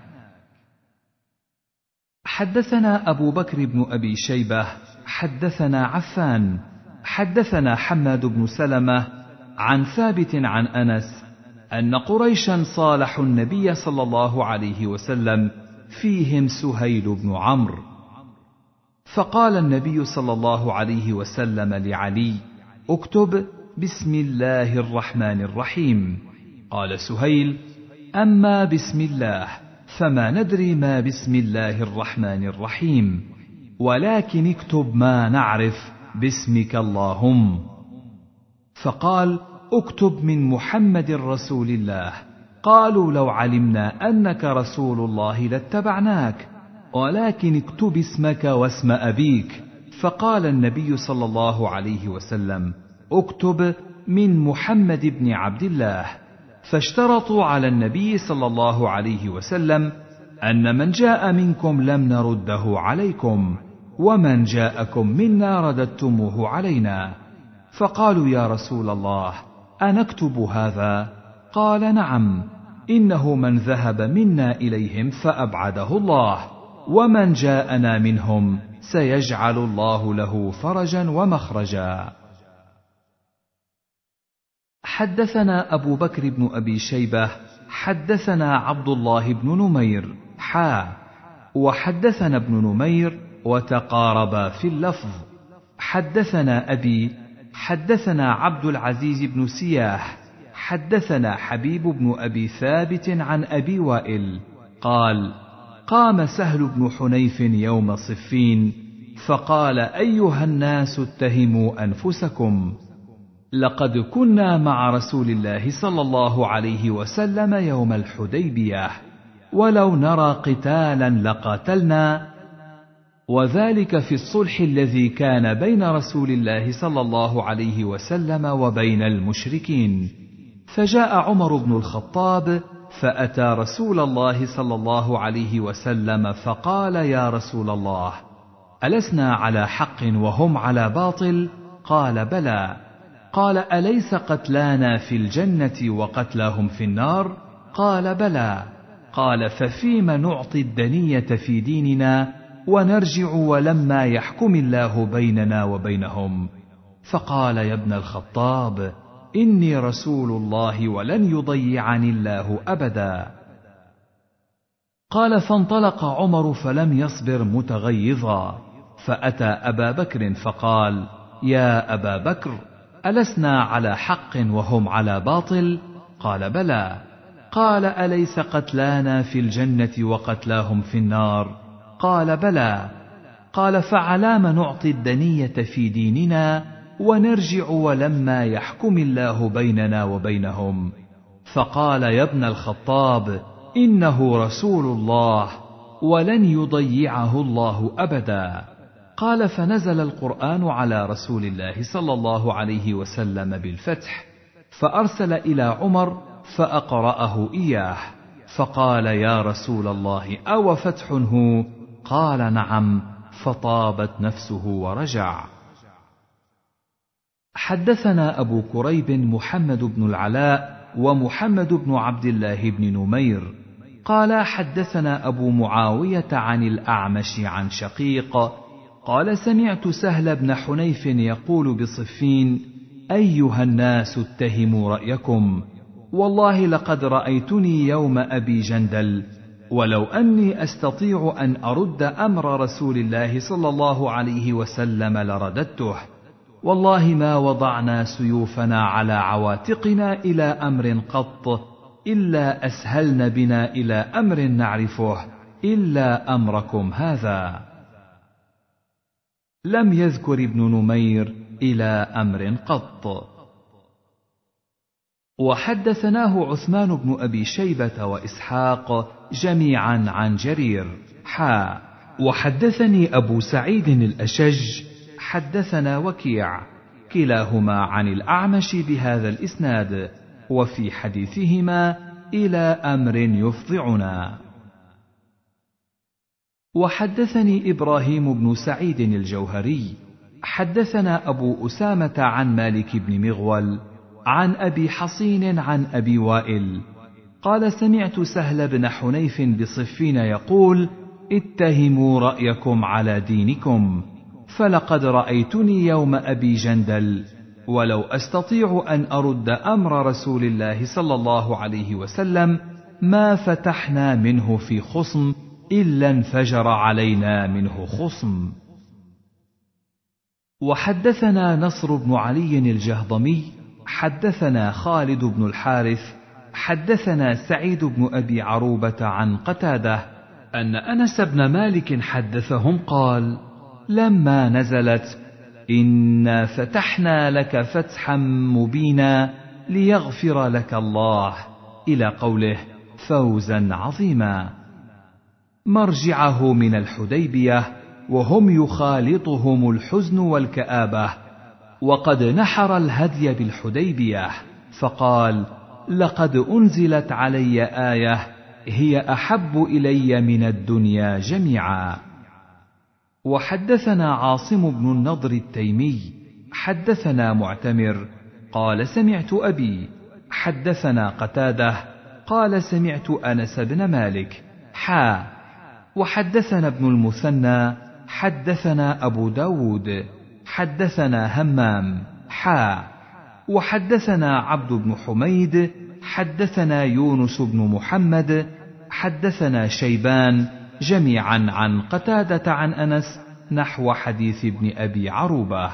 حدثنا أبو بكر بن أبي شيبة حدثنا عفان حدثنا حماد بن سلمة عن ثابت عن أنس أن قريشا صالحوا النبي صلى الله عليه وسلم، فيهم سهيل بن عمرو. فقال النبي صلى الله عليه وسلم لعلي: اكتب بسم الله الرحمن الرحيم. قال سهيل: أما بسم الله فما ندري ما بسم الله الرحمن الرحيم، ولكن اكتب ما نعرف باسمك اللهم. فقال: اكتب من محمد رسول الله. قالوا: لو علمنا أنك رسول الله لاتبعناك، ولكن اكتب اسمك واسم أبيك. فقال النبي صلى الله عليه وسلم: اكتب من محمد بن عبد الله. فاشترطوا على النبي صلى الله عليه وسلم أن من جاء منكم لم نرده عليكم، ومن جاءكم منا رددتموه علينا. فقالوا: يا رسول الله أنكتب هذا؟ قال: نعم، إنه من ذهب منا إليهم فأبعده الله، ومن جاءنا منهم سيجعل الله له فرجا ومخرجا. حدثنا أبو بكر بن أبي شيبة حدثنا عبد الله بن نمير حا وحدثنا ابن نمير وتقاربا في اللفظ. حدثنا أبي حدثنا عبد العزيز بن سياح حدثنا حبيب بن أبي ثابت عن أبي وائل قال: قام سهل بن حنيف يوم صفين فقال: أيها الناس اتهموا أنفسكم، لقد كنا مع رسول الله صلى الله عليه وسلم يوم الحديبية، ولو نرى قتالا لقاتلنا، وذلك في الصلح الذي كان بين رسول الله صلى الله عليه وسلم وبين المشركين. فجاء عمر بن الخطاب فأتى رسول الله صلى الله عليه وسلم فقال: يا رسول الله، ألسنا على حق وهم على باطل؟ قال: بلى. قال: أليس قتلانا في الجنة وقتلاهم في النار؟ قال: بلى. قال: ففيم نعطي الدنية في ديننا ونرجع ولما يحكم الله بيننا وبينهم؟ فقال: يا ابن الخطاب، إني رسول الله ولن يضيعني الله أبدا. قال: فانطلق عمر فلم يصبر متغيظا، فأتى أبا بكر فقال: يا أبا بكر، ألسنا على حق وهم على باطل؟ قال: بلى. قال: أليس قتلانا في الجنة وقتلاهم في النار؟ قال: بلى. قال: فعلام نعطي الدنية في ديننا ونرجع ولما يحكم الله بيننا وبينهم؟ فقال: يا ابن الخطاب، إنه رسول الله ولن يضيعه الله أبدا. قال: فنزل القرآن على رسول الله صلى الله عليه وسلم بالفتح، فأرسل إلى عمر فأقرأه إياه، فقال: يا رسول الله أو فتح هو؟ قال: نعم، فطابت نفسه ورجع. حدثنا أبو كريب محمد بن العلاء ومحمد بن عبد الله بن نمير قال: حدثنا أبو معاوية عن الأعمش عن شقيق قال: سمعت سهل بن حنيف يقول بصفين: أيها الناس اتهموا رأيكم، والله لقد رأيتني يوم أبي جندل، ولو أني أستطيع أن أرد أمر رسول الله صلى الله عليه وسلم لرددته، والله ما وضعنا سيوفنا على عواتقنا إلى أمر قط إلا أسهلن بنا إلى أمر نعرفه إلا أمركم هذا. لم يذكر ابن نمير إلى أمر قط. وحدثناه عثمان بن أبي شيبة وإسحاق جميعا عن جرير حا وحدثني أبو سعيد الأشج حدثنا وكيع كلاهما عن الأعمش بهذا الإسناد، وفي حديثهما إلى أمر يفضعنا. وحدثني إبراهيم بن سعيد الجوهري حدثنا أبو أسامة عن مالك بن مغول عن أبي حصين عن أبي وائل قال: سمعت سهل بن حنيف بصفين يقول: اتهموا رأيكم على دينكم، فلقد رأيتني يوم أبي جندل، ولو أستطيع أن أرد أمر رسول الله صلى الله عليه وسلم ما فتحنا منه في خصم إلا انفجر علينا منه خصم. وحدثنا نصر بن علي الجهضمي حدثنا خالد بن الحارث حدثنا سعيد بن أبي عروبة عن قتادة أن أنس بن مالك حدثهم قال: لما نزلت إنا فتحنا لك فتحا مبينا ليغفر لك الله إلى قوله: فوزا عظيما، مرجعه من الحديبية وهم يخالطهم الحزن والكآبة، وقد نحر الهدي بالحديبية، فقال: لقد أنزلت علي آية هي أحب إلي من الدنيا جميعا. وحدثنا عاصم بن النضر التيمي حدثنا معتمر قال: سمعت أبي حدثنا قتادة قال: سمعت أنس بن مالك حا وحدثنا ابن المثنى حدثنا أبو داود حدثنا همام حا وحدثنا عبد بن حميد حدثنا يونس بن محمد حدثنا شيبان جميعا عن قتادة عن أنس نحو حديث ابن أبي عروبة.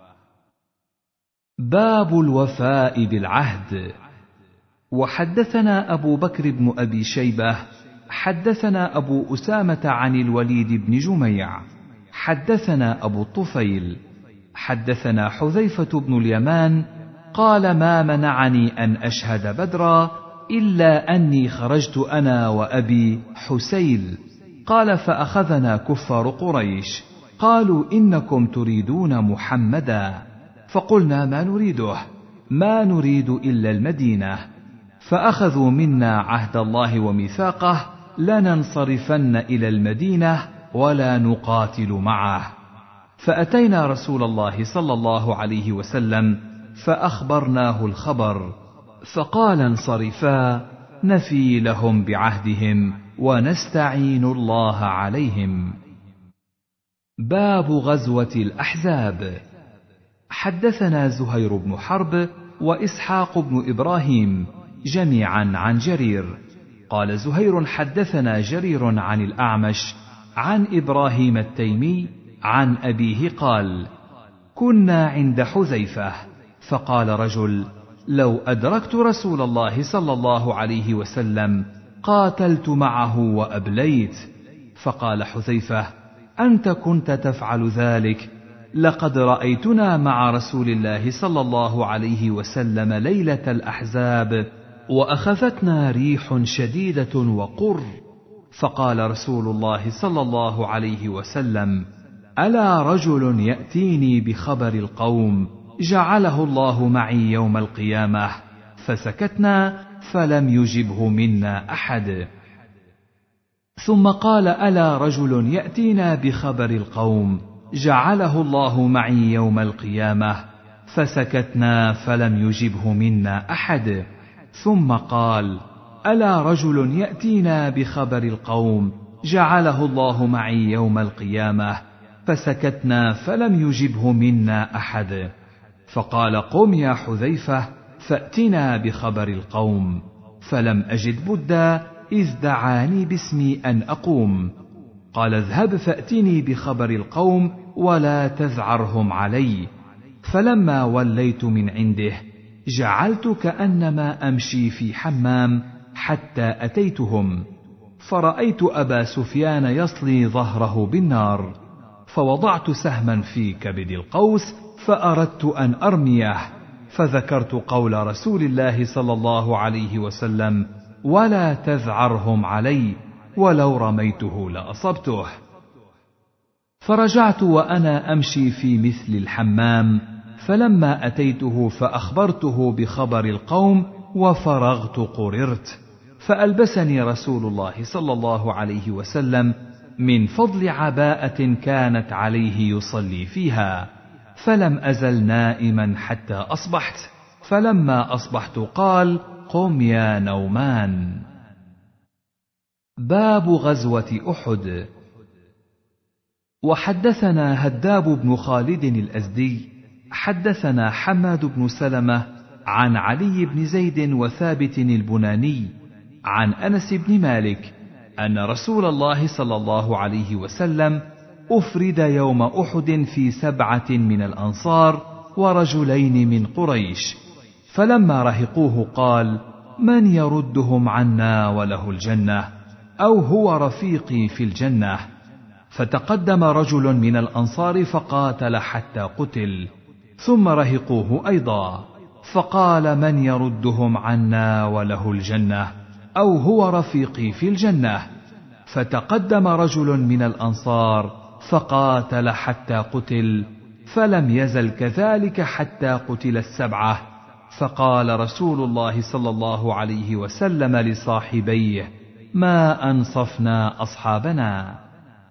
باب الوفاء بالعهد. وحدثنا أبو بكر بن أبي شيبة حدثنا أبو أسامة عن الوليد بن جميع حدثنا أبو الطفيل حدثنا حذيفة بن اليمان قال: ما منعني أن أشهد بدرا إلا أني خرجت أنا وأبي حسيل. قال: فأخذنا كفار قريش قالوا: إنكم تريدون محمدا، فقلنا: ما نريده، ما نريد إلا المدينة، فأخذوا منا عهد الله وميثاقه لننصرفن إلى المدينة ولا نقاتل معه. فأتينا رسول الله صلى الله عليه وسلم فأخبرناه الخبر، فقال: انصرفا نفي لهم بعهدهم ونستعين الله عليهم. باب غزوة الأحزاب. حدثنا زهير بن حرب وإسحاق بن إبراهيم جميعا عن جرير قال: زهير حدثنا جرير عن الأعمش عن إبراهيم التيمي عن أبيه قال: كنا عند حذيفة فقال رجل: لو أدركت رسول الله صلى الله عليه وسلم قاتلت معه وأبليت. فقال حذيفة: أنت كنت تفعل ذلك، لقد رأيتنا مع رسول الله صلى الله عليه وسلم ليلة الأحزاب وأخذتنا ريح شديدة وقر، فقال رسول الله صلى الله عليه وسلم: ألا رجل يأتيني بخبر القوم جعله الله معي يوم القيامة؟ فسكتنا فلم يجبه منا أحد. ثم قال: ألا رجل يأتينا بخبر القوم جعله الله معي يوم القيامة؟ فسكتنا فلم يجبه منا أحد. ثم قال: ألا رجل يأتينا بخبر القوم جعله الله معي يوم القيامة؟ فسكتنا فلم يجبه منا أحد. فقال: قم يا حذيفة فأتنا بخبر القوم. فلم أجد بدا إذ دعاني باسمي أن أقوم. قال: اذهب فأتني بخبر القوم ولا تذعرهم علي. فلما وليت من عنده جعلت كأنما أمشي في حمام حتى أتيتهم، فرأيت أبا سفيان يصلي ظهره بالنار، فوضعت سهما في كبد القوس فأردت أن أرميه، فذكرت قول رسول الله صلى الله عليه وسلم: ولا تذعرهم علي، ولو رميته لأصبته. فرجعت وأنا أمشي في مثل الحمام، فلما أتيته فأخبرته بخبر القوم وفرغت قررت، فألبسني رسول الله صلى الله عليه وسلم من فضل عباءة كانت عليه يصلي فيها، فلم أزل نائما حتى أصبحت. فلما أصبحت قال: قم يا نومان. باب غزوة أحد. وحدثنا هداب بن خالد الأزدي حدثنا حماد بن سلمة عن علي بن زيد وثابت البناني عن أنس بن مالك أن رسول الله صلى الله عليه وسلم أفرد يوم أحد في سبعة من الأنصار ورجلين من قريش، فلما رهقوه قال: من يردهم عنا وله الجنة، أو هو رفيقي في الجنة؟ فتقدم رجل من الأنصار فقاتل حتى قتل، ثم رهقوه أيضا، فقال: من يردهم عنا وله الجنة، أو هو رفيقي في الجنة؟ فتقدم رجل من الأنصار فقاتل حتى قتل، فلم يزل كذلك حتى قتل السبعة. فقال رسول الله صلى الله عليه وسلم لصاحبيه: ما أنصفنا أصحابنا.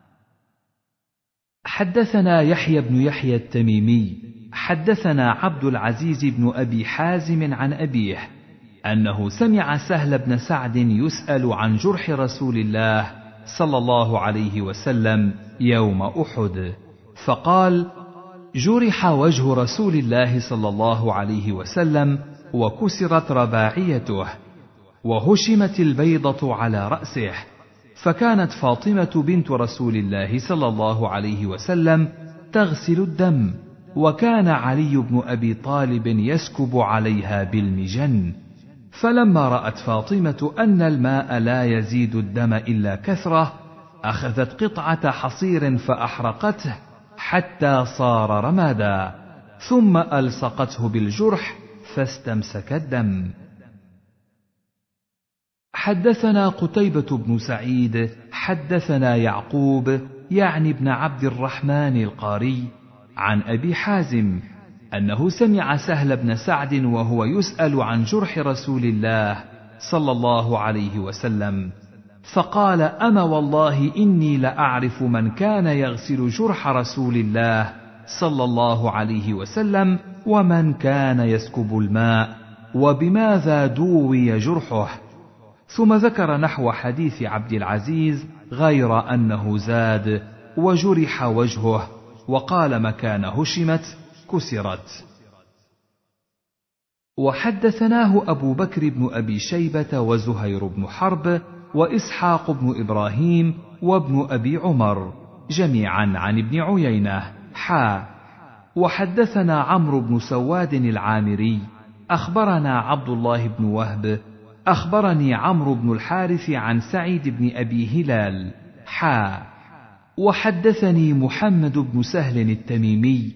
حدثنا يحيى بن يحيى التميمي حدثنا عبد العزيز بن أبي حازم عن أبيه أنه سمع سهل بن سعد يسأل عن جرح رسول الله صلى الله عليه وسلم يوم أحد، فقال: جرح وجه رسول الله صلى الله عليه وسلم وكسرت رباعيته، وهشمت البيضة على رأسه، فكانت فاطمة بنت رسول الله صلى الله عليه وسلم تغسل الدم، وكان علي بن أبي طالب يسكب عليها بالمجن. فلما رأت فاطمة أن الماء لا يزيد الدم إلا كثرة، أخذت قطعة حصير فأحرقته حتى صار رمادا، ثم ألصقته بالجرح فاستمسك الدم. حدثنا قتيبة بن سعيد حدثنا يعقوب يعني ابن عبد الرحمن القاري عن أبي حازم أنه سمع سهل بن سعد وهو يسأل عن جرح رسول الله صلى الله عليه وسلم، فقال: أما والله إني لأعرف من كان يغسل جرح رسول الله صلى الله عليه وسلم ومن كان يسكب الماء، وبماذا دوي جرحه. ثم ذكر نحو حديث عبد العزيز غير أنه زاد: وجرح وجهه، وقال مكان هشمت كسرت. وحدثناه أبو بكر بن أبي شيبة وزهير بن حرب وإسحاق بن إبراهيم وابن أبي عمر جميعا عن ابن عيينة حا. وحدثنا عمرو بن سواد العامري أخبرنا عبد الله بن وهب أخبرني عمرو بن الحارث عن سعيد بن أبي هلال حا. وحدثني محمد بن سهل التميمي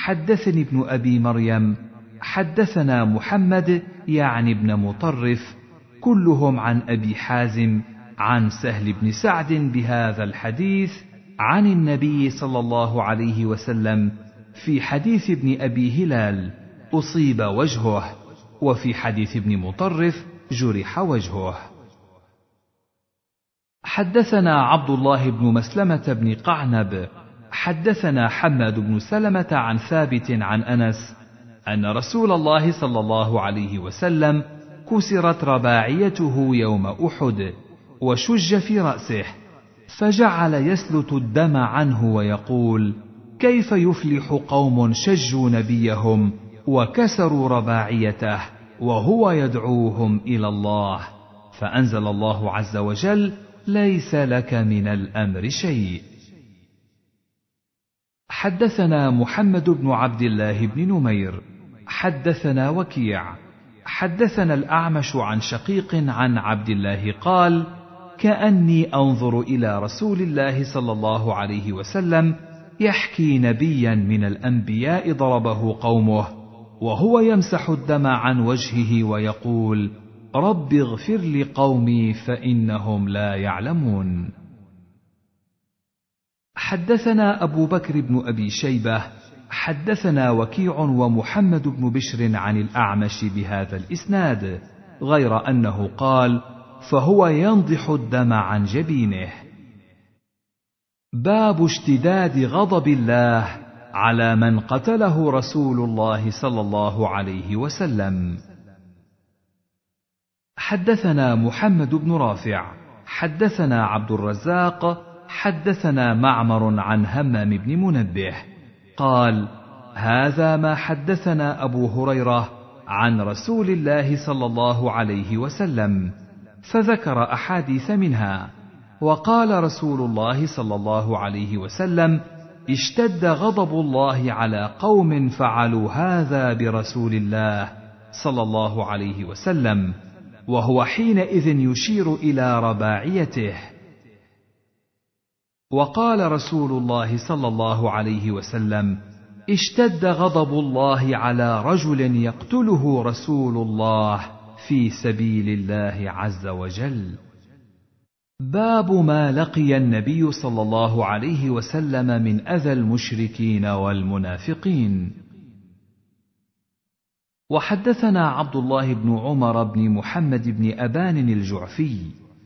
حدثني ابن أبي مريم حدثنا محمد يعني ابن مطرف كلهم عن أبي حازم عن سهل بن سعد بهذا الحديث عن النبي صلى الله عليه وسلم في حديث ابن أبي هلال أصيب وجهه، وفي حديث ابن مطرف جرح وجهه. حدثنا عبد الله بن مسلمة بن قعنب حدثنا حماد بن سلمة عن ثابت عن أنس أن رسول الله صلى الله عليه وسلم كسرت رباعيته يوم أحد وشج في رأسه، فجعل يسلت الدم عنه ويقول: كيف يفلح قوم شجوا نبيهم وكسروا رباعيته وهو يدعوهم إلى الله؟ فأنزل الله عز وجل: ليس لك من الأمر شيء. حدثنا محمد بن عبد الله بن نمير حدثنا وكيع حدثنا الأعمش عن شقيق عن عبد الله قال: كأني أنظر إلى رسول الله صلى الله عليه وسلم يحكي نبيا من الأنبياء ضربه قومه وهو يمسح الدم عن وجهه ويقول: رب اغفر لقومي فإنهم لا يعلمون. حدثنا أبو بكر بن أبي شيبة حدثنا وكيع ومحمد بن بشر عن الأعمش بهذا الإسناد، غير أنه قال: فهو ينضح الدم عن جبينه. باب اشتداد غضب الله على من قتله رسول الله صلى الله عليه وسلم. حدثنا محمد بن رافع حدثنا عبد الرزاق حدثنا معمر عن همام بن منبه قال: هذا ما حدثنا أبو هريرة عن رسول الله صلى الله عليه وسلم، فذكر أحاديث منها، وقال رسول الله صلى الله عليه وسلم: اشتد غضب الله على قوم فعلوا هذا برسول الله صلى الله عليه وسلم، وهو حينئذ يشير إلى رباعيته. وقال رسول الله صلى الله عليه وسلم: اشتد غضب الله على رجل يقتله رسول الله في سبيل الله عز وجل. باب ما لقي النبي صلى الله عليه وسلم من أذى المشركين والمنافقين. وحدثنا عبد الله بن عمر بن محمد بن أبان الجعفي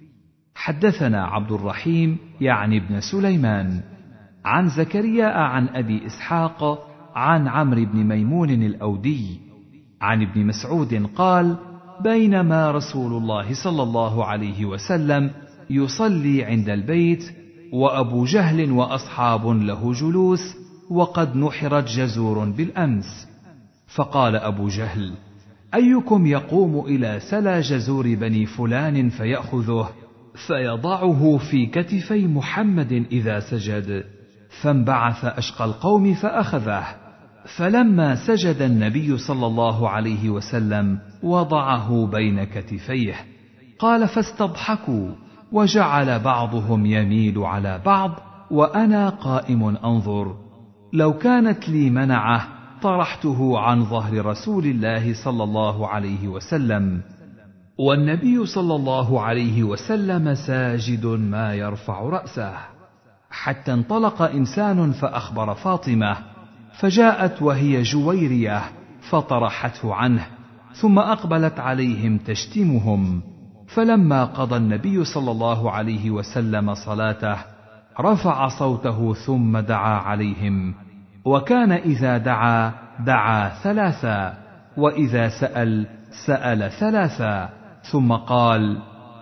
حدثنا عبد الرحيم يعني ابن سليمان عن زكريا عن أبي إسحاق عن عمرو بن ميمون الأودي عن ابن مسعود قال: بينما رسول الله صلى الله عليه وسلم يصلي عند البيت وأبو جهل وأصحاب له جلوس وقد نحرت جزور بالأمس، فقال أبو جهل: أيكم يقوم إلى سلا جزور بني فلان فيأخذه فيضعه في كتفي محمد إذا سجد؟ فانبعث أشقى القوم فأخذه، فلما سجد النبي صلى الله عليه وسلم وضعه بين كتفيه. قال: فاستضحكوا، وجعل بعضهم يميل على بعض وأنا قائم أنظر، لو كانت لي منعه طرحته عن ظهر رسول الله صلى الله عليه وسلم، والنبي صلى الله عليه وسلم ساجد ما يرفع رأسه. حتى انطلق إنسان فأخبر فاطمة، فجاءت وهي جويرية فطرحته عنه، ثم أقبلت عليهم تشتمهم. فلما قضى النبي صلى الله عليه وسلم صلاته رفع صوته ثم دعا عليهم، وكان إذا دعا دعا ثلاثا، وإذا سأل سأل ثلاثا، ثم قال: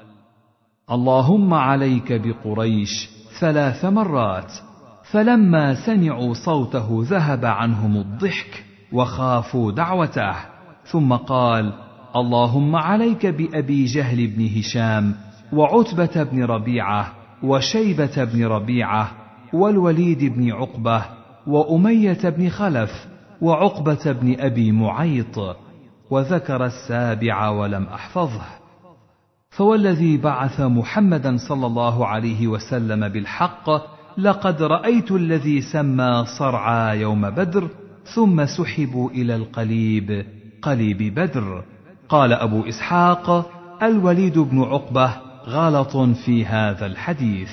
اللهم عليك بقريش ثلاث مرات. فلما سمعوا صوته ذهب عنهم الضحك وخافوا دعوته، ثم قال: اللهم عليك بأبي جهل بن هشام وعتبة بن ربيعة وشيبة بن ربيعة والوليد بن عقبة وأمية بن خلف وعقبة بن أبي معيط، وذكر السابع ولم أحفظه. فوالذي بعث محمدا صلى الله عليه وسلم بالحق لقد رأيت الذي سمى صرعى يوم بدر، ثم سحبوا إلى القليب قليب بدر. قال أبو إسحاق: الوليد بن عقبة غلط في هذا الحديث.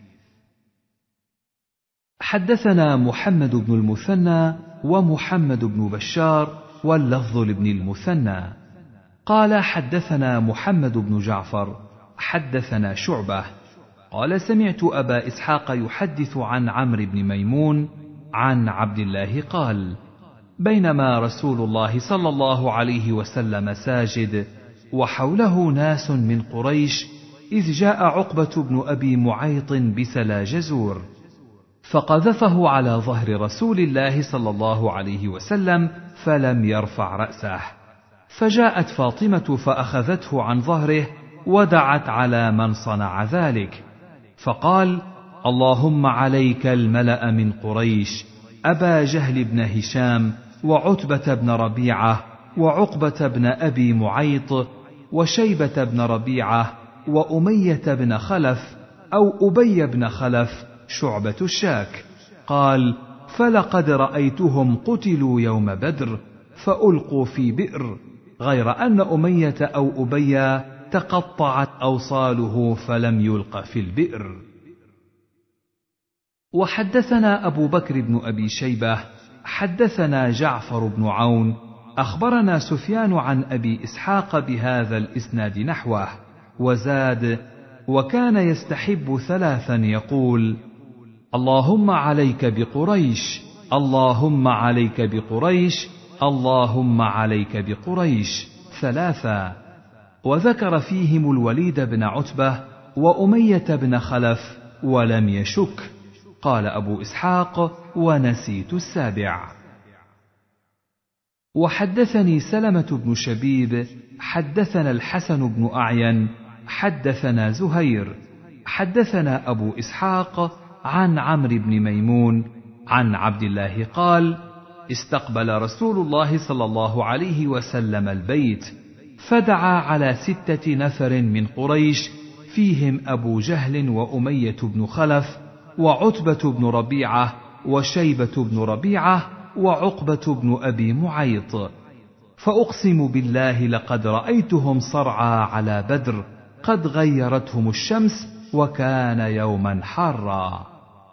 حدثنا محمد بن المثنى ومحمد بن بشار واللفظ لابن المثنى قال حدثنا محمد بن جعفر حدثنا شعبة قال سمعت أبا إسحاق يحدث عن عمرو بن ميمون عن عبد الله قال بينما رسول الله صلى الله عليه وسلم ساجد وحوله ناس من قريش إذ جاء عقبة بن أبي معيط بسلا جزور فقذفه على ظهر رسول الله صلى الله عليه وسلم فلم يرفع رأسه، فجاءت فاطمة فأخذته عن ظهره ودعت على من صنع ذلك، فقال اللهم عليك الملأ من قريش أبا جهل بن هشام وعتبة بن ربيعة وعقبة بن أبي معيط وشيبة بن ربيعة وأمية بن خلف أو أبي بن خلف شعبة الشاك. قال فلقد رأيتهم قتلوا يوم بدر فألقوا في بئر، غير أن أمية أو أبي تقطعت أوصاله فلم يلق في البئر. وحدثنا أبو بكر بن أبي شيبة حدثنا جعفر بن عون أخبرنا سفيان عن أبي إسحاق بهذا الإسناد نحوه، وزاد وكان يستحب ثلاثا يقول اللهم عليك بقريش اللهم عليك بقريش اللهم عليك بقريش ثلاثا، وذكر فيهم الوليد بن عتبة وأمية بن خلف ولم يشك. قال أبو إسحاق ونسيت السابع. وحدثني سلمة بن شبيب حدثنا الحسن بن أعين حدثنا زهير حدثنا أبو إسحاق عن عمرو بن ميمون عن عبد الله قال استقبل رسول الله صلى الله عليه وسلم البيت فدعا على ستة نفر من قريش فيهم أبو جهل وأمية بن خلف وعتبة بن ربيعة وشيبة بن ربيعة وعقبة بن أبي معيط، فأقسم بالله لقد رأيتهم صرعى على بدر قد غيرتهم الشمس وكان يوما حارا.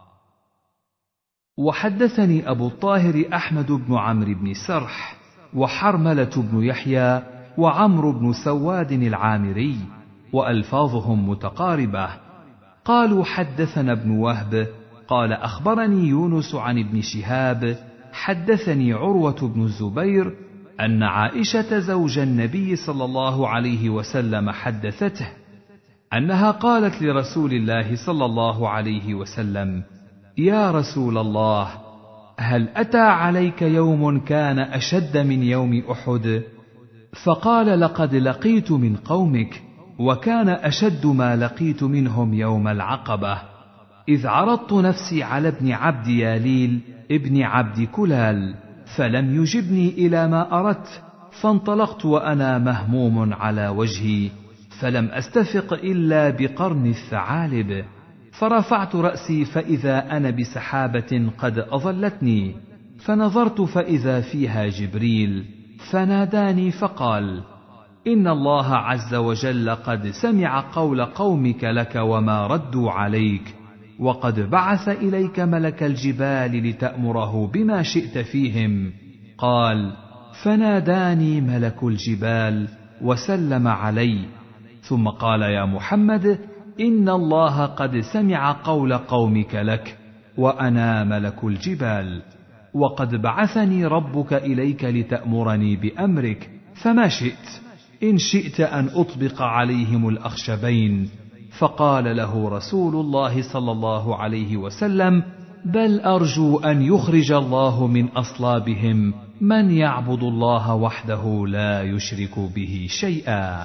وحدثني أبو الطاهر أحمد بن عمرو بن سرح وحرملة بن يحيى وعمرو بن سواد العامري وألفاظهم متقاربة قالوا حدثنا ابن وهب قال أخبرني يونس عن ابن شهاب حدثني عروة بن الزبير أن عائشة زوج النبي صلى الله عليه وسلم حدثته أنها قالت لرسول الله صلى الله عليه وسلم يا رسول الله هل أتى عليك يوم كان أشد من يوم أحد؟ فقال لقد لقيت من قومك وكان أشد ما لقيت منهم يوم العقبة، إذ عرضت نفسي على ابن عبد ياليل ابن عبد كلال فلم يجبني إلى ما أردت، فانطلقت وأنا مهموم على وجهي فلم أستفق إلا بقرن الثعالب، فرفعت رأسي فإذا أنا بسحابة قد أظلتني، فنظرت فإذا فيها جبريل فناداني فقال إن الله عز وجل قد سمع قول قومك لك وما ردوا عليك، وقد بعث إليك ملك الجبال لتأمره بما شئت فيهم. قال فناداني ملك الجبال وسلم علي، ثم قال يا محمد إن الله قد سمع قول قومك لك وأنا ملك الجبال، وقد بعثني ربك إليك لتأمرني بأمرك، فما شئت، إن شئت أن أطبق عليهم الأخشبين. فقال له رسول الله صلى الله عليه وسلم بل أرجو أن يخرج الله من أصلابهم من يعبد الله وحده لا يشرك به شيئا.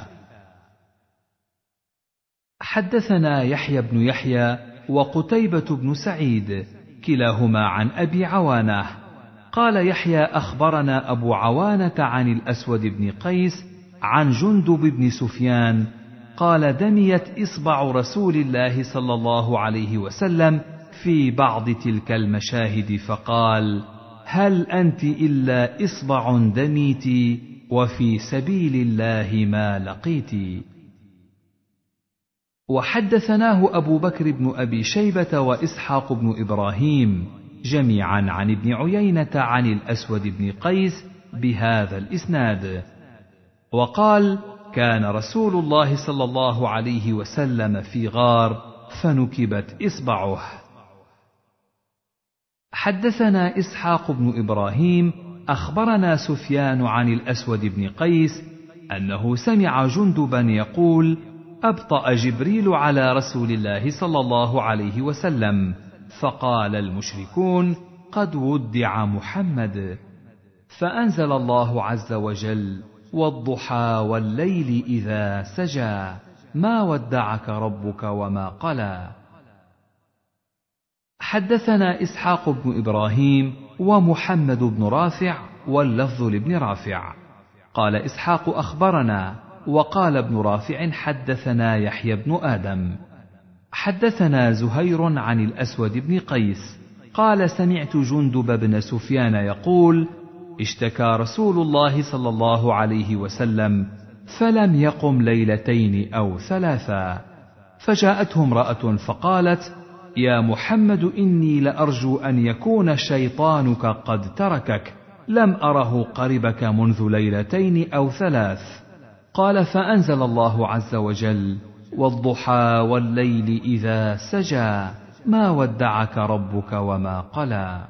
حدثنا يحيى بن يحيى وقتيبة بن سعيد كلاهما عن أبي عوانة قال يحيى أخبرنا أبو عوانة عن الأسود بن قيس عن جندب بن سفيان قال دميت إصبع رسول الله صلى الله عليه وسلم في بعض تلك المشاهد فقال هل أنت إلا إصبع دميت وفي سبيل الله ما لقيت. وحدثناه أبو بكر بن أبي شيبة وإسحاق بن إبراهيم جميعا عن ابن عيينة عن الأسود بن قيس بهذا الإسناد. وقال: كان رسول الله صلى الله عليه وسلم في غار فنكبت إصبعه. حدثنا إسحاق بن إبراهيم أخبرنا سفيان عن الأسود بن قيس أنه سمع جندبا يقول: أبطأ جبريل على رسول الله صلى الله عليه وسلم، فقال المشركون: قد ودع محمد. فأنزل الله عز وجل: والضحى والليل إذا سجى ما ودعك ربك وما قلى. حدثنا إسحاق بن إبراهيم ومحمد بن رافع واللفظ لابن رافع. قال إسحاق: أخبرنا. وقال ابن رافع: حدثنا يحيى بن آدم. حدثنا زهير عن الأسود بن قيس قال: سمعت جندب بن سفيان يقول: اشتكى رسول الله صلى الله عليه وسلم فلم يقم ليلتين أو ثلاثا، فجاءته امرأة فقالت: يا محمد، إني لأرجو أن يكون شيطانك قد تركك، لم أره قربك منذ ليلتين أو ثلاث. قال: فأنزل الله عز وجل: والضحى والليل إذا سجى ما ودعك ربك وما قلى.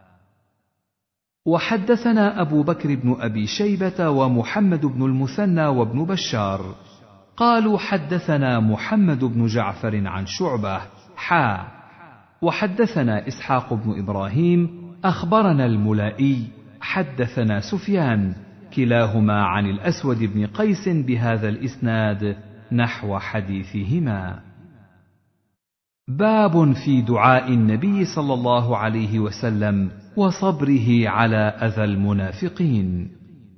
وحدثنا أبو بكر بن أبي شيبة ومحمد بن المثنى وابن بشار قالوا: حدثنا محمد بن جعفر عن شعبة حا وحدثنا إسحاق بن إبراهيم أخبرنا الملائي حدثنا سفيان كلاهما عن الأسود بن قيس بهذا الإسناد نحو حديثهما. باب في دعاء النبي صلى الله عليه وسلم وصبره على أذى المنافقين.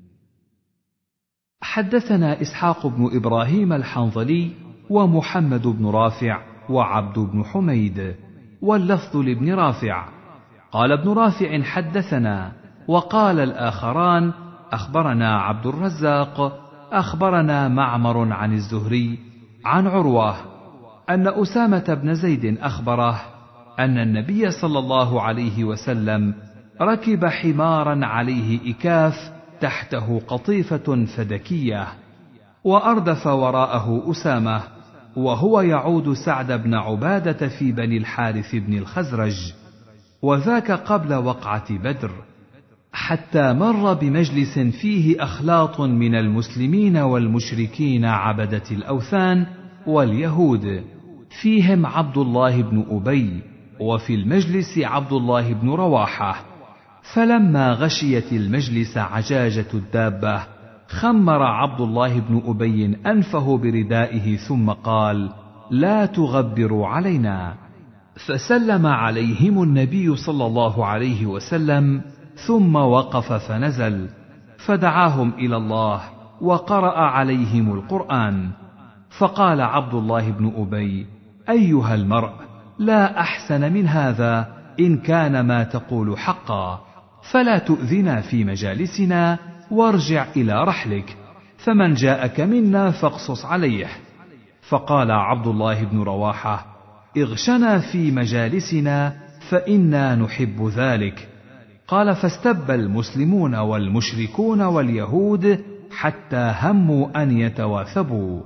حدثنا إسحاق بن إبراهيم الحنظلي ومحمد بن رافع وعبد بن حميد واللفظ لابن رافع. قال ابن رافع: حدثنا. وقال الآخران: أخبرنا عبد الرزاق أخبرنا معمر عن الزهري عن عروة أن أسامة بن زيد أخبره أن النبي صلى الله عليه وسلم ركب حمارا عليه إكاف تحته قطيفة فدكية، وأردف وراءه أسامة وهو يعود سعد بن عبادة في بني الحارث بن الخزرج، وذاك قبل وقعة بدر، حتى مر بمجلس فيه أخلاط من المسلمين والمشركين عبدة الأوثان واليهود، فيهم عبد الله بن أبي، وفي المجلس عبد الله بن رواحة. فلما غشيت المجلس عجاجة الدابة خمر عبد الله بن أبي أنفه بردائه ثم قال: لا تغبروا علينا. فسلم عليهم النبي صلى الله عليه وسلم ثم وقف فنزل فدعاهم إلى الله وقرأ عليهم القرآن. فقال عبد الله بن أبي: أيها المرء، لا أحسن من هذا إن كان ما تقول حقا، فلا تؤذنا في مجالسنا وارجع إلى رحلك، فمن جاءك منا فاقصص عليه. فقال عبد الله بن رواحة: اغشنا في مجالسنا فإنا نحب ذلك. قال: فاستب المسلمون والمشركون واليهود حتى هموا أن يتواثبوا،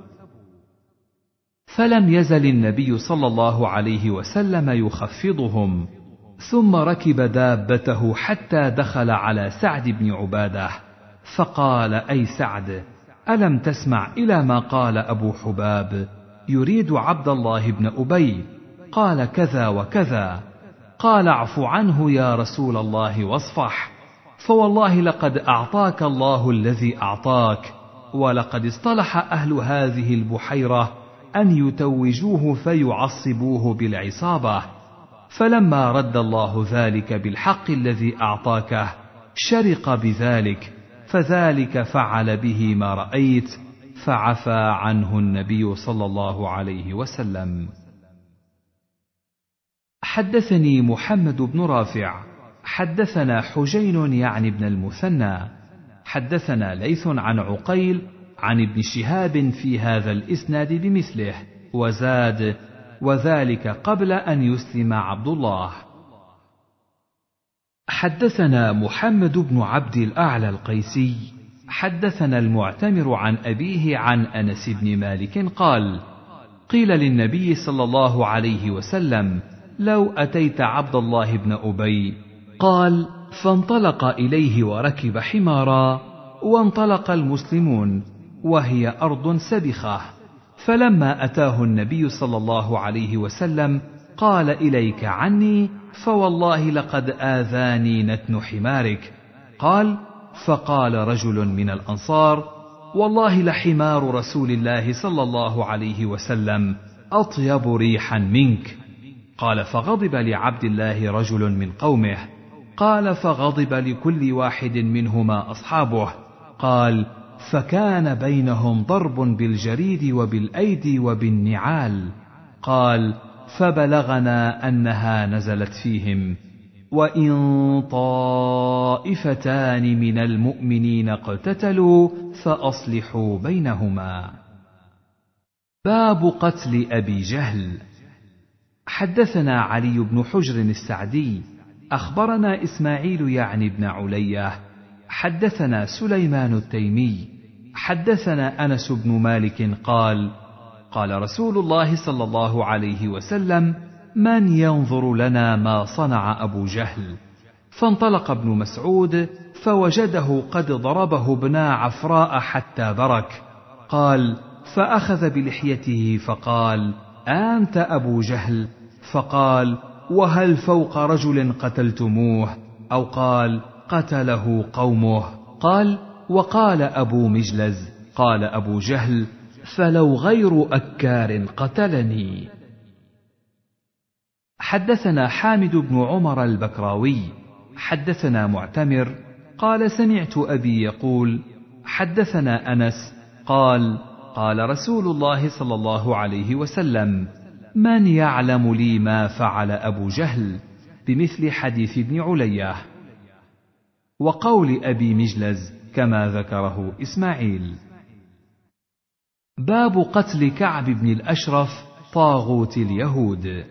فلم يزل النبي صلى الله عليه وسلم يخفضهم، ثم ركب دابته حتى دخل على سعد بن عبادة، فقال: أي سعد، ألم تسمع إلى ما قال أبو حباب يريد عبد الله بن أبي؟ قال كذا وكذا. قال: اعف عنه يا رسول الله واصفح، فوالله لقد أعطاك الله الذي أعطاك، ولقد اصطلح أهل هذه البحيرة أن يتوجوه فيعصبوه بالعصابة، فلما رد الله ذلك بالحق الذي أعطاكه شرق بذلك، فذلك فعل به ما رأيت، فعفى عنه النبي صلى الله عليه وسلم. حدثني محمد بن رافع حدثنا حجين يعني ابن المثنى حدثنا ليث عن عقيل عن ابن شهاب في هذا الإسناد بمثله، وزاد: وذلك قبل أن يسلم عبد الله. حدثنا محمد بن عبد الأعلى القيسي حدثنا المعتمر عن أبيه عن أنس بن مالك قال: قيل للنبي صلى الله عليه وسلم: لو أتيت عبد الله بن أبي. قال: فانطلق إليه وركب حمارا، وانطلق المسلمون وهي أرض سبخة، فلما أتاه النبي صلى الله عليه وسلم قال: إليك عني، فوالله لقد آذاني نتن حمارك. قال: فقال رجل من الأنصار: والله لحمار رسول الله صلى الله عليه وسلم أطيب ريحا منك. قال: فغضب لعبد الله رجل من قومه. قال: فغضب لكل واحد منهما أصحابه. قال: فكان بينهم ضرب بالجريد وبالأيدي وبالنعال. قال: فبلغنا أنها نزلت فيهم: وإن طائفتان من المؤمنين اقتتلوا فأصلحوا بينهما. باب قتل أبي جهل. حدثنا علي بن حجر السعدي أخبرنا إسماعيل يعني بن علية حدثنا سليمان التيمي حدثنا أنس بن مالك قال: قال رسول الله صلى الله عليه وسلم: من ينظر لنا ما صنع أبو جهل؟ فانطلق ابن مسعود فوجده قد ضربه ابنا عفراء حتى برك. قال: فأخذ بلحيته فقال: أنت أبو جهل؟ فقال: وهل فوق رجل قتلتموه؟ أو قال: قتله قومه. قال: وقال أبو مجلز: قال أبو جهل: فلو غير أكار قتلني. حدثنا حامد بن عمر البكراوي حدثنا معتمر قال: سمعت أبي يقول: حدثنا أنس قال: قال رسول الله صلى الله عليه وسلم: من يعلم لي ما فعل أبو جهل؟ بمثل حديث ابن علية. وقول أبي مجلز كما ذكره إسماعيل. باب قتل كعب بن الأشرف طاغوت اليهود.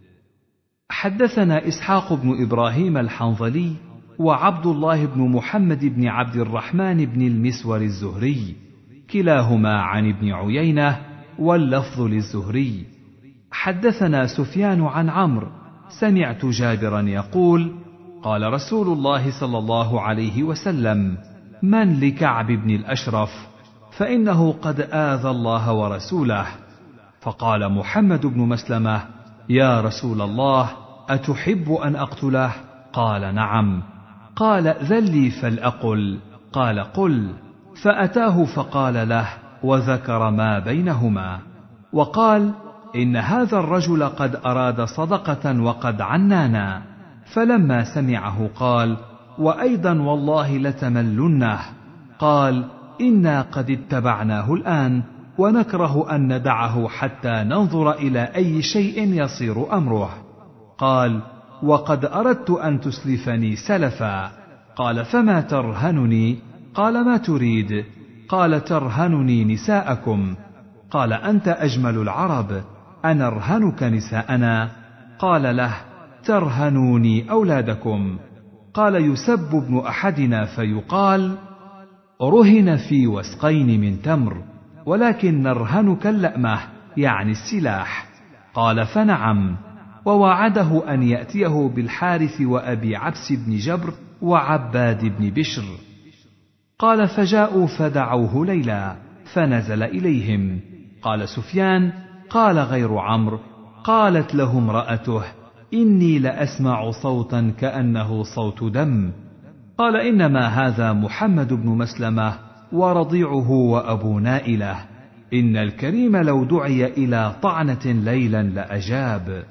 حدثنا إسحاق بن إبراهيم الحنظلي وعبد الله بن محمد بن عبد الرحمن بن المسور الزهري كلاهما عن ابن عيينة واللفظ للزهري. حدثنا سفيان عن عمرو سمعت جابرا يقول: قال رسول الله صلى الله عليه وسلم: من لكعب بن الأشرف؟ فإنه قد آذى الله ورسوله. فقال محمد بن مسلمة: يا رسول الله، أتحب أن أقتله؟ قال: نعم. قال: ذل لي فلأقل. قال: قل. فأتاه فقال له وذكر ما بينهما، وقال: إن هذا الرجل قد أراد صدقة وقد عنانا. فلما سمعه قال: وأيضا والله لتملنه. قال: إنا قد اتبعناه الآن ونكره أن ندعه حتى ننظر إلى أي شيء يصير أمره. قال: وقد أردت أن تسلفني سلفا. قال: فما ترهنني؟ قال: ما تريد؟ قال: ترهنني نساءكم. قال: أنت أجمل العرب، أنرهنك نساءنا؟ قال له: ترهنوني أولادكم. قال: يسب ابن أحدنا فيقال: رهن في وسقين من تمر، ولكن نرهنك اللأمة، يعني السلاح. قال: فنعم. ووعده أن يأتيه بالحارث وأبي عبس بن جبر وعباد بن بشر. قال: فجاءوا فدعوه ليلا فنزل إليهم. قال سفيان: قال غير عمرو: قالت له امرأته: إني لأسمع صوتا كأنه صوت دم. قال: إنما هذا محمد بن مسلمة ورضيعه وأبو نائلة، إن الكريم لو دعي إلى طعنة ليلا لأجاب.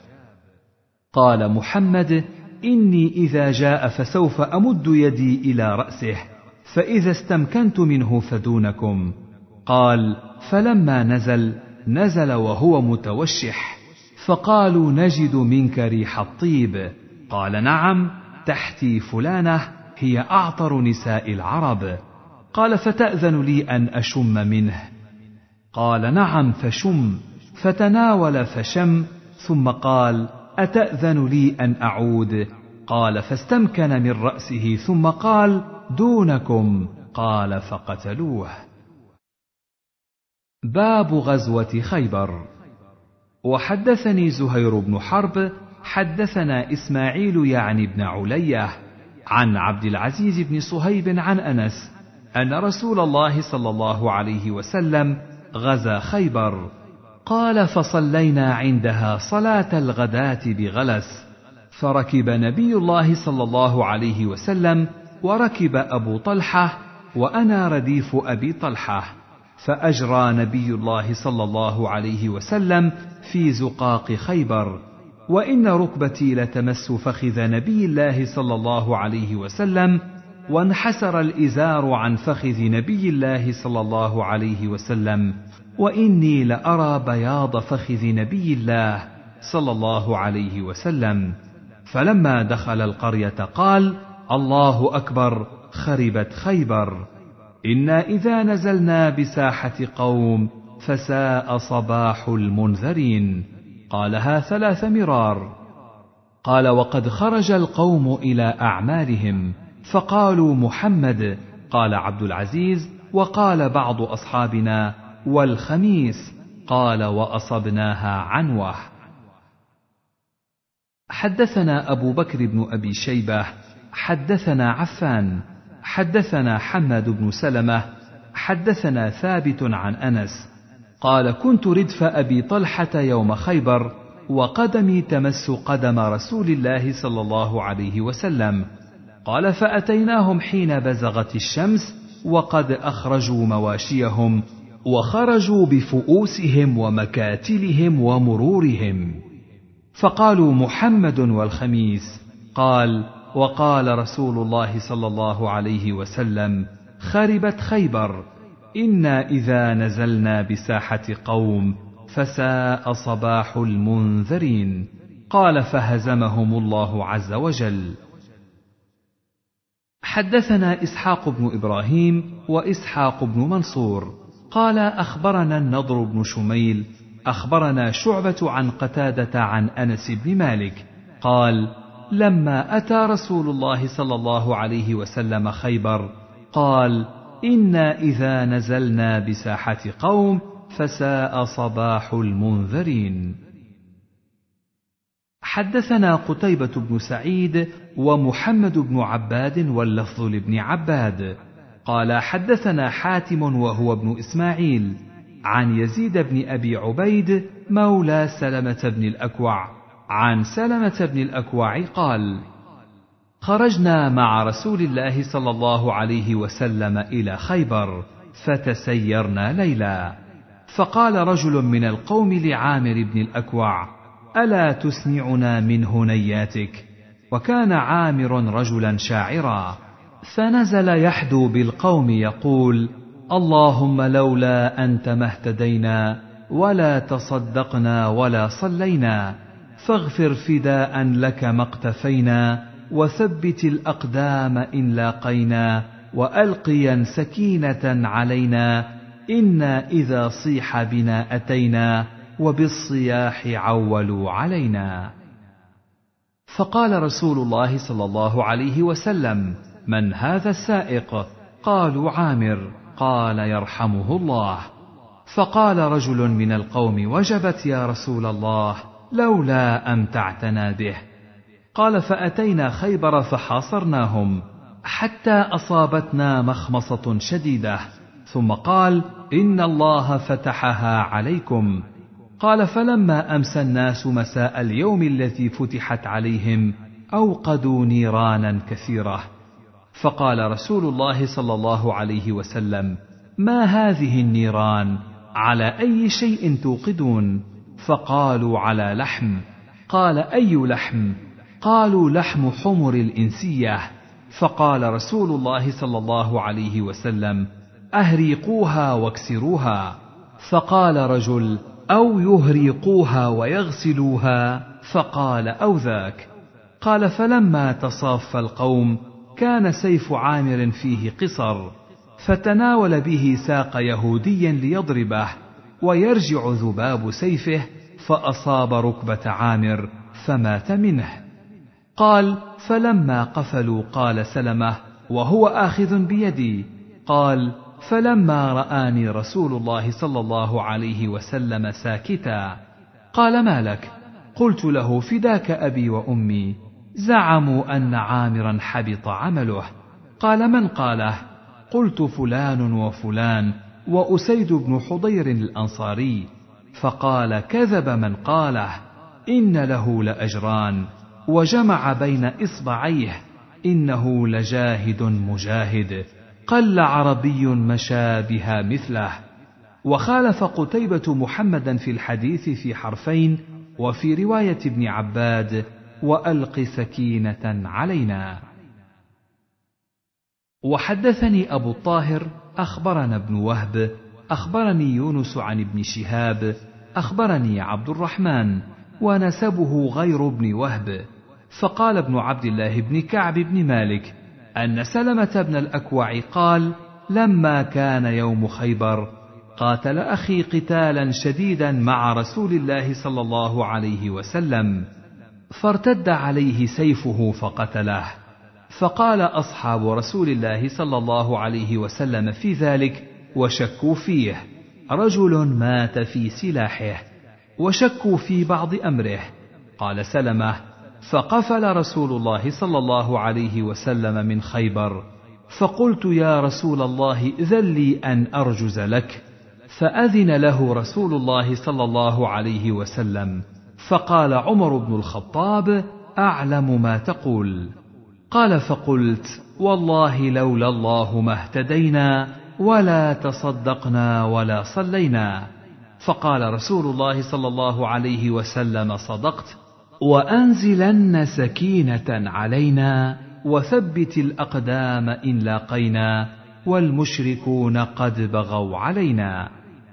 قال محمد: إني إذا جاء فسوف أمد يدي إلى رأسه، فإذا استمكنت منه فدونكم. قال: فلما نزل نزل وهو متوشح، فقالوا: نجد منك ريح الطيب. قال: نعم، تحتي فلانة هي أعطر نساء العرب. قال: فتأذن لي أن أشم منه؟ قال: نعم، فشم. فتناول فشم، ثم قال: أتأذن لي أن أعود؟ قال: فاستمكن من رأسه ثم قال: دونكم. قال: فقتلوه. باب غزوة خيبر. وحدثني زهير بن حرب حدثنا إسماعيل يعني بن علية عن عبد العزيز بن صهيب عن أنس أن رسول الله صلى الله عليه وسلم غزا خيبر. قال: فصلينا عندها صلاة الغداة بغلس، فركب نبي الله صلى الله عليه وسلم وركب أبو طلحة وأنا رديف أبي طلحة، فأجرى نبي الله صلى الله عليه وسلم في زقاق خيبر، وإن ركبتي لتمس فخذ نبي الله صلى الله عليه وسلم، وانحسر الإزار عن فخذ نبي الله صلى الله عليه وسلم، وإني لأرى بياض فخذ نبي الله صلى الله عليه وسلم. فلما دخل القرية قال: الله أكبر، خربت خيبر، إنا إذا نزلنا بساحة قوم فساء صباح المنذرين. قالها ثلاث مرار. قال: وقد خرج القوم إلى أعمالهم فقالوا محمد. قال عبد العزيز: وقال بعض أصحابنا: والخميس. قال: وأصبناها عنوة. حدثنا أبو بكر بن أبي شيبة حدثنا عفان حدثنا حماد بن سلمة حدثنا ثابت عن أنس قال: كنت ردف أبي طلحة يوم خيبر، وقدمي تمس قدم رسول الله صلى الله عليه وسلم. قال: فأتيناهم حين بزغت الشمس وقد أخرجوا مواشيهم، وخرجوا بفؤوسهم ومكاتلهم ومرورهم، فقالوا: محمد والخميس. قال: وقال رسول الله صلى الله عليه وسلم: خربت خيبر، إنا إذا نزلنا بساحة قوم فساء صباح المنذرين. قال: فهزمهم الله عز وجل. حدثنا إسحاق بن إبراهيم وإسحاق بن منصور قال: أخبرنا النضر بن شميل أخبرنا شعبة عن قتادة عن أنس بن مالك قال: لما أتى رسول الله صلى الله عليه وسلم خيبر قال: إنا إذا نزلنا بساحة قوم فساء صباح المنذرين. حدثنا قتيبة بن سعيد ومحمد بن عباد واللفظ لابن عباد قال: حدثنا حاتم وهو ابن إسماعيل عن يزيد بن أبي عبيد مولى سلمة بن الأكوع عن سلمة بن الأكوع قال: خرجنا مع رسول الله صلى الله عليه وسلم إلى خيبر فتسيرنا ليلا، فقال رجل من القوم لعامر بن الأكوع: ألا تسمعنا من هنياتك؟ وكان عامر رجلا شاعرا، فنزل يحدو بالقوم يقول: اللهم لولا أنت ما اهتدينا ولا تصدقنا ولا صلينا، فاغفر فداء لك ما اقتفينا، وثبت الأقدام إن لاقينا، وألقيا سكينة علينا، إنا إذا صيح بنا أتينا، وبالصياح عولوا علينا. فقال رسول الله صلى الله عليه وسلم: من هذا السائق؟ قالوا: عامر. قال: يرحمه الله. فقال رجل من القوم: وجبت يا رسول الله، لولا أمتعتنا به. قال: فأتينا خيبر فحاصرناهم حتى أصابتنا مخمصة شديدة، ثم قال: إن الله فتحها عليكم. قال: فلما أمسى الناس مساء اليوم الذي فتحت عليهم أوقدوا نيرانا كثيرة، فقال رسول الله صلى الله عليه وسلم: ما هذه النيران؟ على أي شيء توقدون؟ فقالوا: على لحم. قال: أي لحم؟ قالوا: لحم حمر الإنسية. فقال رسول الله صلى الله عليه وسلم: أهريقوها واكسروها. فقال رجل: أو يهريقوها ويغسلوها. فقال: أو ذاك. قال: فلما تصاف القوم كان سيف عامر فيه قصر، فتناول به ساق يهودي ليضربه، ويرجع ذباب سيفه فأصاب ركبة عامر فمات منه. قال: فلما قفلوا قال سلمة وهو آخذ بيدي، قال: فلما رآني رسول الله صلى الله عليه وسلم ساكتا قال: ما لك؟ قلت له: فداك أبي وأمي، زعموا أن عامرا حبط عمله. قال: من قاله؟ قلت: فلان وفلان وأسيد بن حضير الأنصاري. فقال: كذب من قاله، إن له لأجران، وجمع بين إصبعيه: إنه لجاهد مجاهد، قل عربي مشى بها مثله. وخالف قتيبة محمدا في الحديث في حرفين، وفي رواية ابن عباد: وألق سكينة علينا. وحدثني أبو الطاهر أخبرنا ابن وهب أخبرني يونس عن ابن شهاب أخبرني عبد الرحمن، ونسبه غير ابن وهب. فقال ابن عبد الله بن كعب بن مالك أن سلمة بن الأكوع قال: لما كان يوم خيبر قاتل أخي قتالا شديدا مع رسول الله صلى الله عليه وسلم، فارتد عليه سيفه فقتله. فقال أصحاب رسول الله صلى الله عليه وسلم في ذلك وشكوا فيه: رجل مات في سلاحه، وشكوا في بعض أمره. قال سلمة: فقفل رسول الله صلى الله عليه وسلم من خيبر، فقلت: يا رسول الله إذن لي أن أرجز لك. فأذن له رسول الله صلى الله عليه وسلم، فقال عمر بن الخطاب: أعلم ما تقول. قال: فقلت: والله لولا الله ما اهتدينا ولا تصدقنا ولا صلينا. فقال رسول الله صلى الله عليه وسلم: صدقت، وأنزلن سكينة علينا، وثبت الأقدام إن لاقينا، والمشركون قد بغوا علينا.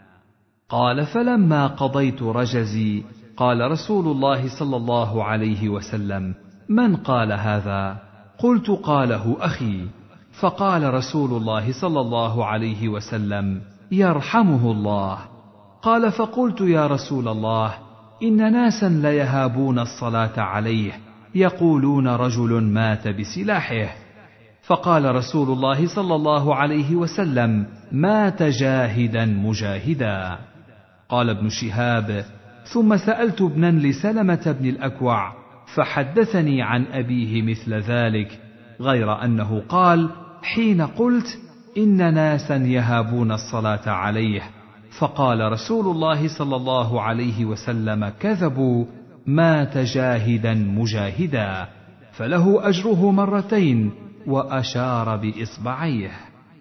قال: فلما قضيت رجزي قال رسول الله صلى الله عليه وسلم: من قال هذا؟ قلت: قاله أخي. فقال رسول الله صلى الله عليه وسلم: يرحمه الله. قال: فقلت: يا رسول الله، إن ناسا ليهابون الصلاة عليه، يقولون رجل مات بسلاحه. فقال رسول الله صلى الله عليه وسلم: مات جاهدا مجاهدا. قال ابن شهاب: ثم سألت ابنا لسلمة بن الأكوع فحدثني عن أبيه مثل ذلك، غير أنه قال: حين قلت إن ناسا يهابون الصلاة عليه، فقال رسول الله صلى الله عليه وسلم: كذبوا، مات جاهدا مجاهدا، فله أجره مرتين، وأشار بإصبعيه.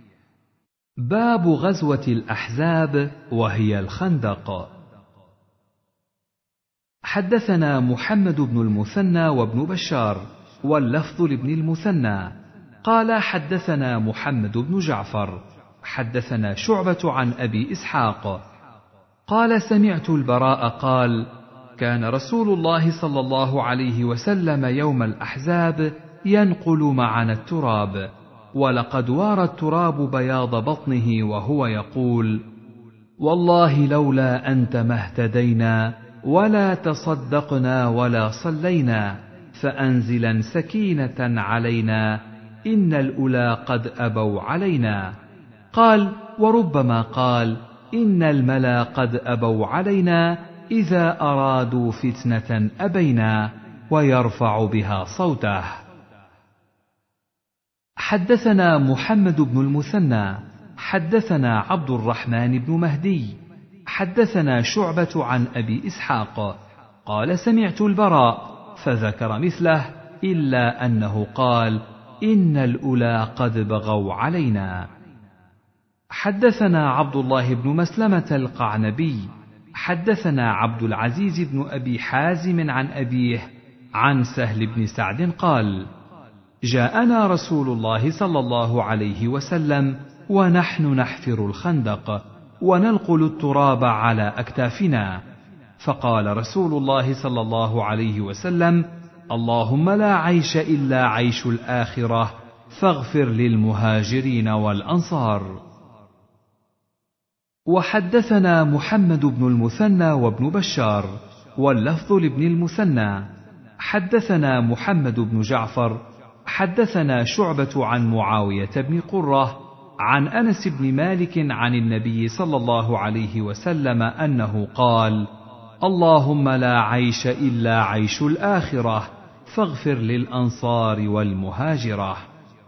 باب غزوة الأحزاب وهي الخندق. حدثنا محمد بن المثنى وابن بشار، واللفظ لابن المثنى قال: حدثنا محمد بن جعفر حدثنا شعبة عن أبي إسحاق قال: سمعت البراء قال: كان رسول الله صلى الله عليه وسلم يوم الأحزاب ينقل معنا التراب، ولقد وارى التراب بياض بطنه وهو يقول: والله لولا أنت ما اهتدينا ولا تصدقنا ولا صلينا، فأنزلا سكينة علينا، إن الأولى قد أبوا علينا. قال: وربما قال: إن الملا قد أبوا علينا، إذا أرادوا فتنة أبينا، ويرفع بها صوته. حدثنا محمد بن المثنى حدثنا عبد الرحمن بن مهدي حدثنا شعبة عن أبي إسحاق قال: سمعت البراء فذكر مثله، إلا أنه قال: إن الأولى قد بغوا علينا. حدثنا عبد الله بن مسلمة القعنبي حدثنا عبد العزيز بن أبي حازم عن أبيه عن سهل بن سعد قال: جاءنا رسول الله صلى الله عليه وسلم ونحن نحفر الخندق وننقل التراب على أكتافنا، فقال رسول الله صلى الله عليه وسلم: اللهم لا عيش إلا عيش الآخرة، فاغفر للمهاجرين والأنصار. وحدثنا محمد بن المثنى وابن بشار، واللفظ لابن المثنى. حدثنا محمد بن جعفر حدثنا شعبة عن معاوية بن قرة عن أنس بن مالك عن النبي صلى الله عليه وسلم أنه قال: اللهم لا عيش إلا عيش الآخرة فاغفر للأنصار والمهاجرة.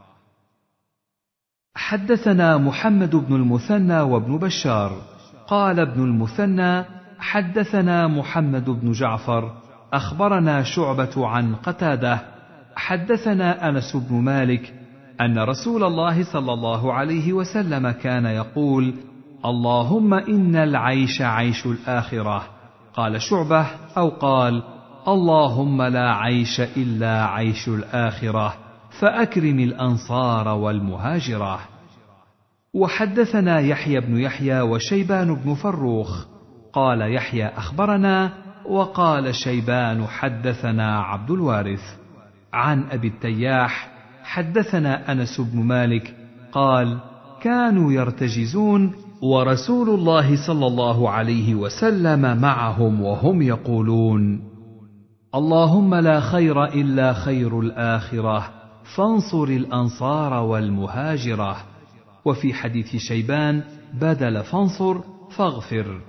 حدثنا محمد بن المثنى وابن بشار قال ابن المثنى حدثنا محمد بن جعفر أخبرنا شعبة عن قتادة حدثنا أنس بن مالك أن رسول الله صلى الله عليه وسلم كان يقول: اللهم إن العيش عيش الآخرة. قال شعبة أو قال: اللهم لا عيش إلا عيش الآخرة فأكرم الأنصار والمهاجرة. وحدثنا يحيى بن يحيى وشيبان بن فروخ قال يحيى أخبرنا وقال شيبان حدثنا عبد الوارث عن أبي التياح حدثنا أنس بن مالك قال: كانوا يرتجزون ورسول الله صلى الله عليه وسلم معهم وهم يقولون: اللهم لا خير إلا خير الآخرة فانصر الأنصار والمهاجرة. وفي حديث شيبان بدل فانصر فاغفر.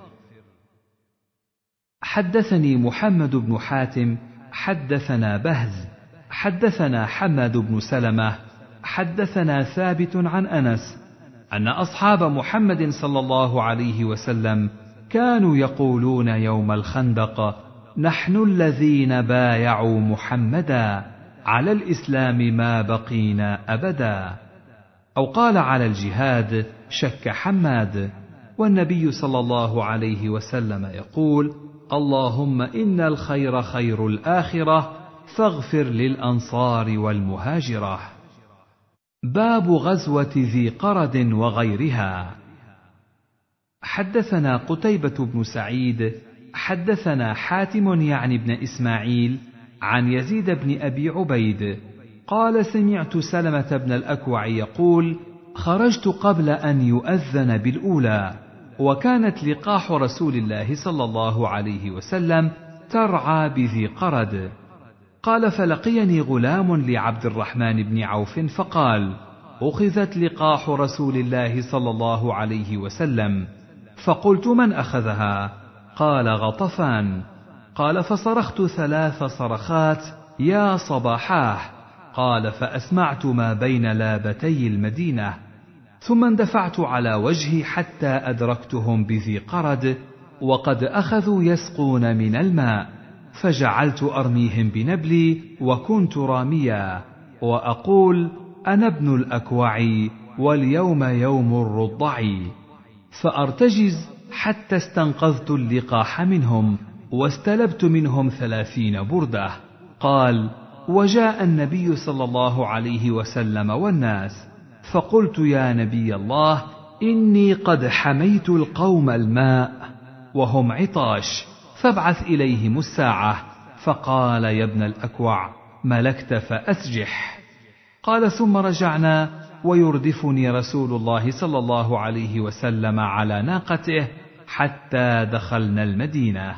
حدثني محمد بن حاتم حدثنا بهز حدثنا حماد بن سلمة حدثنا ثابت عن أنس أن أصحاب محمد صلى الله عليه وسلم كانوا يقولون يوم الخندق: نحن الذين بايعوا محمدا على الإسلام ما بقينا أبدا. أو قال على الجهاد، شك حماد. والنبي صلى الله عليه وسلم يقول: اللهم إن الخير خير الآخرة فاغفر للأنصار والمهاجرة. باب غزوة ذي قرد وغيرها. حدثنا قتيبة بن سعيد حدثنا حاتم يعني ابن إسماعيل عن يزيد بن أبي عبيد قال: سمعت سلمة بن الأكوع يقول: خرجت قبل أن يؤذن بالأولى، وكانت لقاح رسول الله صلى الله عليه وسلم ترعى بذي قرد. قال: فلقيني غلام لعبد الرحمن بن عوف فقال: أخذت لقاح رسول الله صلى الله عليه وسلم. فقلت: من أخذها؟ قال: غطفان. قال: فصرخت ثلاث صرخات: يا صباحاه. قال: فأسمعت ما بين لابتي المدينة، ثم اندفعت على وجهي حتى أدركتهم بذي قرد وقد أخذوا يسقون من الماء، فجعلت أرميهم بنبلي وكنت راميا وأقول: أنا ابن الأكوع واليوم يوم الرضع. فأرتجز حتى استنقذت اللقاح منهم واستلبت منهم ثلاثين بردة. قال: وجاء النبي صلى الله عليه وسلم والناس، فقلت: يا نبي الله، إني قد حميت القوم الماء وهم عطاش، فابعث إليهم الساعة. فقال: يا ابن الأكوع، ملكت فأسجح. قال: ثم رجعنا ويردفني رسول الله صلى الله عليه وسلم على ناقته حتى دخلنا المدينة.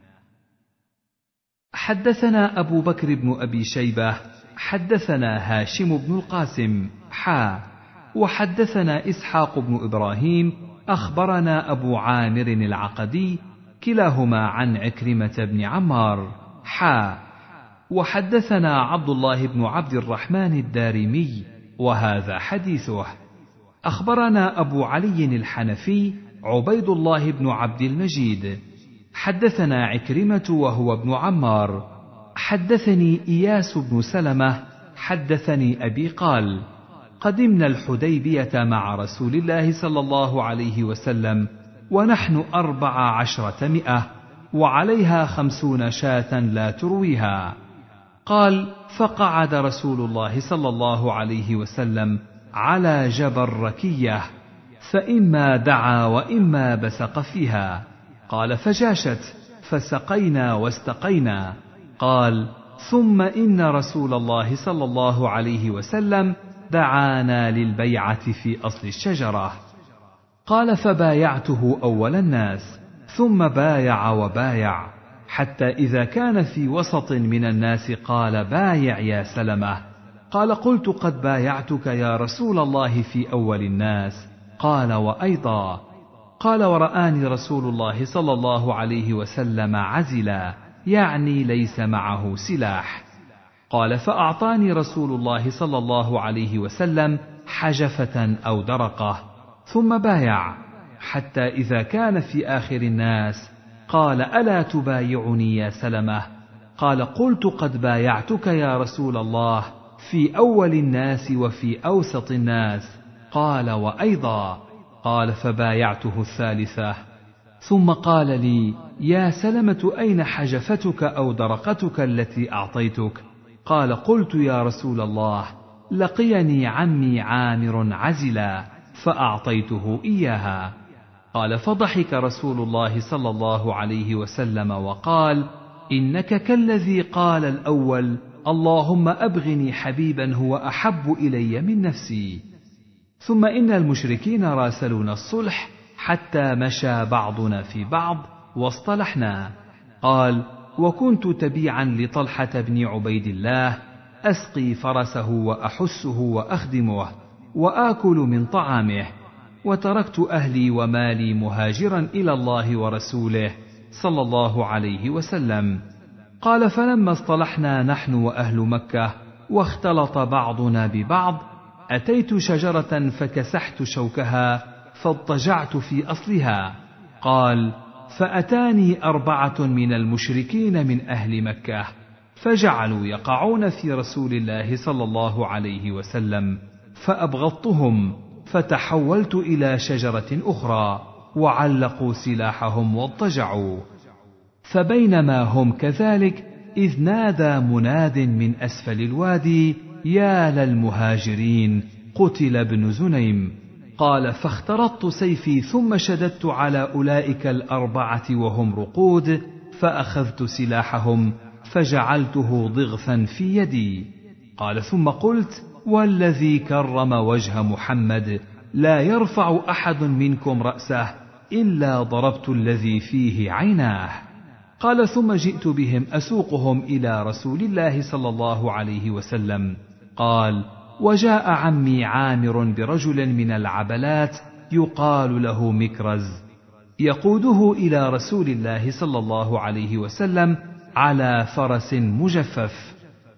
حدثنا أبو بكر بن أبي شيبة حدثنا هاشم بن القاسم حا وحدثنا إسحاق بن إبراهيم أخبرنا أبو عامر العقدي كلاهما عن عكرمة بن عمار حا وحدثنا عبد الله بن عبد الرحمن الدارمي وهذا حديثه. أخبرنا أبو علي الحنفي عبيد الله بن عبد المجيد حدثنا عكرمة وهو ابن عمار حدثني إياس بن سلمة حدثني أبي قال: قدمنا الحديبية مع رسول الله صلى الله عليه وسلم ونحن أربع عشرة مئة وعليها خمسون شاة لا ترويها. قال: فقعد رسول الله صلى الله عليه وسلم على جبل ركية، فإما دعا وإما بسق فيها. قال: فجاشت فسقينا واستقينا. قال: ثم إن رسول الله صلى الله عليه وسلم دعانا للبيعة في أصل الشجرة. قال فبايعته أول الناس، ثم بايع وبايع، حتى إذا كان في وسط من الناس قال بايع يا سلمة. قال قلت قد بايعتك يا رسول الله في أول الناس. قال وأيضا. قال ورآني رسول الله صلى الله عليه وسلم عزلا، يعني ليس معه سلاح. قال فأعطاني رسول الله صلى الله عليه وسلم حجفة أو درقة، ثم بايع، حتى إذا كان في آخر الناس قال ألا تبايعني يا سلمة؟ قال قلت قد بايعتك يا رسول الله في أول الناس وفي أوسط الناس. قال وأيضا. قال فبايعته الثالثة. ثم قال لي يا سلمة أين حجفتك أو درقتك التي أعطيتك؟ قال قلت يا رسول الله لقيني عمي عامر عزلا فأعطيته إياها. قال فضحك رسول الله صلى الله عليه وسلم وقال إنك كالذي قال الأول اللهم أبغني حبيبا هو أحب إلي من نفسي. ثم إن المشركين راسلون الصلح حتى مشى بعضنا في بعض واصطلحنا. قال وكنت تبيعا لطلحة بن عبيد الله، أسقي فرسه وأحسه وأخدمه وآكل من طعامه، وتركت أهلي ومالي مهاجرا إلى الله ورسوله صلى الله عليه وسلم. قال فلما اصطلحنا نحن وأهل مكة واختلط بعضنا ببعض، أتيت شجرة فكسحت شوكها فاضطجعت في أصلها. قال فأتاني أربعة من المشركين من أهل مكة فجعلوا يقعون في رسول الله صلى الله عليه وسلم، فأبغضتهم فتحولت إلى شجرة أخرى وعلقوا سلاحهم واضطجعوا. فبينما هم كذلك إذ نادى مناد من أسفل الوادي يا للمهاجرين قتل ابن زنيم. قال فاخترطت سيفي ثم شددت على أولئك الأربعة وهم رقود، فأخذت سلاحهم فجعلته ضغثا في يدي. قال ثم قلت والذي كرم وجه محمد لا يرفع أحد منكم رأسه إلا ضربت الذي فيه عيناه. قال ثم جئت بهم أسوقهم إلى رسول الله صلى الله عليه وسلم. قال وجاء عمي عامر برجل من العبلات يقال له مكرز يقوده إلى رسول الله صلى الله عليه وسلم على فرس مجفف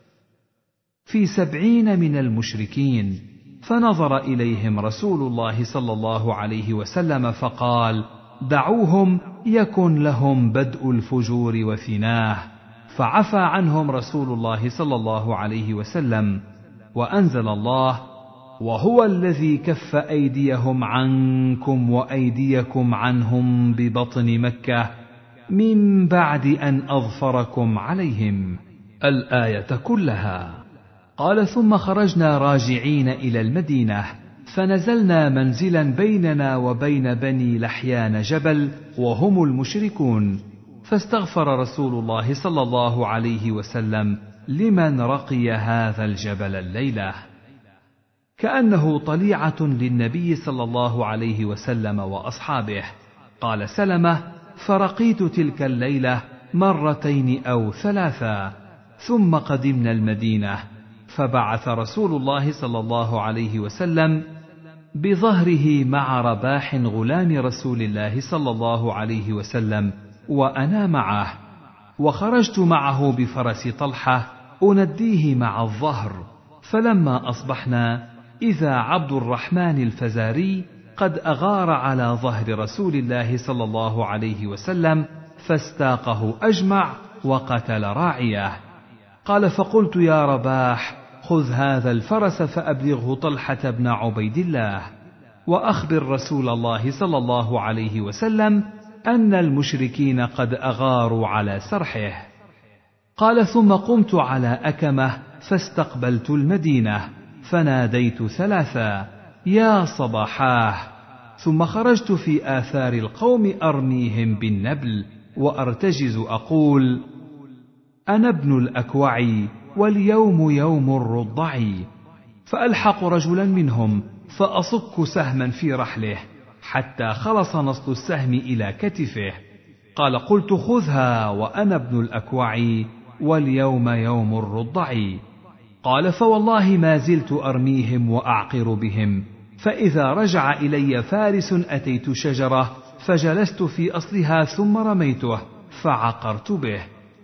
في سبعين من المشركين، فنظر إليهم رسول الله صلى الله عليه وسلم فقال دعوهم يكن لهم بدء الفجور وفناه، فعفى عنهم رسول الله صلى الله عليه وسلم. وأنزل الله وهو الذي كف أيديهم عنكم وأيديكم عنهم ببطن مكة من بعد أن أظفركم عليهم الآية كلها. قال ثم خرجنا راجعين إلى المدينة، فنزلنا منزلا بيننا وبين بني لحيان جبل وهم المشركون، فاستغفر رسول الله صلى الله عليه وسلم لمن رقي هذا الجبل الليلة، كأنه طليعة للنبي صلى الله عليه وسلم وأصحابه. قال سلمة فرقيت تلك الليلة مرتين أو ثلاثا، ثم قدمنا المدينة، فبعث رسول الله صلى الله عليه وسلم بظهره مع رباح غلام رسول الله صلى الله عليه وسلم وأنا معه، وخرجت معه بفرس طلحة أنديه مع الظهر. فلما أصبحنا إذا عبد الرحمن الفزاري قد أغار على ظهر رسول الله صلى الله عليه وسلم فاستاقه أجمع وقتل راعيه. قال فقلت يا رباح خذ هذا الفرس فأبلغه طلحة بن عبيد الله، وأخبر رسول الله صلى الله عليه وسلم أن المشركين قد أغاروا على سرحه. قال ثم قمت على أكمة فاستقبلت المدينة، فناديت ثلاثا يا صباحاه، ثم خرجت في آثار القوم أرميهم بالنبل وأرتجز أقول أنا ابن الأكوع واليوم يوم الرضع، فألحق رجلا منهم فأصك سهما في رحله حتى خلص نصل السهم إلى كتفه. قال: قلت: خذها وأنا ابن الأكوع، واليوم يوم الرضع. قال: فوالله ما زلت أرميهم وأعقر بهم، فإذا رجع إلي فارس أتيت شجرة فجلست في أصلها ثم رميته فعقرت به،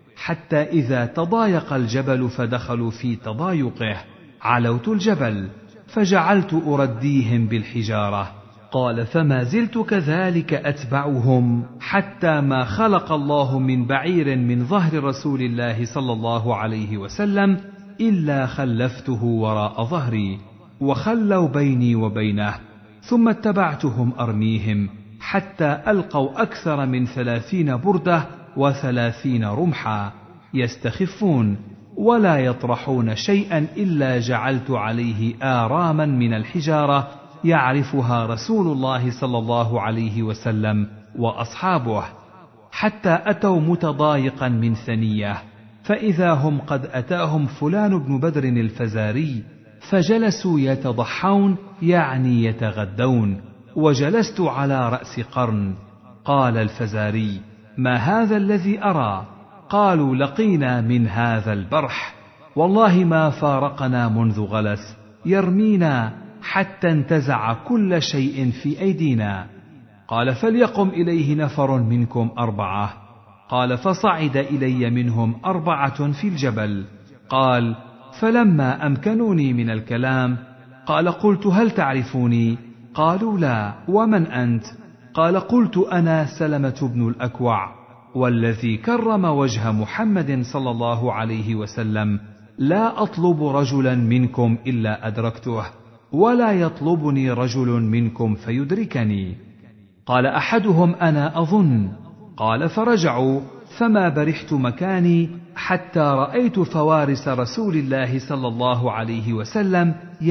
حتى إذا تضايق الجبل فدخلوا في تضايقه علوت الجبل فجعلت أرديهم بالحجارة. قال: فما زلت كذلك أتبعهم حتى ما خلق الله من بعير من ظهر رسول الله صلى الله عليه وسلم إلا خلفته وراء ظهري، وخلوا بيني وبينه، ثم اتبعتهم أرميهم حتى ألقوا أكثر من ثلاثين بردة وثلاثين رمحا يستخفون ولا يطرحون شيئا إلا جعلت عليه آراما من الحجارة يعرفها رسول الله صلى الله عليه وسلم وأصحابه، حتى أتوا متضايقا من ثنية، فإذا هم قد أتاهم فلان بن بدر الفزاري، فجلسوا يتضحون يعني يتغدون، وجلست على رأس قرن. قال الفزاري: ما هذا الذي أرى؟ قالوا: لقينا من هذا البرح والله ما فارقنا منذ غلس، يرمينا حتى انتزع كل شيء في أيدينا. قال: فليقم إليه نفر منكم أربعة. قال: فصعد إلي منهم أربعة في الجبل. قال: فلما أمكنوني من الكلام قال: قلت: هل تعرفوني؟ قالوا: لا. ومن أنت؟ قال: قلت: أنا سلمة بن الأكوع، والذي كرم وجه محمد صلى الله عليه وسلم لا أطلب رجلا منكم إلا أدركته، ولا يطلبني رجل منكم فيدركني. قال أحدهم: أنا أظن. قال: فرجعوا، فما برحت مكاني حتى رأيت فوارس رسول الله صلى الله عليه وسلم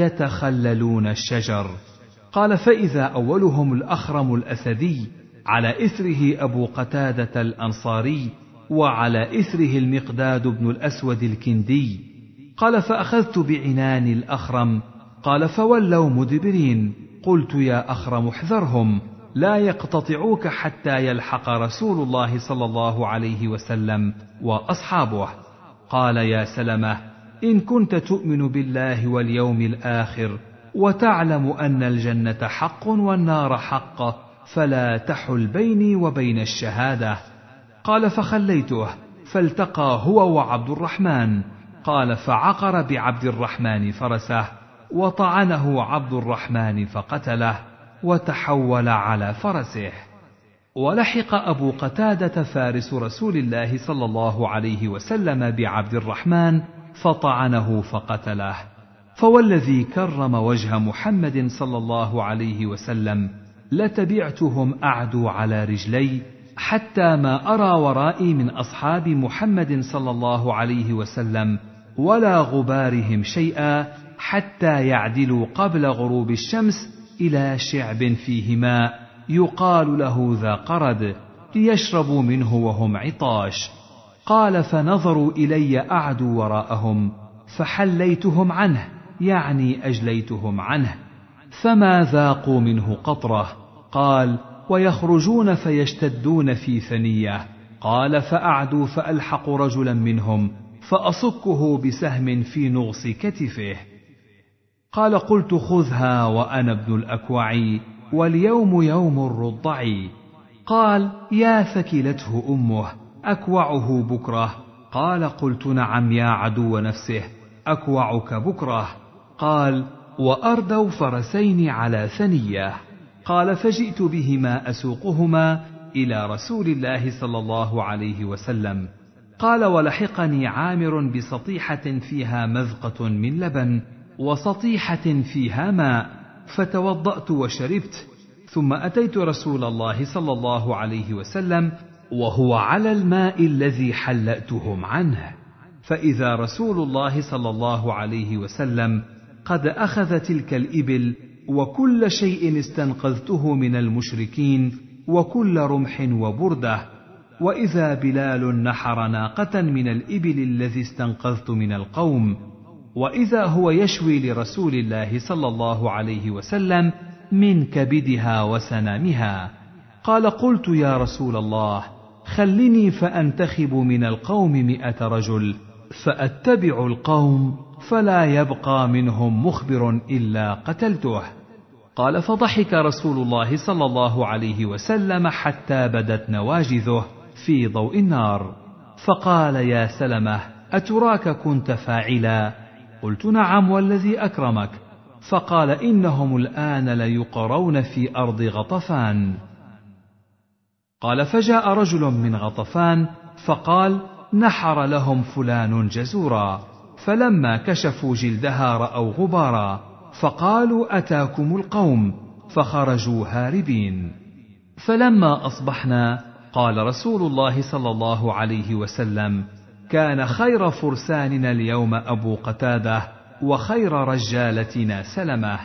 يتخللون الشجر. قال: فإذا أولهم الأخرم الأسدي، على إثره أبو قتادة الأنصاري، وعلى إثره المقداد بن الأسود الكندي. قال: فأخذت بعنان الأخرم. قال: فولوا مدبرين. قلت: يا أخرم احذرهم، لا يقتطعوك حتى يلحق رسول الله صلى الله عليه وسلم وأصحابه. قال: يا سلمة، إن كنت تؤمن بالله واليوم الآخر وتعلم أن الجنة حق والنار حق فلا تحل بيني وبين الشهادة. قال: فخليته، فالتقى هو وعبد الرحمن. قال: فعقر بعبد الرحمن فرسه، وطعنه عبد الرحمن فقتله، وتحول على فرسه. ولحق أبو قتادة فارس رسول الله صلى الله عليه وسلم بعبد الرحمن فطعنه فقتله. فوالذي كرم وجه محمد صلى الله عليه وسلم لتبعتهم أعدوا على رجلي حتى ما أرى ورائي من أصحاب محمد صلى الله عليه وسلم ولا غبارهم شيئا، حتى يعدلوا قبل غروب الشمس إلى شعب فيه ماء يقال له ذا قرد، ليشربوا منه وهم عطاش. قال: فنظروا إلي أعدوا وراءهم، فحليتهم عنه يعني أجليتهم عنه، فما ذاقوا منه قطرة. قال: ويخرجون فيشتدون في ثنية. قال: فأعدوا فألحق رجلا منهم فأصكه بسهم في نغص كتفه. قال: قلت: خذها وأنا ابن الأكوع، واليوم يوم الرضع. قال: يا ثكلته أمه، أكوعه بكرة. قال: قلت: نعم يا عدو نفسه، أكوعك بكرة. قال: وأردوا فرسين على ثنية. قال: فجئت بهما أسوقهما إلى رسول الله صلى الله عليه وسلم. قال: ولحقني عامر بسطيحة فيها مذقة من لبن، وسطيحة فيها ماء، فتوضأت وشربت، ثم أتيت رسول الله صلى الله عليه وسلم وهو على الماء الذي حلأتهم عنه، فإذا رسول الله صلى الله عليه وسلم قد أخذ تلك الإبل وكل شيء استنقذته من المشركين وكل رمح وبردة، وإذا بلال نحر ناقة من الإبل الذي استنقذت من القوم، وإذا هو يشوي لرسول الله صلى الله عليه وسلم من كبدها وسنامها. قال: قلت يا رسول الله خلني فأنتخب من القوم مئة رجل فأتبع القوم فلا يبقى منهم مخبر إلا قتلته. قال: فضحك رسول الله صلى الله عليه وسلم حتى بدت نواجذه في ضوء النار، فقال: يا سلمة أتراك كنت فاعلا؟ قلت: نعم والذي أكرمك. فقال: إنهم الآن ليقرون في أرض غطفان. قال: فجاء رجل من غطفان فقال: نحر لهم فلان جزورا، فلما كشفوا جلدها رأوا غبارا، فقالوا: أتاكم القوم، فخرجوا هاربين. فلما أصبحنا قال رسول الله صلى الله عليه وسلم: كان خير فرساننا اليوم أبو قتادة، وخير رجالتنا سلمة.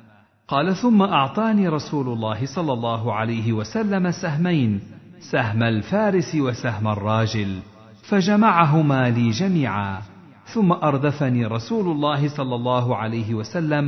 قال: ثم أعطاني رسول الله صلى الله عليه وسلم سهمين، سهم الفارس وسهم الراجل، فجمعهما لي جميعا، ثم أردفني رسول الله صلى الله عليه وسلم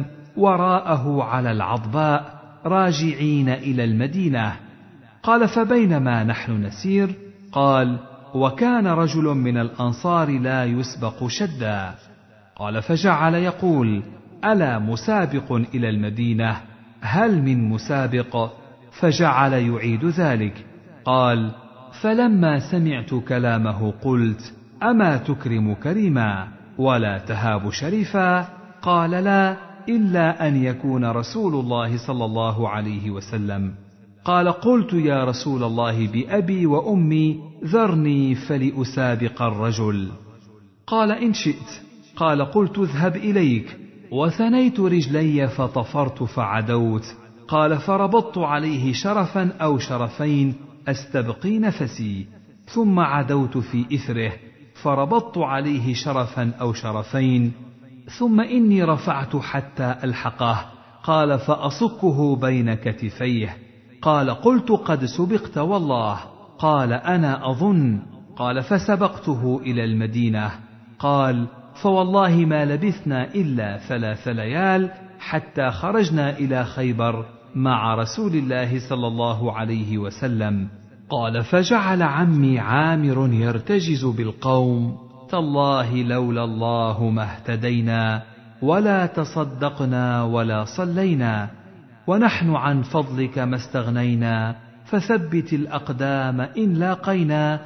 وراءه على العضباء راجعين إلى المدينة. قال: فبينما نحن نسير قال: وكان رجل من الأنصار لا يسبق شدا. قال: فجعل يقول: ألا مسابق إلى المدينة؟ هل من مسابق؟ فجعل يعيد ذلك. قال: فلما سمعت كلامه قلت: أما تكرم كريما ولا تهاب شريفا؟ قال: لا، إلا أن يكون رسول الله صلى الله عليه وسلم. قال: قلت: يا رسول الله بأبي وأمي ذرني فلأسابق الرجل. قال: إن شئت. قال: قلت: اذهب إليك. وثنيت رجلي فطفرت فعدوت. قال: فربطت عليه شرفا أو شرفين أستبقي نفسي، ثم عدوت في إثره فربطت عليه شرفا أو شرفين، ثم إني رفعت حتى ألحقه. قال: فأصكه بين كتفيه. قال: قلت: قد سبقت والله. قال: أنا أظن. قال: فسبقته إلى المدينة. قال: فوالله ما لبثنا إلا ثلاث ليال حتى خرجنا إلى خيبر مع رسول الله صلى الله عليه وسلم. قال: فجعل عمي عامر يرتجز بالقوم: تالله لولا الله ما اهتدينا ولا تصدقنا ولا صلينا، ونحن عن فضلك ما استغنينا، فثبت الأقدام إن لاقينا،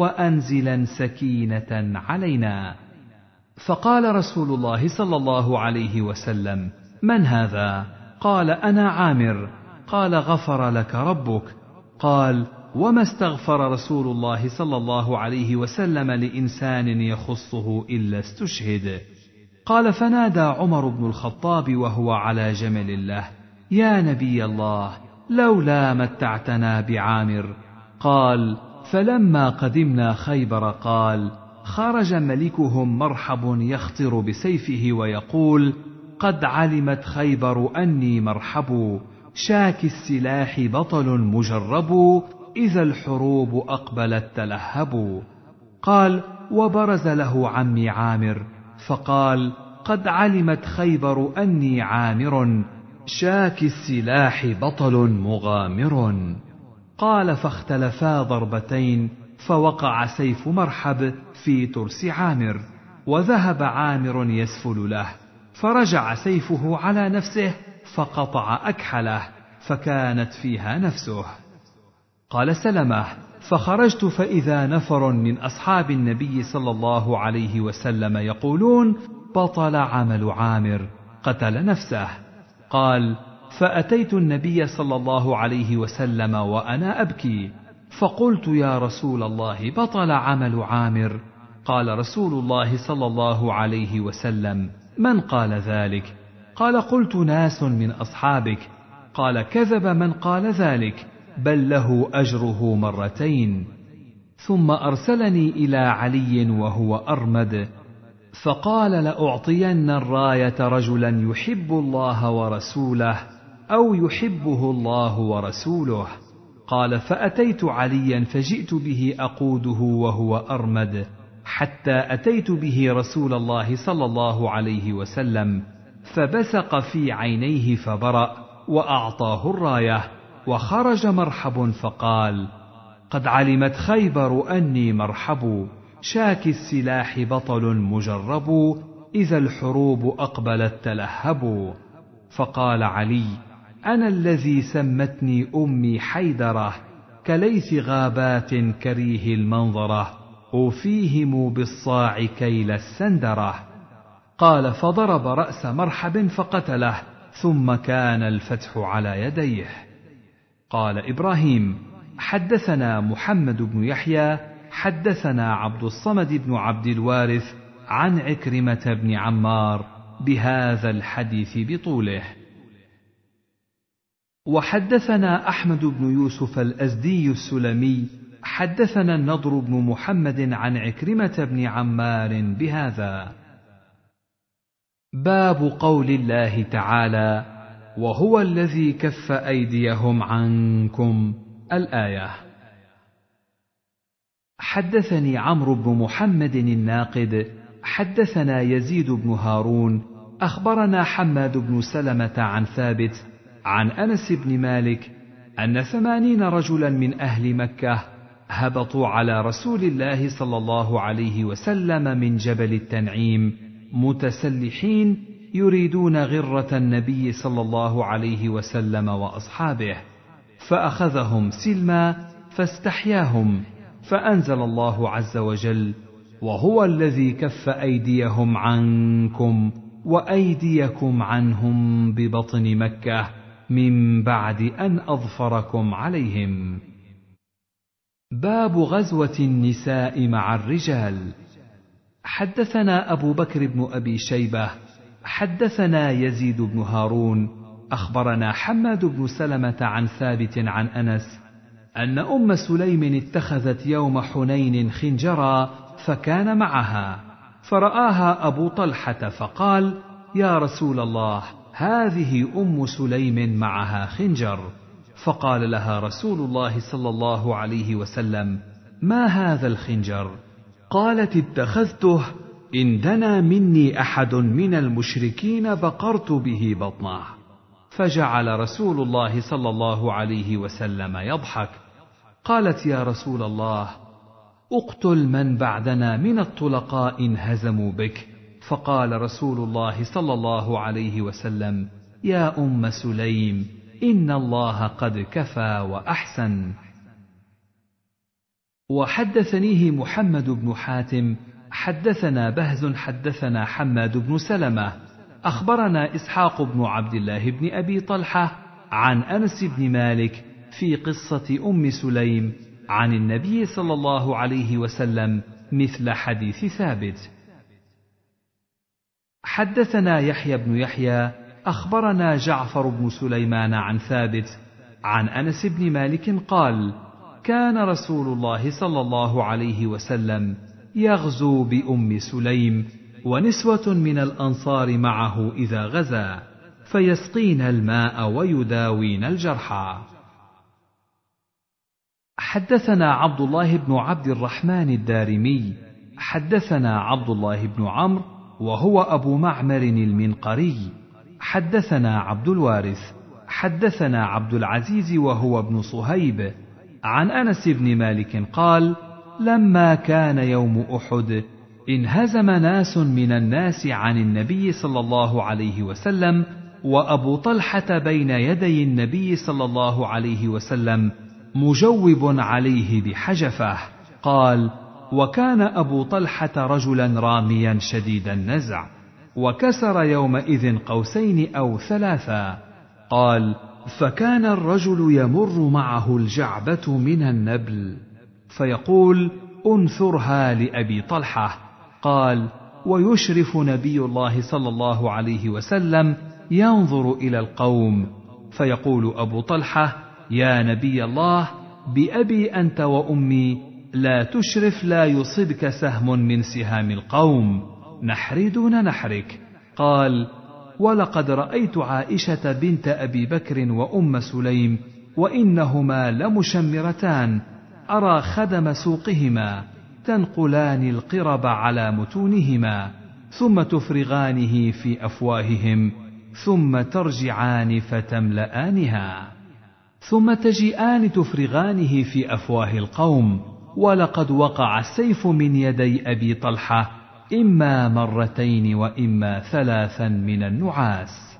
وأنزلا سكينة علينا. فقال رسول الله صلى الله عليه وسلم: من هذا؟ قال: أنا عامر. قال: غفر لك ربك. قال: وما استغفر رسول الله صلى الله عليه وسلم لإنسان يخصه إلا استشهد. قال: فنادى عمر بن الخطاب وهو على جمل له: يا نبي الله، لولا متعتنا بعامر. قال: فلما قدمنا خيبر قال: خرج ملكهم مرحب يخطر بسيفه ويقول: قد علمت خيبر أني مرحب، شاك السلاح بطل مجرب، إذا الحروب أقبلت تلهب. قال: وبرز له عمي عامر فقال: قد علمت خيبر أني عامر، شاك السلاح بطل مغامر. قال: فاختلفا ضربتين، فوقع سيف مرحب في ترس عامر، وذهب عامر يسفل له، فرجع سيفه على نفسه فقطع أكحله، فكانت فيها نفسه. قال سلمة: فخرجت فإذا نفر من أصحاب النبي صلى الله عليه وسلم يقولون: بطل عمل عامر، قتل نفسه. قال: فأتيت النبي صلى الله عليه وسلم وأنا أبكي، فقلت: يا رسول الله، بطل عمل عامر. قال رسول الله صلى الله عليه وسلم: من قال ذلك؟ قال: قلت: ناس من أصحابك. قال: كذب من قال ذلك، بل له أجره مرتين. ثم أرسلني إلى علي وهو أرمد، فقال: لأعطين الراية رجلا يحب الله ورسوله، أو يحبه الله ورسوله. قال: فأتيت عليا فجئت به أقوده وهو أرمد، حتى أتيت به رسول الله صلى الله عليه وسلم، فبصق في عينيه فبرأ، وأعطاه الراية، وخرج مرحب فقال: قد علمت خيبر أني مرحب، شاك السلاح بطل مجرب، إذا الحروب أقبلت تلهب. فقال علي: أنا الذي سمتني أمي حيدرة، كليث غابات كريه المنظرة، أوفيهم بالصاع كيل السندرة. قال: فضرب رأس مرحب فقتله، ثم كان الفتح على يديه. قال إبراهيم: حدثنا محمد بن يحيى حدثنا عبد الصمد بن عبد الوارث عن عكرمة بن عمار بهذا الحديث بطوله. وحدثنا أحمد بن يوسف الأزدي السلمي حدثنا النضر بن محمد عن عكرمة بن عمار بهذا. باب قول الله تعالى: وهو الذي كف أيديهم عنكم، الآية. حدثني عمرو بن محمد الناقد حدثنا يزيد بن هارون أخبرنا حماد بن سلمة عن ثابت عن أنس بن مالك أن ثمانين رجلا من أهل مكة هبطوا على رسول الله صلى الله عليه وسلم من جبل التنعيم متسلحين يريدون غرة النبي صلى الله عليه وسلم وأصحابه، فأخذهم سلما فاستحياهم، فأنزل الله عز وجل: وهو الذي كف أيديهم عنكم وأيديكم عنهم ببطن مكة من بعد أن أظفركم عليهم. باب غزوة النساء مع الرجال. حدثنا أبو بكر بن أبي شيبة حدثنا يزيد بن هارون أخبرنا حماد بن سلمة عن ثابت عن أنس أن أم سليم اتخذت يوم حنين خنجرا فكان معها، فرآها أبو طلحة فقال: يا رسول الله، هذه أم سليم معها خنجر. فقال لها رسول الله صلى الله عليه وسلم: ما هذا الخنجر؟ قالت: اتخذته إن دنا مني أحد من المشركين بقرت به بطنه. فجعل رسول الله صلى الله عليه وسلم يضحك. قالت: يا رسول الله، اقتل من بعدنا من الطلقاء إن هزموا بك. فقال رسول الله صلى الله عليه وسلم: يا أم سليم، إن الله قد كفى وأحسن. وحدثنيه محمد بن حاتم حدثنا بهز حدثنا حماد بن سلمة أخبرنا إسحاق بن عبد الله بن أبي طلحة عن أنس بن مالك في قصة أم سليم عن النبي صلى الله عليه وسلم مثل حديث ثابت. حدثنا يحيى بن يحيى أخبرنا جعفر بن سليمان عن ثابت عن أنس بن مالك قال: كان رسول الله صلى الله عليه وسلم يغزو بأم سليم ونسوة من الأنصار معه إذا غزا، فيسقين الماء ويداوين الجرحى. حدثنا عبد الله بن عبد الرحمن الدارمي حدثنا عبد الله بن عمرو وهو أبو معمر المنقري حدثنا عبد الوارث حدثنا عبد العزيز وهو ابن صهيب عن أنس بن مالك قال: لما كان يوم أحد انهزم ناس من الناس عن النبي صلى الله عليه وسلم، وأبو طلحة بين يدي النبي صلى الله عليه وسلم مجوب عليه بحجفه. قال: وكان أبو طلحة رجلا راميا شديد النزع، وكسر يومئذ قوسين أو ثلاثا. قال: فكان الرجل يمر معه الجعبة من النبل فيقول: انثرها لأبي طلحة. قال: ويشرف نبي الله صلى الله عليه وسلم ينظر إلى القوم فيقول أبو طلحة: يا نبي الله، بأبي أنت وأمي، لا تشرف لا يصبك سهم من سهام القوم، نحري دون نحرك. قال: ولقد رأيت عائشة بنت أبي بكر وأم سليم وإنهما لمشمرتان، أرى خدم سوقهما تنقلان القرب على متونهما ثم تفرغانه في أفواههم ثم ترجعان فتملآنها، ثم تجيئان تفرغانه في أفواه القوم، ولقد وقع السيف من يدي أبي طلحة إما مرتين وإما ثلاثا من النعاس.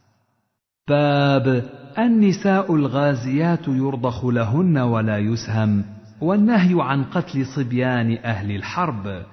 باب النساء الغازيات يرضخ لهن ولا يسهم، والنهي عن قتل صبيان أهل الحرب.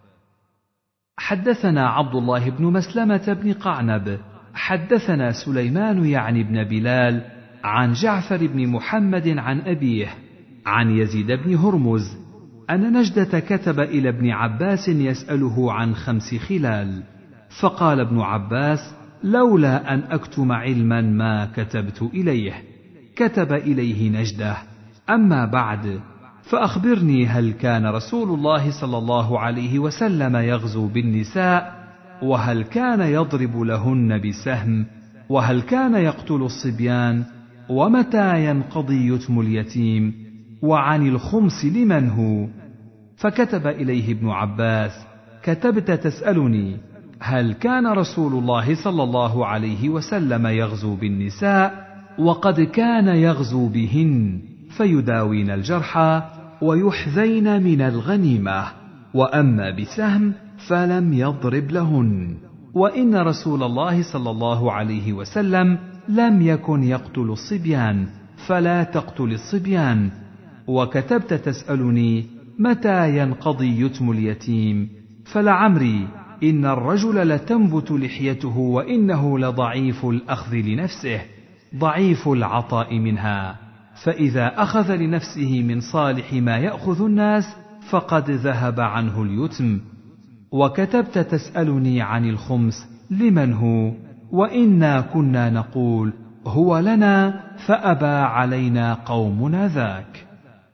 حدثنا عبد الله بن مسلمة بن قعنب حدثنا سليمان يعني بن بلال عن جعفر بن محمد عن أبيه عن يزيد بن هرمز أن نجدة كتب إلى ابن عباس يسأله عن خمس خلال، فقال ابن عباس: لولا أن أكتم علما ما كتبت إليه. كتب إليه نجدة: أما بعد، فأخبرني، هل كان رسول الله صلى الله عليه وسلم يغزو بالنساء؟ وهل كان يضرب لهن بسهم؟ وهل كان يقتل الصبيان؟ ومتى ينقضي يتم اليتيم؟ وعن الخمس لمن هو؟ فكتب إليه ابن عباس: كتبت تسألني هل كان رسول الله صلى الله عليه وسلم يغزو بالنساء؟ وقد كان يغزو بهن فيداوين الجرحى ويحذين من الغنيمة، وأما بسهم فلم يضرب لهن، وإن رسول الله صلى الله عليه وسلم لم يكن يقتل الصبيان، فلا تقتل الصبيان. وكتبت تسألني متى ينقضي يتم اليتيم؟ فلعمري إن الرجل لتنبت لحيته وإنه لضعيف الأخذ لنفسه ضعيف العطاء منها، فإذا أخذ لنفسه من صالح ما يأخذ الناس فقد ذهب عنه اليتم. وكتبت تسألني عن الخمس لمن هو؟ وإنا كنا نقول هو لنا، فأبى علينا قومنا ذاك.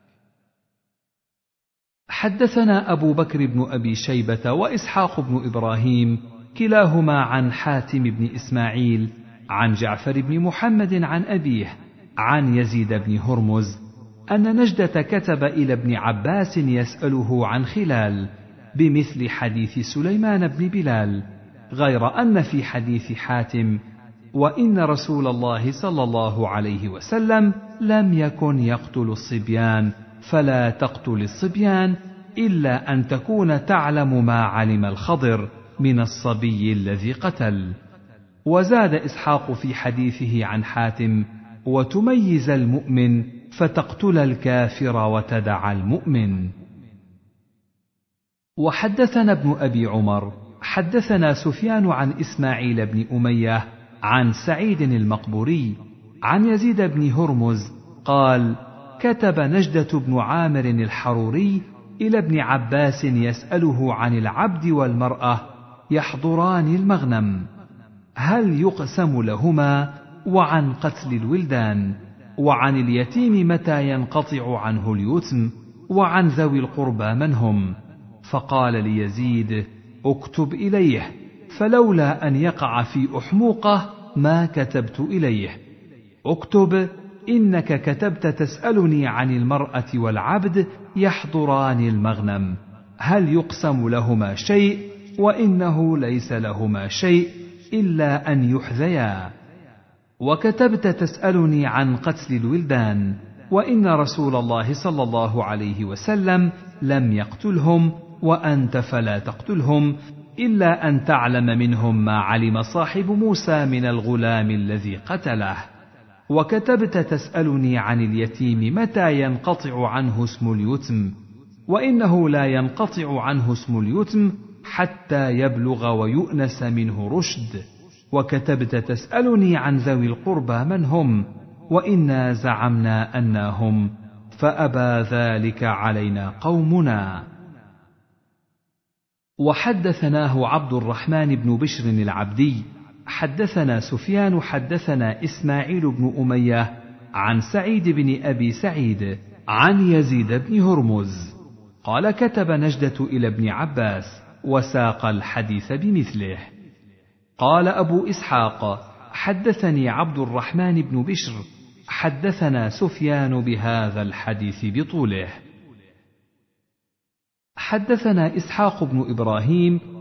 حدثنا أبو بكر بن أبي شيبة وإسحاق بن إبراهيم كلاهما عن حاتم بن إسماعيل عن جعفر بن محمد عن أبيه عن يزيد بن هرمز أن نجدة كتب إلى ابن عباس يسأله عن خلال بمثل حديث سليمان بن بلال، غير أن في حديث حاتم: وإن رسول الله صلى الله عليه وسلم لم يكن يقتل الصبيان، فلا تقتل الصبيان إلا أن تكون تعلم ما علم الخضر من الصبي الذي قتل. وزاد إسحاق في حديثه عن حاتم: وتميز المؤمن فتقتل الكافر وتدع المؤمن. وحدثنا ابن أبي عمر حدثنا سفيان عن إسماعيل بن أمية عن سعيد المقبوري عن يزيد بن هرمز قال: كتب نجدة بن عامر الحروري إلى ابن عباس يسأله عن العبد والمرأة يحضران المغنم، هل يقسم لهما؟ وعن قتل الولدان، وعن اليتيم متى ينقطع عنه اليتم، وعن ذوي القربى من هم. فقال ليزيد: اكتب إليه، فلولا أن يقع في أحموقه ما كتبت إليه. اكتب: إنك كتبت تسألني عن المرأة والعبد يحضران المغنم، هل يقسم لهما شيء؟ وإنه ليس لهما شيء إلا أن يحذيا. وكتبت تسألني عن قتل الولدان، وإن رسول الله صلى الله عليه وسلم لم يقتلهم، وأنت فلا تقتلهم إلا أن تعلم منهم ما علم صاحب موسى من الغلام الذي قتله. وكتبت تسألني عن اليتيم متى ينقطع عنه اسم اليتم، وإنه لا ينقطع عنه اسم اليتم حتى يبلغ ويؤنس منه رشد. وكتبت تسألني عن ذوي القربى من هم، وإنا زعمنا أنهم، فأبى ذلك علينا قومنا. وحدثناه عبد الرحمن بن بشر العبدي حدثنا سفيان حدثنا إسماعيل بن أمية عن سعيد بن أبي سعيد عن يزيد بن هرمز قال: كتب نجدة إلى ابن عباس، وساق الحديث بمثله. قال أبو إسحاق: حدثني عبد الرحمن بن بشر حدثنا سفيان بهذا الحديث بطوله. حدثنا إسحاق بن إبراهيم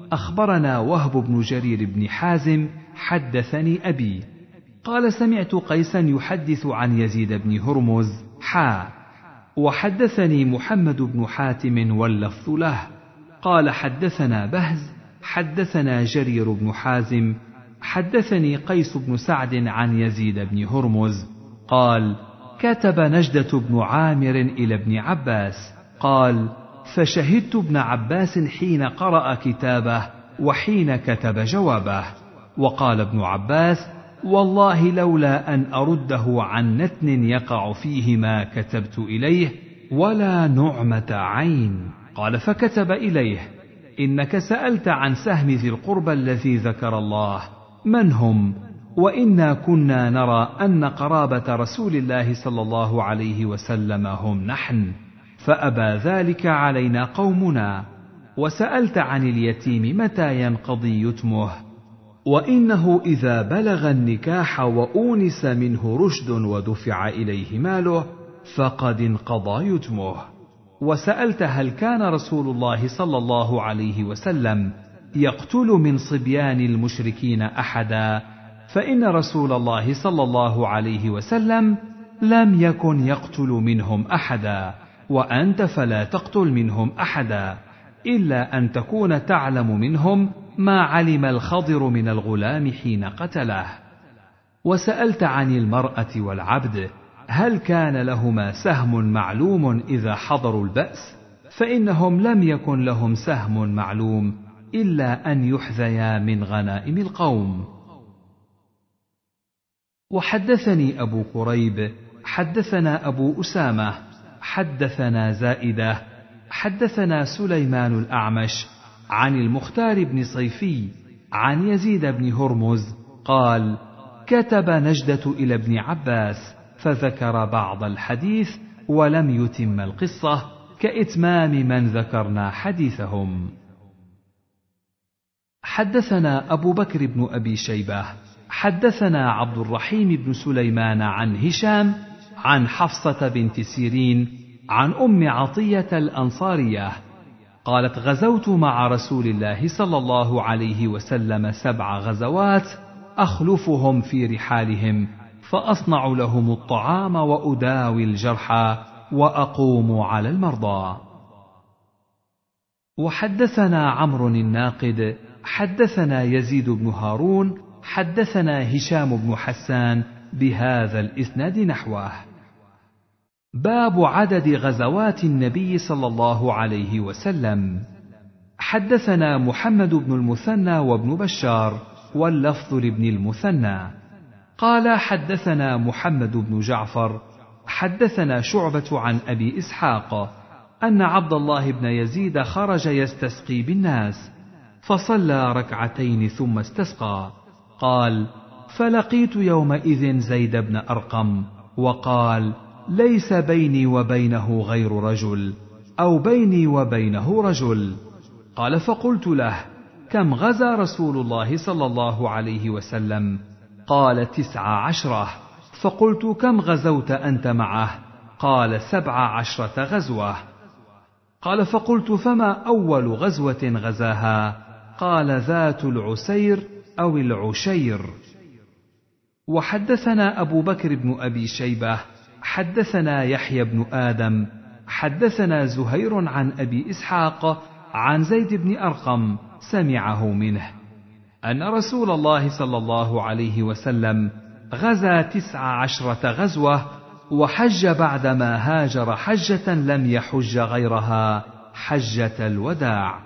أخبرنا وهب بن جرير بن حازم حدثني أبي قال سمعت قيسا يحدث عن يزيد بن هرمز حا وحدثني محمد بن حاتم واللفظ له قال حدثنا بهز حدثنا جرير بن حازم حدثني قيس بن سعد عن يزيد بن هرمز قال كتب نجدة بن عامر إلى ابن عباس قال فشهدت ابن عباس حين قرأ كتابه وحين كتب جوابه. وقال ابن عباس والله لولا أن أرده عن نتن يقع فيه ما كتبت إليه ولا نعمة عين. قال فكتب إليه إنك سألت عن سهم ذي القربى الذي ذكر الله من هم، وإنا كنا نرى أن قرابة رسول الله صلى الله عليه وسلم هم نحن، فأبى ذلك علينا قومنا. وسألت عن اليتيم متى ينقضي يتمه، وإنه إذا بلغ النكاح وأونس منه رشد ودفع إليه ماله فقد انقضى يتمه. وسألت هل كان رسول الله صلى الله عليه وسلم يقتل من صبيان المشركين أحدا، فإن رسول الله صلى الله عليه وسلم لم يكن يقتل منهم أحدا، وأنت فلا تقتل منهم أحدا، إلا أن تكون تعلم منهم ما علم الخضر من الغلام حين قتله. وسألت عن المرأة والعبد هل كان لهما سهم معلوم إذا حضروا البأس، فإنهم لم يكن لهم سهم معلوم إلا أن يحذيا من غنائم القوم. وحدثني أبو كريب حدثنا أبو أسامة حدثنا زائدة حدثنا سليمان الأعمش عن المختار بن صيفي عن يزيد بن هرمز قال كتب نجدة إلى ابن عباس فذكر بعض الحديث ولم يتم القصة كإتمام من ذكرنا حديثهم. حدثنا أبو بكر بن أبي شيبة حدثنا عبد الرحيم بن سليمان عن هشام عن حفصة بنت سيرين عن أم عطية الأنصارية قالت غزوت مع رسول الله صلى الله عليه وسلم سبع غزوات أخلفهم في رحالهم، فأصنع لهم الطعام وأداوي الجرحى وأقوم على المرضى. وحدثنا عمرو الناقد حدثنا يزيد بن هارون حدثنا هشام بن حسان بهذا الإسناد نحوه. باب عدد غزوات النبي صلى الله عليه وسلم. حدثنا محمد بن المثنى وابن بشار واللفظ لابن المثنى قال حدثنا محمد بن جعفر حدثنا شعبة عن أبي إسحاق أن عبد الله بن يزيد خرج يستسقي بالناس فصلى ركعتين ثم استسقى. قال فلقيت يومئذ زيد بن أرقم وقال ليس بيني وبينه غير رجل أو بيني وبينه رجل. قال فقلت له كم غزا رسول الله صلى الله عليه وسلم؟ قال تسع عشرة. فقلت كم غزوت أنت معه؟ قال سبع عشرة غزوة. قال فقلت فما أول غزوة غزاها؟ قال ذات العسير أو العشير. وحدثنا أبو بكر بن أبي شيبة حدثنا يحيى بن آدم حدثنا زهير عن أبي إسحاق عن زيد بن أرقم سمعه منه أن رسول الله صلى الله عليه وسلم غزا تسع عشرة غزوة وحج بعدما هاجر حجة لم يحج غيرها حجة الوداع.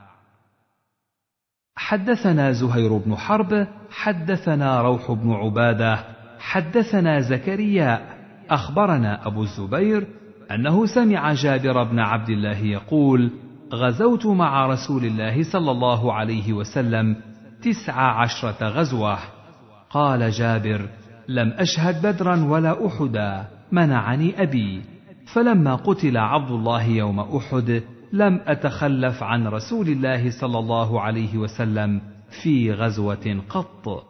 حدثنا زهير بن حرب حدثنا روح بن عبادة حدثنا زكريا أخبرنا أبو الزبير أنه سمع جابر بن عبد الله يقول غزوت مع رسول الله صلى الله عليه وسلم تسع عشرة غزوة. قال جابر لم أشهد بدرا ولا أحدا منعني أبي، فلما قتل عبد الله يوم أحد لم أتخلف عن رسول الله صلى الله عليه وسلم في غزوة قط.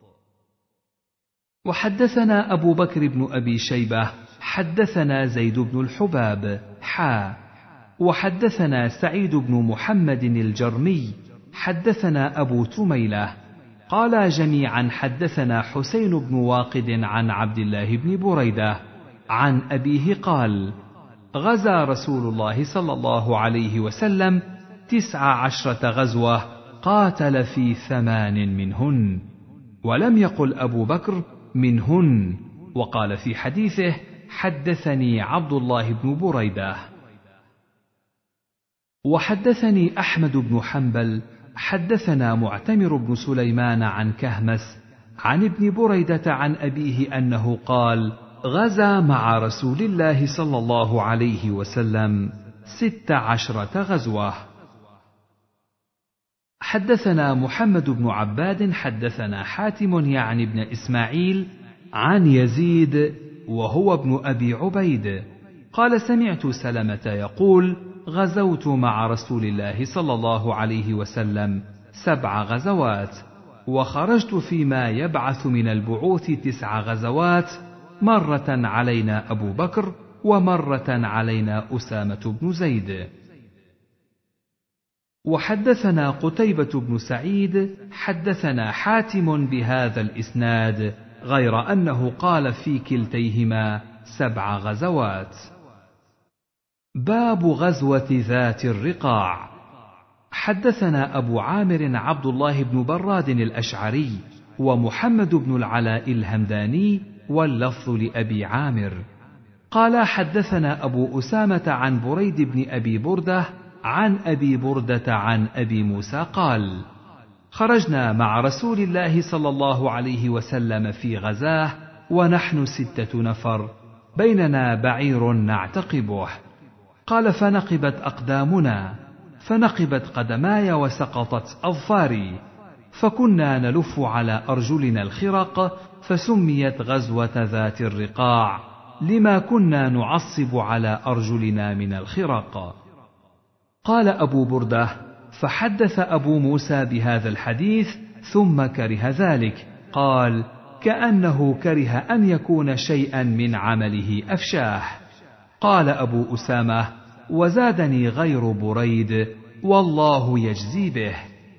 وحدثنا أبو بكر بن أبي شيبة حدثنا زيد بن الحباب حا وحدثنا سعيد بن محمد الجرمي حدثنا أبو تميلة قالا جميعا حدثنا حسين بن واقد عن عبد الله بن بريدة عن أبيه قال: غزا رسول الله صلى الله عليه وسلم تسع عشرة غزوة قاتل في ثمان منهن، ولم يقل أبو بكر منهن، وقال في حديثه: حدثني عبد الله بن بريدة. وحدثني أحمد بن حنبل حدثنا معتمر بن سليمان عن كهمس عن ابن بريدة عن أبيه أنه قال: غزا مع رسول الله صلى الله عليه وسلم ست عشرة غزوة. حدثنا محمد بن عباد حدثنا حاتم يعني ابن إسماعيل عن يزيد وهو ابن أبي عبيد قال: سمعت سلمة يقول: غزوت مع رسول الله صلى الله عليه وسلم سبع غزوات، وخرجت فيما يبعث من البعوث تسع غزوات، مرة علينا أبو بكر ومرة علينا أسامة بن زيد. وحدثنا قتيبة بن سعيد حدثنا حاتم بهذا الإسناد غير أنه قال في كلتيهما سبع غزوات. باب غزوة ذات الرقاع. حدثنا أبو عامر عبد الله بن براد الأشعري ومحمد بن العلاء الهمداني واللفظ لأبي عامر قال: حدثنا أبو أسامة عن بريد بن أبي بردة عن أبي بردة عن أبي موسى قال: خرجنا مع رسول الله صلى الله عليه وسلم في غزاه ونحن ستة نفر، بيننا بعير نعتقبه. قال: فنقبت أقدامنا، فنقبت قدماي وسقطت أظفاري، فكنا نلف على أرجلنا الخرق، فسميت غزوة ذات الرقاع لما كنا نعصب على أرجلنا من الخرق. قال أبو بردة: فحدث أبو موسى بهذا الحديث ثم كره ذلك، قال: كأنه كره أن يكون شيئا من عمله أفشاه. قال أبو أسامة: وزادني غير بريد والله يجزي به.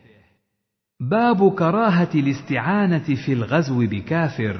باب كراهة الاستعانة في الغزو بكافر.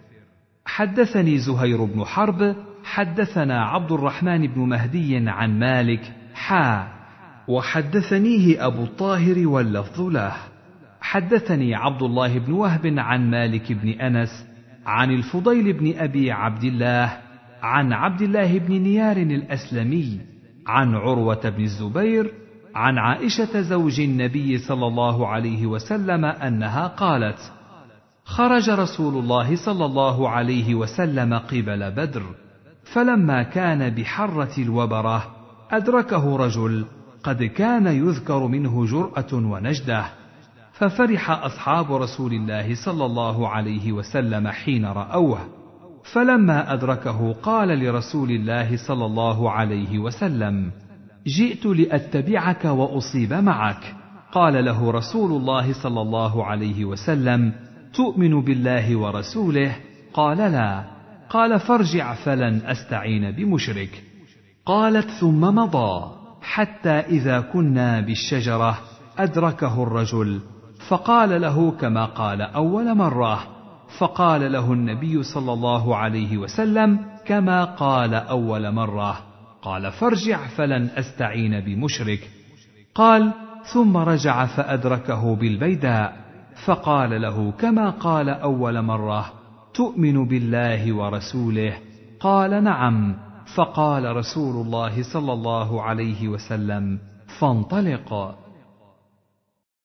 حدثني زهير بن حرب حدثنا عبد الرحمن بن مهدي عن مالك حا وحدثنيه أبو الطاهر واللفظ له. حدثني عبد الله بن وهب عن مالك بن أنس عن الفضيل بن أبي عبد الله عن عبد الله بن نيار الأسلمي عن عروة بن الزبير عن عائشة زوج النبي صلى الله عليه وسلم أنها قالت: خرج رسول الله صلى الله عليه وسلم قبل بدر، فلما كان بحرة الوبرة أدركه رجل قد كان يذكر منه جرأة ونجدة، ففرح أصحاب رسول الله صلى الله عليه وسلم حين رأوه، فلما أدركه قال لرسول الله صلى الله عليه وسلم: جئت لأتبعك وأصيب معك. قال له رسول الله صلى الله عليه وسلم: تؤمن بالله ورسوله؟ قال: لا. قال: فارجع فلن أستعين بمشرك. قالت: ثم مضى حتى إذا كنا بالشجرة أدركه الرجل، فقال له كما قال أول مرة، فقال له النبي صلى الله عليه وسلم كما قال أول مرة، قال: فارجع فلن أستعين بمشرك. قال: ثم رجع فأدركه بالبيداء، فقال له كما قال أول مرة: تؤمن بالله ورسوله؟ قال: نعم. فقال رسول الله صلى الله عليه وسلم: فانطلق.